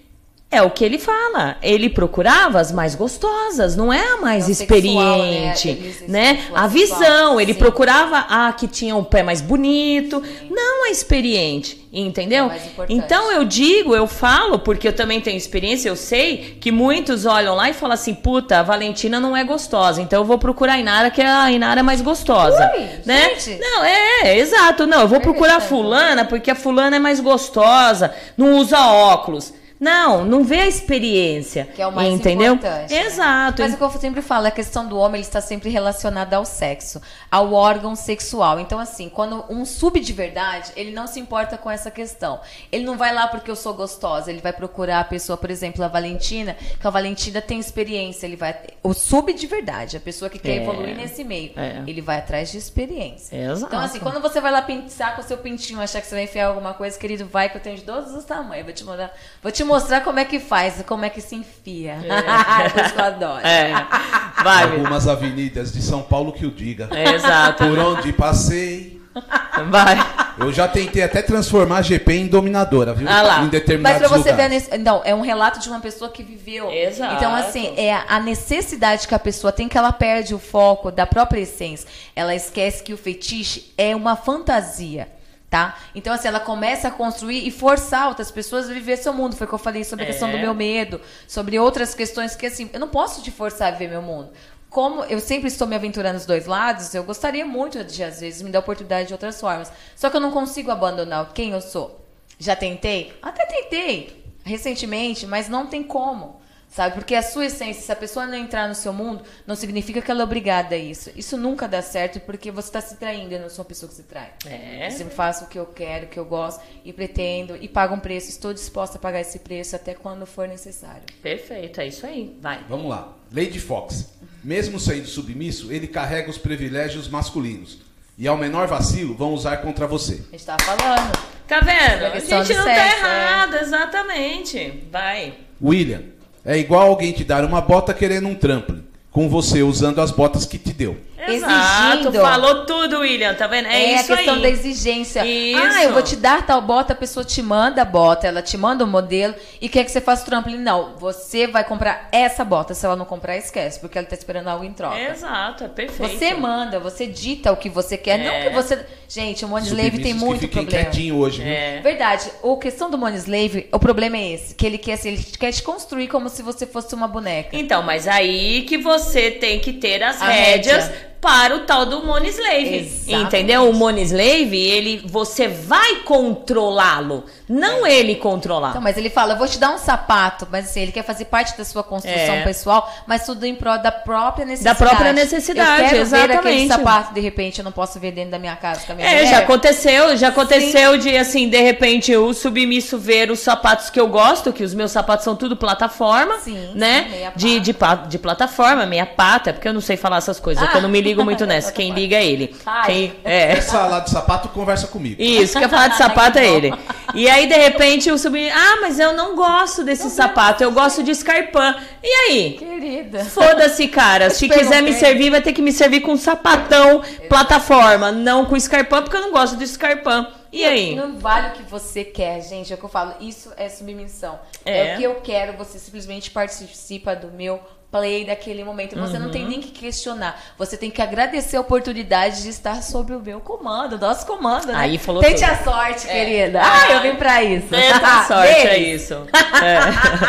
S6: É o que ele fala. Ele procurava as mais gostosas, não é a mais
S8: É o
S6: experiente,
S8: sexual,
S6: né?
S8: né?
S6: A visão. Ele
S8: Sim.
S6: procurava a que tinha um pé mais bonito, não a experiente, entendeu?
S8: É mais importante.
S6: Então eu digo, eu falo, porque eu também tenho experiência, eu sei que muitos olham lá e falam assim, puta, a Valentina não é gostosa, então eu vou procurar a Inara, que a Inara é mais gostosa,
S8: Ui,
S6: né?
S8: gente.
S6: Não, é, é, exato, não, eu vou procurar a fulana, porque a fulana é mais gostosa, não usa óculos. Não, não vê a experiência.
S8: Que é o mais
S6: entendeu?
S8: importante. né?
S6: Exato.
S8: Mas o que eu sempre falo, a questão do homem, ele está sempre relacionado ao sexo, ao órgão sexual. Então, assim, quando um sub de verdade, ele não se importa com essa questão. Ele não vai lá porque eu sou gostosa, ele vai procurar a pessoa, por exemplo, a Valentina, que a Valentina tem experiência, ele vai... O sub de verdade, a pessoa que quer
S6: É.
S8: evoluir nesse meio,
S6: É.
S8: ele vai atrás de experiência.
S6: Exato.
S8: Então, assim, quando você vai lá pensar com o seu pintinho, achar que você vai enfiar alguma coisa, querido, vai que eu tenho de todos os tamanhos. Vou te mostrar, vou te mostrar como é que faz, como é que se enfia. É. Por isso que eu adoro.
S6: É. Vai, meu.
S7: Algumas avenidas de São Paulo que o diga.
S6: É, exato.
S7: Por onde passei.
S6: Vai.
S7: Eu já tentei até transformar a G P em dominadora, viu?
S6: Ah lá.
S7: Em
S8: Mas
S7: determinados
S8: pra você ver, a
S7: lugares.
S8: nece- não, é um relato de uma pessoa que viveu.
S6: Exato.
S8: Então, assim, é a necessidade que a pessoa tem, que ela perde o foco da própria essência. Ela esquece que o fetiche é uma fantasia. Tá? Então, assim, ela começa a construir e forçar outras pessoas a viver seu mundo. Foi o que eu falei sobre a
S6: É.
S8: questão do meu medo, sobre outras questões que, assim, eu não posso te forçar a viver meu mundo. Como eu sempre estou me aventurando nos dois lados, eu gostaria muito de, às vezes, me dar oportunidade de outras formas. Só que eu não consigo abandonar quem eu sou. Já tentei? Até tentei, recentemente, mas não tem como. Sabe? Porque a sua essência, se a pessoa não entrar no seu mundo, não significa que ela é obrigada a isso. Isso nunca dá certo porque você está se traindo. Eu não sou uma pessoa que se trai.
S6: É.
S8: Eu sempre faço o que eu quero, o que eu gosto e pretendo e pago um preço. Estou disposta a pagar esse preço até quando for necessário.
S6: Perfeito, é isso aí. Vai.
S7: Vamos lá. Lady Fox. Mesmo sendo submisso, ele carrega os privilégios masculinos. E ao menor vacilo, vão usar contra você.
S8: A gente tava falando.
S6: Tá vendo?
S8: A
S6: A
S8: questão
S6: gente
S8: do
S6: não
S8: sexo,
S6: tá
S8: é.
S6: errado, exatamente. Vai.
S7: William. É igual alguém te dar uma bota querendo um trampolim. Com você usando as botas que te deu.
S6: Exato,
S8: Exigindo.
S6: falou tudo, William, tá vendo? É,
S8: É,
S6: isso
S8: a questão
S6: aí.
S8: da exigência.
S6: Isso.
S8: Ah, eu vou te dar tal bota, a pessoa te manda a bota, ela te manda o modelo e quer que você faça o trampolim. Não, você vai comprar essa bota. Se ela não comprar, esquece, porque ela tá esperando algo em troca.
S6: Exato, é perfeito.
S8: Você manda, você dita o que você quer,
S6: É.
S8: não que você... Gente, o Money Slave tem
S7: Submissos
S8: muito
S7: que fiquem
S8: problema.
S7: quietinho hoje, viu?
S6: É.
S8: Verdade. A questão do Money Slave, o problema é esse, que ele quer, assim, ele quer te construir como se você fosse uma boneca.
S6: Então, mas aí que você tem que ter as
S8: A
S6: rédeas
S8: rédea.
S6: para o tal do Money Slave.
S8: Exatamente.
S6: Entendeu? O Money Slave, ele, você vai controlá-lo, não ele controlar.
S8: Então, mas ele fala, eu vou te dar um sapato, mas assim, ele quer fazer parte da sua construção
S6: É.
S8: pessoal, mas tudo em prol da própria necessidade.
S6: própria necessidade,
S8: eu quero ver aquele
S6: exatamente.
S8: sapato, de repente, eu não posso ver dentro da minha casa com a minha
S6: É,
S8: mulher.
S6: já aconteceu, já aconteceu de, assim, de repente, o submisso ver os sapatos que eu gosto, que os meus sapatos são tudo plataforma,
S8: Sim,
S6: né?
S8: sim, meia
S6: de, de, pa- de plataforma, meia pata, porque eu não sei falar essas coisas, é que eu não me ligo muito nessa. Quem liga é ele.
S8: Ai.
S6: Quem, é.
S7: Essa lá de sapato conversa comigo.
S6: Isso, quer falar de sapato é ele. E aí, de repente, o submisso, ah, mas eu não gosto desse sapato, eu gosto de escarpã. E aí?
S8: Querida.
S6: Foda-se, cara. Se
S8: te
S6: quiser me
S8: perguntei.
S6: servir, vai ter que me servir com sapatão, plataforma, não com escarpão, porque eu não gosto de escarpão. E aí?
S8: Não vale o que você quer, gente. É o que eu falo. Isso é submissão.
S6: É.
S8: É, o que eu quero. Você simplesmente participa do meu play daquele momento. Você não tem nem que questionar. Você tem que agradecer a oportunidade de estar sob o meu comando, nosso comando, né?
S6: Aí falou
S8: Tente
S6: tudo.
S8: a sorte,
S6: É.
S8: querida. Ah, eu vim pra isso.
S6: Tenta a sorte, é
S8: Beijo.
S6: isso. É.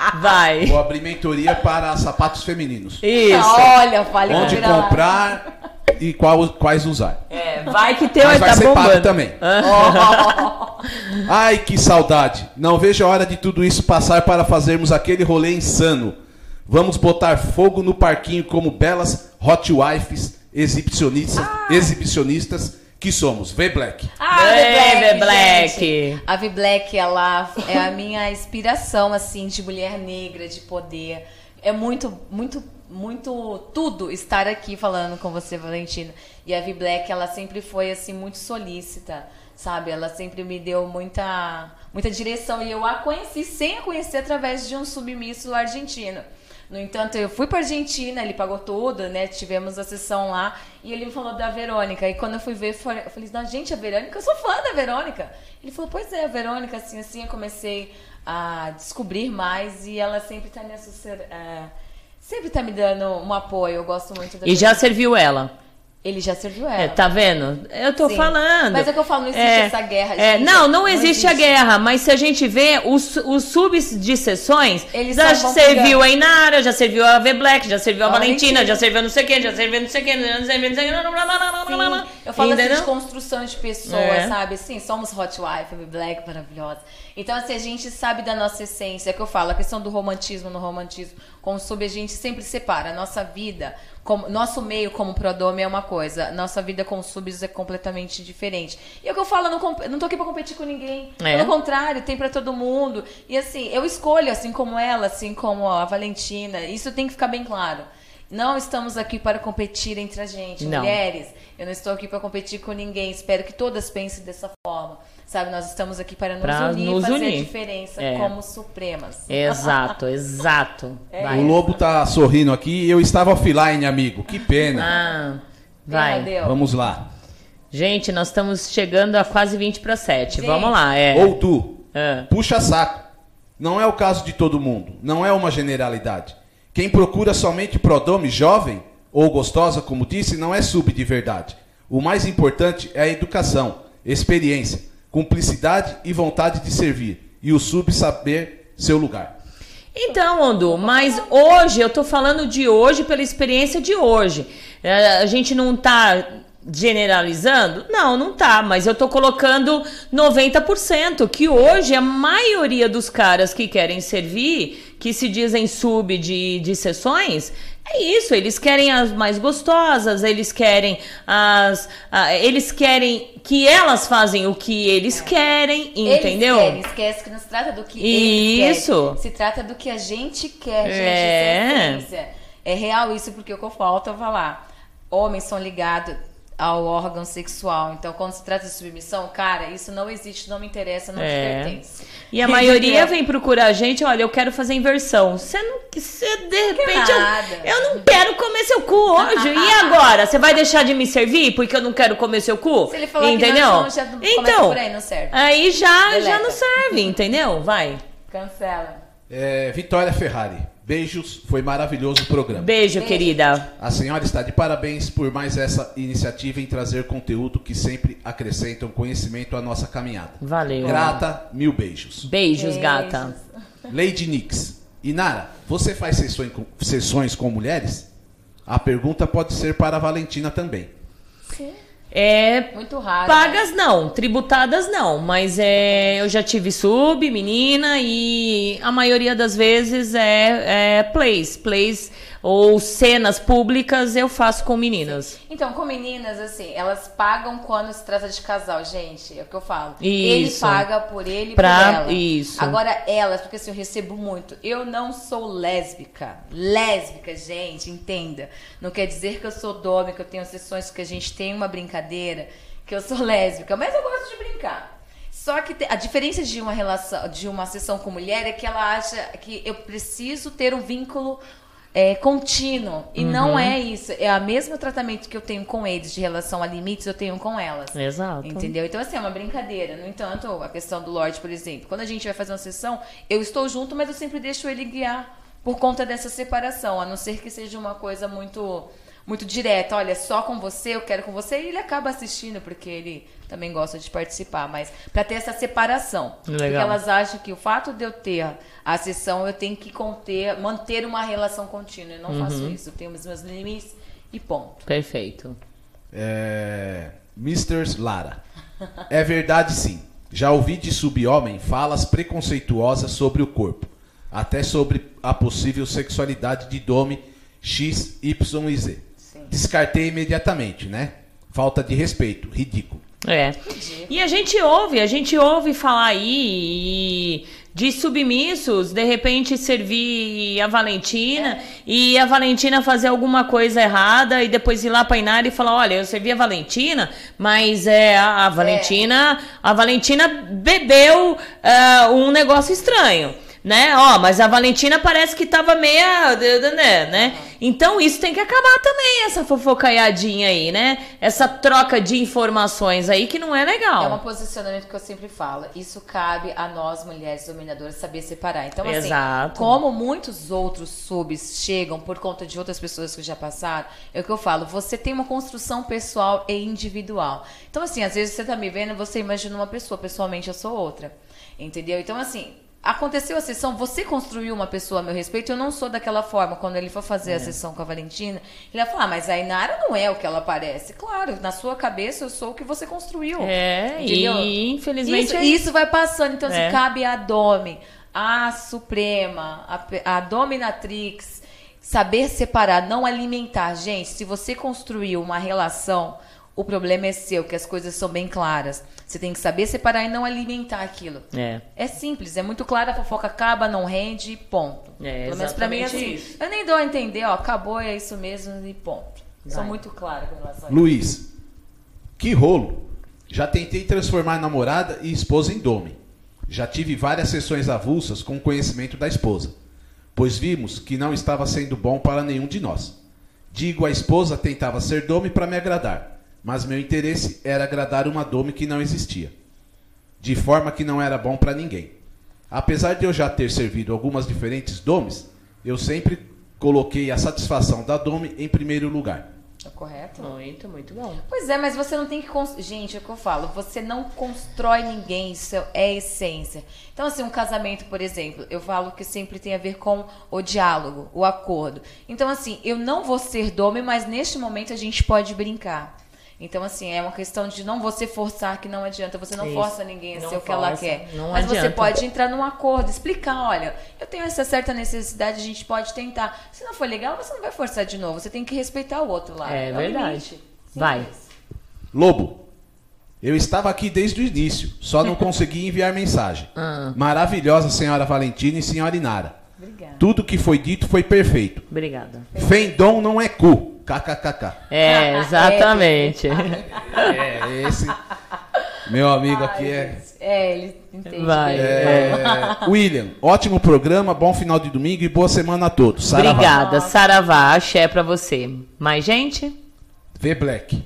S6: Vai.
S7: Vou abrir mentoria para sapatos femininos.
S6: Isso.
S8: Olha, falei
S7: Onde
S8: que vira
S7: comprar e qual, quais usar.
S6: É, vai que teu
S7: Mas vai
S6: tá
S7: ser
S6: bombando.
S7: pago também. Ai, que saudade. Não vejo a hora de tudo isso passar para fazermos aquele rolê insano. Vamos botar fogo no parquinho como belas hot wives exibicionistas,
S8: Ah.
S7: exibicionistas que somos. V-Black.
S8: Ah,
S6: Ei,
S8: V-Black,
S6: V-Black.
S8: gente. A V-Black, ela é a minha inspiração, assim, de mulher negra, de poder. É muito, muito, muito tudo estar aqui falando com você, Valentina. E a V-Black, ela sempre foi, assim, muito solícita, sabe? Ela sempre me deu muita, muita direção. E eu a conheci sem a conhecer através de um submisso argentino. No entanto, eu fui para Argentina, ele pagou tudo, né? Tivemos a sessão lá e ele me falou da Verônica. E quando eu fui ver, eu falei, não, gente, a Verônica, eu sou fã da Verônica. Ele falou, pois é, a Verônica, assim, assim, eu comecei a descobrir mais e ela sempre tá me associando, é, sempre tá me dando um apoio. Eu gosto muito da
S6: E já serviu ela.
S8: Ele já serviu ela.
S6: É, tá vendo? Eu tô
S8: Sim.
S6: falando.
S8: Mas é que eu falo, não existe
S6: É,
S8: essa guerra,
S6: é,
S8: gente.
S6: não, não,
S8: Não
S6: existe,
S8: existe.
S6: a guerra, mas se a gente vê os, os subs de sessões,
S8: Eles
S6: já
S8: só vão
S6: serviu
S8: pegando.
S6: a Inara, já serviu a V-Black, já serviu a,
S8: A
S6: Valentina,
S8: Valentina.
S6: já serviu não sei quem, já serviu não sei quem, já serviu não sei quem.
S8: Sim, eu falo assim
S6: Entendeu?
S8: de construção de pessoas,
S6: É.
S8: sabe? Sim, somos hot wife, Black, maravilhosa. Então, assim, a gente sabe da nossa essência, é que eu falo, a questão do romantismo no romantismo, com o sub, a gente sempre separa. A nossa vida, como, nosso meio como prodome é uma coisa, nossa vida com subs é completamente diferente. E é o que eu falo, eu não, comp- não tô aqui pra competir com ninguém.
S6: É.
S8: Pelo contrário, tem pra todo mundo. E assim, eu escolho, assim como ela, assim como a Valentina, isso tem que ficar bem claro. Não estamos aqui para competir entre a gente,
S6: Não.
S8: mulheres. Eu não estou aqui para competir com ninguém. Espero que todas pensem dessa forma. Sabe, nós estamos aqui para nos
S6: Pra
S8: unir e
S6: nos
S8: fazer
S6: unir.
S8: a diferença
S6: É.
S8: como supremas.
S6: Exato, exato. Vai.
S7: O Lobo tá sorrindo aqui e eu estava offline, amigo. Que pena.
S6: Ah, vai.
S8: Deu.
S7: Vamos lá.
S6: Gente, nós estamos chegando a quase vinte para sete.
S8: Gente.
S6: Vamos lá, é.
S7: Ou tu,
S6: É.
S7: puxa saco. Não é o caso de todo mundo. Não é uma generalidade. Quem procura somente prodome jovem ou gostosa, como disse, não é sub de verdade. O mais importante é a educação, experiência, cumplicidade e vontade de servir. E o sub saber seu lugar.
S6: Então, Andu, mas hoje, eu tô falando de hoje pela experiência de hoje. É, A gente não tá generalizando? Não, não tá, mas eu tô colocando noventa por cento, que hoje a maioria dos caras que querem servir, que se dizem sub de, de sessões, é isso, eles querem as mais gostosas, eles querem as... a- eles querem que elas fazem o que eles querem, entendeu?
S8: Eles querem, esquece que não se trata do que
S6: Isso.
S8: eles querem. Se trata do que a gente quer, gente.
S6: É.
S8: Essa é a essência. É real isso, porque o que eu falta é falar. Homens são ligados ao órgão sexual. Então, quando se trata de submissão, cara, isso não existe, não me interessa, não
S6: É.
S8: te pertence.
S6: E a maioria
S8: Entendeu?
S6: vem procurar a gente, olha, eu quero fazer inversão. Você não, você de repente, eu,
S8: nada.
S6: eu não quero comer seu cu hoje. E agora? Você vai deixar de me servir porque eu não quero comer seu cu?
S8: Se ele falar que
S6: entendeu?
S8: não, já começa
S6: Então,
S8: por aí, não serve.
S6: aí já,
S8: Deleta.
S6: já não serve, entendeu? Vai.
S8: Cancela.
S7: É, Vitória Ferrari, beijos, foi maravilhoso o programa.
S6: Beijo,
S8: Beijo.
S6: querida.
S7: A senhora está de parabéns por mais essa iniciativa em trazer conteúdo que sempre acrescentam conhecimento à nossa caminhada.
S6: Valeu.
S7: Grata, mil beijos.
S6: Beijos, gata.
S7: Lady Nix. Inara, você faz sessões com, sessões com mulheres? A pergunta pode ser para a Valentina também.
S8: Sim.
S6: É...
S8: Muito raro.
S6: Pagas
S8: né?
S6: não, tributadas não, mas é, eu já tive sub, menina, e a maioria das vezes é, é plays, plays ou cenas públicas eu faço com meninas.
S8: Então, com meninas, assim, elas pagam quando se trata de casal, gente. É o que eu falo. Ele
S6: Isso.
S8: paga por ele e
S6: Pra-
S8: por ela.
S6: isso.
S8: Agora, elas, porque assim, eu recebo muito. Eu não sou lésbica. Lésbica, gente, entenda. Não quer dizer que eu sou dome, que eu tenho sessões que a gente tem uma brincadeira, que eu sou lésbica. Mas eu gosto de brincar. Só que te- a diferença de uma relação, de uma sessão com mulher é que ela acha que eu preciso ter um vínculo é, contínuo. E não é isso. É o mesmo tratamento que eu tenho com eles de relação a limites, eu tenho com elas.
S6: Exato.
S8: Entendeu? Então, assim, é uma brincadeira. No entanto, a questão do Lorde, por exemplo, quando a gente vai fazer uma sessão, eu estou junto, mas eu sempre deixo ele guiar por conta dessa separação, a não ser que seja uma coisa muito muito direta, olha, só com você, eu quero com você, e ele acaba assistindo, porque ele também gosta de participar, mas para ter essa separação.
S6: Legal.
S8: Porque elas acham que o fato de eu ter a sessão, eu tenho que conter, manter uma relação contínua. Eu não uhum. faço isso, eu tenho os meus limites e ponto.
S6: Perfeito.
S7: É... mister Lara. É verdade, sim. Já ouvi de sub-homem falas preconceituosas sobre o corpo, até sobre a possível sexualidade de Domi X, Y e Z. Sim. Descartei imediatamente, né? Falta de respeito, ridículo.
S6: É. E a gente ouve, a gente ouve falar aí de submissos, de repente servir a Valentina é. e a Valentina fazer alguma coisa errada e depois ir lá pra Inara e falar, olha, eu servi a Valentina, mas é, a, a Valentina é. a Valentina bebeu uh, um negócio estranho. Né? Ó, mas a Valentina parece que tava meia, né, né? Então isso tem que acabar também, essa fofocaiadinha aí, né? Essa troca de informações aí que não é legal.
S8: É um posicionamento que eu sempre falo. Isso cabe a nós, mulheres dominadoras, saber separar. Então, assim,
S6: Exato.
S8: como muitos outros subs chegam por conta de outras pessoas que já passaram, é o que eu falo, você tem uma construção pessoal e individual. Então, assim, às vezes você tá me vendo, você imagina uma pessoa, pessoalmente eu sou outra. Entendeu? Então, assim... aconteceu a sessão, você construiu uma pessoa a meu respeito, eu não sou daquela forma. Quando ele for fazer é. a sessão com a Valentina, ele vai falar, ah, mas a Inara não é o que ela parece. Claro, na sua cabeça eu sou o que você construiu.
S6: É,
S8: entendeu?
S6: E infelizmente...
S8: Isso,
S6: é...
S8: isso vai passando, então
S6: é.
S8: se cabe a Domi, a Suprema, a, a Dominatrix, saber separar, não alimentar. Gente, se você construiu uma relação... o problema é seu, que as coisas são bem claras. Você tem que saber separar e não alimentar aquilo. É, é simples, é muito claro, a fofoca acaba, não rende, ponto.
S6: É,
S8: pelo menos pra mim é assim. Isso. Eu nem dou a entender, ó, acabou, é isso mesmo e ponto. Vai. Sou muito clara com relação a isso.
S7: Luiz, que rolo. Já tentei transformar namorada e esposa em Domi. Já tive várias sessões avulsas com conhecimento da esposa, pois vimos que não estava sendo bom para nenhum de nós. Digo, a esposa tentava ser Domi para me agradar, mas meu interesse era agradar uma Domi que não existia, de forma que não era bom para ninguém. Apesar de eu já ter servido algumas diferentes Domis, eu sempre coloquei a satisfação da Domi em primeiro lugar.
S8: É correto?
S6: Muito, muito bom.
S8: Pois é, mas você não tem que... Cons... Gente, é o que eu falo, você não constrói ninguém, isso é essência. Então, assim, um casamento, por exemplo, eu falo que sempre tem a ver com o diálogo, o acordo. Então, assim, eu não vou ser Domi, mas neste momento a gente pode brincar. Então, assim, é uma questão de não você forçar, que não adianta. Você não Isso. força ninguém a ser o que ela quer. Mas adianta. Você pode entrar num acordo, explicar, olha, eu tenho essa certa necessidade, a gente pode tentar. Se não for legal, você não vai forçar de novo. Você tem que respeitar o outro lado.
S6: É, é verdade. Vai.
S7: Lobo, eu estava aqui desde o início, só não consegui enviar mensagem. Ah. Maravilhosa senhora Valentina e senhora Inara. Obrigada. Tudo que foi dito foi perfeito.
S6: Obrigada.
S7: Fendom não é cu. K K K K.
S6: É, exatamente.
S7: É, esse meu amigo aqui é...
S8: É, ele entende.
S6: Vai.
S7: É, William, ótimo programa, bom final de domingo e boa semana a todos.
S6: Saravá. Obrigada, Saravá, axé pra você. Mais gente?
S7: V Black.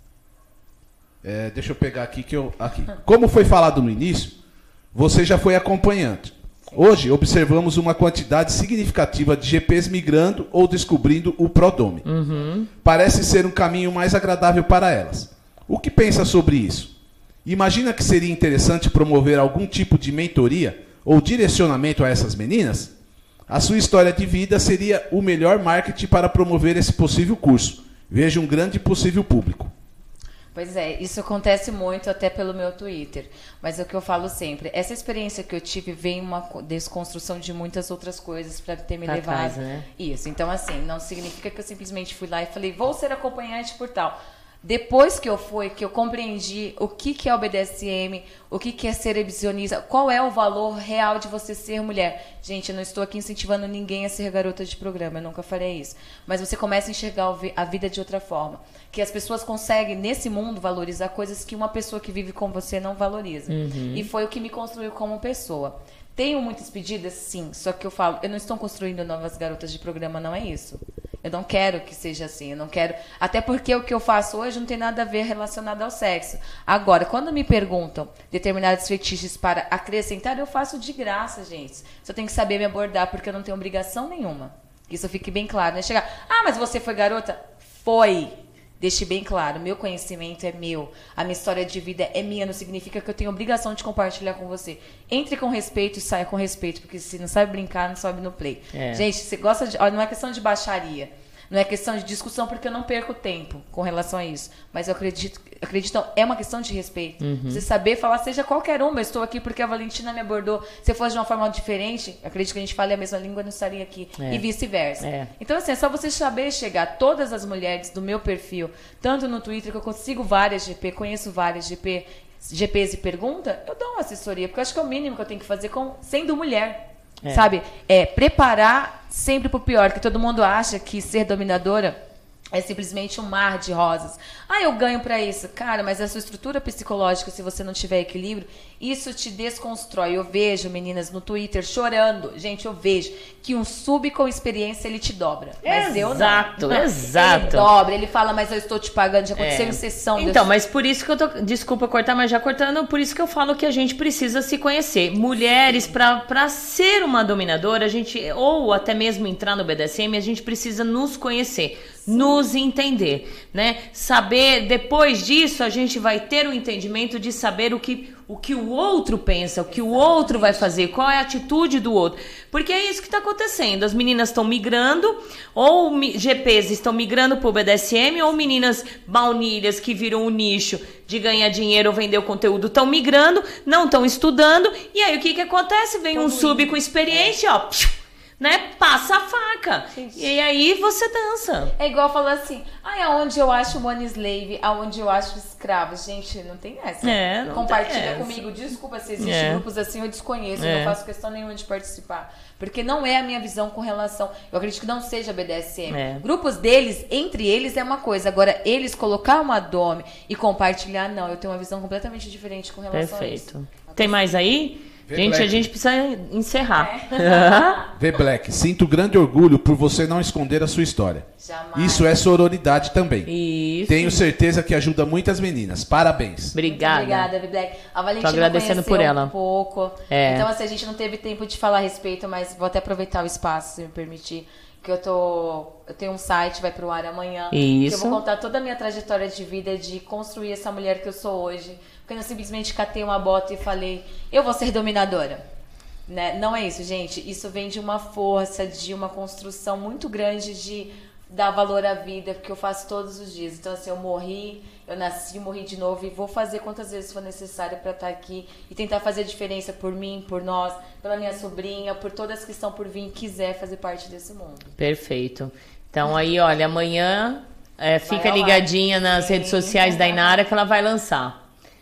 S7: É, deixa eu pegar aqui que eu... Aqui. Como foi falado no início, você já foi acompanhante. Hoje observamos uma quantidade significativa de G Ps migrando ou descobrindo o Prodome.
S6: Uhum.
S7: Parece ser um caminho mais agradável para elas. O que pensa sobre isso? Imagina que seria interessante promover algum tipo de mentoria ou direcionamento a essas meninas? A sua história de vida seria o melhor marketing para promover esse possível curso. Veja um grande possível público.
S8: Pois é, isso acontece muito até pelo meu Twitter. Mas é o que eu falo sempre. Essa experiência que eu tive vem uma desconstrução de muitas outras coisas para ter me pra levado.
S6: Casa, né?
S8: Isso. Então, assim, não significa que eu simplesmente fui lá e falei, vou ser acompanhante por tal. Depois que eu fui, que eu compreendi o que, que é o B D S M, o que, que é ser exibicionista, qual é o valor real de você ser mulher. Gente, eu não estou aqui incentivando ninguém a ser garota de programa, eu nunca farei isso. Mas você começa a enxergar a vida de outra forma. Que as pessoas conseguem, nesse mundo, valorizar coisas que uma pessoa que vive com você não valoriza.
S6: Uhum.
S8: E foi o que me construiu como pessoa. Tenho muitas pedidas? Sim. Só que eu falo, eu não estou construindo novas garotas de programa, não é isso. Eu não quero que seja assim, eu não quero... Até porque o que eu faço hoje não tem nada a ver relacionado ao sexo. Agora, quando me perguntam determinados fetiches para acrescentar, eu faço de graça, gente. Só tenho que saber me abordar, porque eu não tenho obrigação nenhuma. Isso fique bem claro, né? Chegar, ah, mas você foi garota? foi. Deixe bem claro, meu conhecimento é meu, a minha história de vida é minha, não significa que eu tenho obrigação de compartilhar com você. Entre com respeito e saia com respeito, porque se não sabe brincar, não sobe no play. É. Gente, você gosta de... Não é questão de baixaria, não é questão de discussão, porque eu não perco tempo com relação a isso. Mas eu acredito, acredito é uma questão de respeito. Uhum. Você saber falar, seja qualquer uma, eu estou aqui porque a Valentina me abordou. Se fosse de uma forma diferente, acredito que a gente fale a mesma língua, eu não estaria aqui. É. E vice-versa. É. Então, assim, é só você saber chegar. Todas as mulheres do meu perfil, tanto no Twitter, que eu consigo várias G P, conheço várias G P, G Ps e pergunta, eu dou uma assessoria, porque eu acho que é o mínimo que eu tenho que fazer com, sendo mulher. É. Sabe? É preparar sempre pro pior, que todo mundo acha que ser dominadora é simplesmente um mar de rosas. Ah, eu ganho pra isso. Cara, mas a sua estrutura psicológica, se você não tiver equilíbrio, isso te desconstrói. Eu vejo meninas no Twitter chorando. Gente, eu vejo que um sub com experiência, ele te dobra. Mas eu não.
S6: Exato, exato.
S8: Ele dobra, ele fala, mas eu estou te pagando, já aconteceu
S6: é.
S8: em sessão.
S6: Então,
S8: Deus...
S6: mas por isso que eu tô... Desculpa cortar, mas já cortando, por isso que eu falo que a gente precisa se conhecer. Mulheres, pra, pra ser uma dominadora, a gente, ou até mesmo entrar no B D S M, a gente precisa nos conhecer. Nos entender, né? Saber, depois disso, a gente vai ter um entendimento de saber o que, o que o outro pensa, o que o outro vai fazer, qual é a atitude do outro. Porque é isso que está acontecendo. As meninas estão migrando, ou G Ps estão migrando para o B D S M, ou meninas baunilhas que viram o nicho de ganhar dinheiro ou vender o conteúdo estão migrando, não estão estudando, e aí o que, que acontece? Vem um sub com experiência, ó... Né? Passa a faca. Gente. E aí você dança.
S8: É igual falar assim, ai, aonde eu acho money slave, aonde eu acho escravo. Gente, não tem essa.
S6: É, não
S8: Compartilha
S6: tem
S8: comigo.
S6: essa.
S8: Desculpa se existem é. grupos assim, eu desconheço. É. Eu não faço questão nenhuma de participar. Porque não é a minha visão com relação... Eu acredito que não seja B D S M. É. Grupos deles, entre eles, é uma coisa. Agora, eles colocar uma dome e compartilhar, não. Eu tenho uma visão completamente diferente com relação
S6: Perfeito.
S8: a isso.
S6: Tem mais aí?
S7: V
S6: gente,
S7: Black.
S6: A gente precisa encerrar.
S8: É.
S7: V Black, sinto grande orgulho por você não esconder a sua história.
S8: Jamais.
S7: Isso é sororidade também.
S6: Isso.
S7: Tenho certeza que ajuda muitas meninas. Parabéns.
S6: Obrigada.
S8: Muito obrigada, V Black. A Valentina
S6: Tô agradecendo por ela.
S8: um pouco.
S6: É.
S8: Então, assim, a gente não teve tempo de falar a respeito, mas vou até aproveitar o espaço, se me permitir. Que eu tô. Eu tenho um site, vai pro ar amanhã.
S6: Isso.
S8: Que eu vou contar toda a minha trajetória de vida de construir essa mulher que eu sou hoje. Porque eu não simplesmente catei uma bota e falei, eu vou ser dominadora. Né? Não é isso, gente. Isso vem de uma força, de uma construção muito grande de dar valor à vida, porque eu faço todos os dias. Então, assim, eu morri, eu nasci, morri de novo e vou fazer quantas vezes for necessário para estar aqui e tentar fazer a diferença por mim, por nós, pela minha sobrinha, por todas que estão por vir e quiser fazer parte desse mundo.
S6: Perfeito. Então, aí, olha, amanhã é, fica ligadinha nas Sim. redes sociais da Inara que ela vai lançar.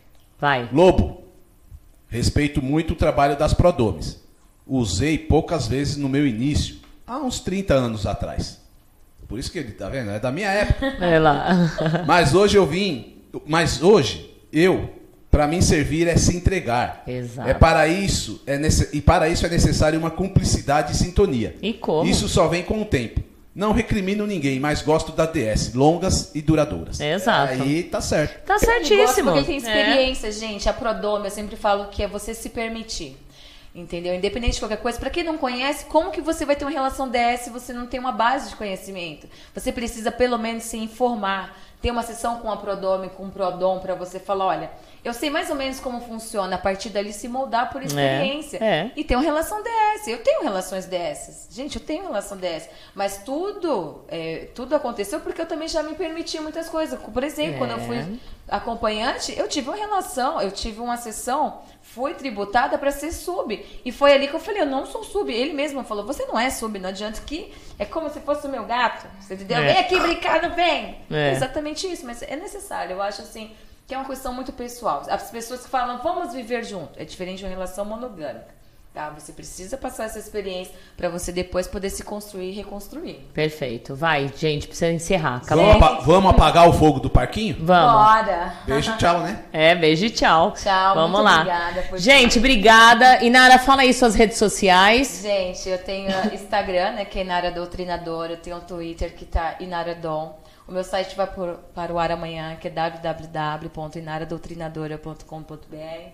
S6: Vai.
S7: Lobo, respeito muito o trabalho das Prodomes. Usei poucas vezes no meu início, há uns trinta anos atrás. Por isso que ele, tá vendo? É da minha época.
S6: É lá.
S7: Mas hoje eu vim, mas hoje, eu, para mim servir é se entregar.
S6: Exato.
S7: É para isso, é nesse, e para isso é necessário uma cumplicidade e sintonia.
S6: E como?
S7: Isso só vem com o tempo. Não recrimino ninguém, mas gosto da D S, longas e duradouras.
S6: Exato.
S7: Aí tá certo.
S6: Tá certíssimo.
S8: Porque tem experiência, é. gente. A Prodome, eu sempre falo que é você se permitir. Entendeu? Independente de qualquer coisa. Pra quem não conhece, como que você vai ter uma relação D S se você não tem uma base de conhecimento? Você precisa pelo menos se informar. Ter uma sessão com a Prodome, com o Prodom, pra você falar, olha, eu sei mais ou menos como funciona, a partir dali se moldar por experiência. É, é. E ter uma relação D S. Eu tenho relações D S. Gente, eu tenho relação D S. Mas tudo, é, tudo aconteceu porque eu também já me permiti muitas coisas. Por exemplo, é. quando eu fui acompanhante, eu tive uma relação, eu tive uma sessão, fui tributada para ser sub. E foi ali que eu falei, eu não sou sub. Ele mesmo falou, você não é sub, não adianta que... É como se fosse o meu gato. Você entendeu? É. Vem aqui brincar, não vem. É. É exatamente isso, mas é necessário. Eu acho assim... que é uma questão muito pessoal. As pessoas que falam, vamos viver junto, é diferente de uma relação monogâmica. Tá? Você precisa passar essa experiência para você depois poder se construir e reconstruir.
S6: Perfeito. Vai, gente, precisa encerrar.
S7: Vamos, apa vamos apagar o fogo do parquinho?
S6: Vamos.
S8: Bora.
S7: Beijo, tchau, né?
S6: É, beijo e tchau.
S8: Tchau,
S6: vamos
S8: muito
S6: lá.
S8: Obrigada por
S6: gente, tudo. Obrigada. Inara, fala aí suas redes sociais.
S8: Gente, eu tenho Instagram, né, que é Inara Doutrinadora, eu tenho o Twitter, que tá Inara Dom. O meu site vai por, para o ar amanhã, que é w w w ponto inara doutrinadora ponto com ponto b r.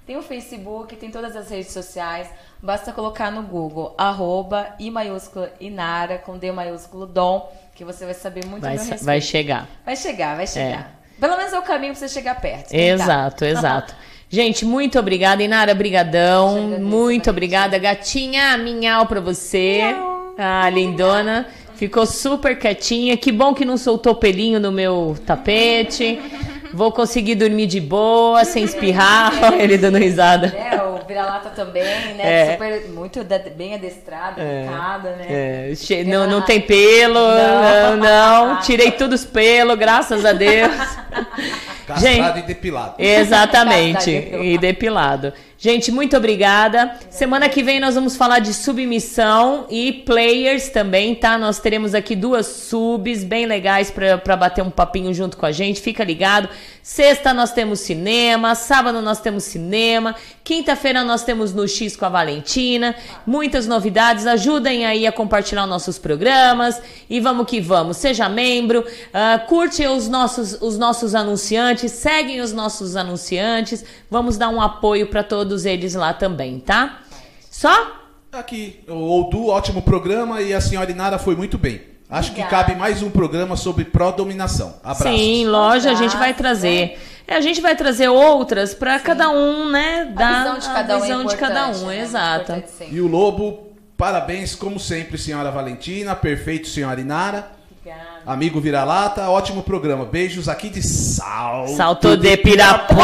S8: Tem o Facebook, tem todas as redes sociais. Basta colocar no Google, arroba, I maiúsculo Inara, com D maiúsculo Dom, que você vai saber muito
S6: vai,
S8: a meu respeito.
S6: vai chegar.
S8: Vai chegar, vai chegar. É. Pelo menos é o caminho pra você chegar perto.
S6: Exato, exato. Gente, muito obrigada, Inara, brigadão. Muito obrigada, gatinha, minhau pra você. Miau. Ah, lindona. Ficou super quietinha. Que bom que não soltou pelinho no meu tapete. Vou conseguir dormir de boa, sem espirrar. Olha ele dando risada.
S8: É, o vira-lata também, né? É. Super, muito bem adestrado, é. educada, né? É.
S6: Che- não, não tem pelo, não, não. não. Tirei todos os pelos, graças a Deus.
S7: Castrado Gente, e depilado.
S6: Exatamente, e depilado. Gente, muito obrigada. Semana que vem nós vamos falar de submissão e players também, tá? Nós teremos aqui duas subs bem legais pra, pra bater um papinho junto com a gente. Fica ligado. Sexta nós temos cinema, sábado nós temos cinema, quinta-feira nós temos no X com a Valentina. Muitas novidades. Ajudem aí a compartilhar nossos programas e vamos que vamos. Seja membro, uh, curte os nossos, os nossos anunciantes, seguem os nossos anunciantes. Vamos dar um apoio para todos todos eles lá também, tá? Só?
S7: Aqui, o Oldu, ótimo programa e a senhora Inara foi muito bem. Acho Obrigada. que cabe mais um programa sobre pró-dominação. Abraço.
S6: Sim, loja, a gente vai trazer. É, a gente vai trazer outras para cada um, né?
S8: Da a visão de cada um,
S6: visão
S8: é
S6: de cada um,
S8: né?
S6: exato.
S7: E o Lobo, parabéns, como sempre, senhora Valentina. Perfeito, senhora Inara. Obrigada. Amigo Vira-Lata, ótimo programa. Beijos aqui de Salto,
S6: Salto de Pirapora!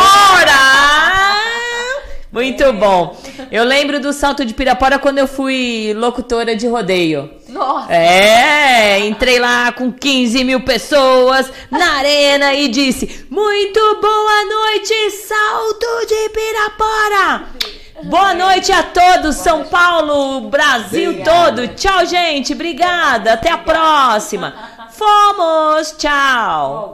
S6: Muito bom. Eu lembro do Salto de Pirapora quando eu fui locutora de rodeio.
S8: Nossa!
S6: É, entrei lá com quinze mil pessoas na arena e disse: muito boa noite, Salto de Pirapora! Boa noite a todos, São Paulo, Brasil Obrigada. todo. Tchau, gente. Obrigada. Até a próxima. Fomos. Tchau.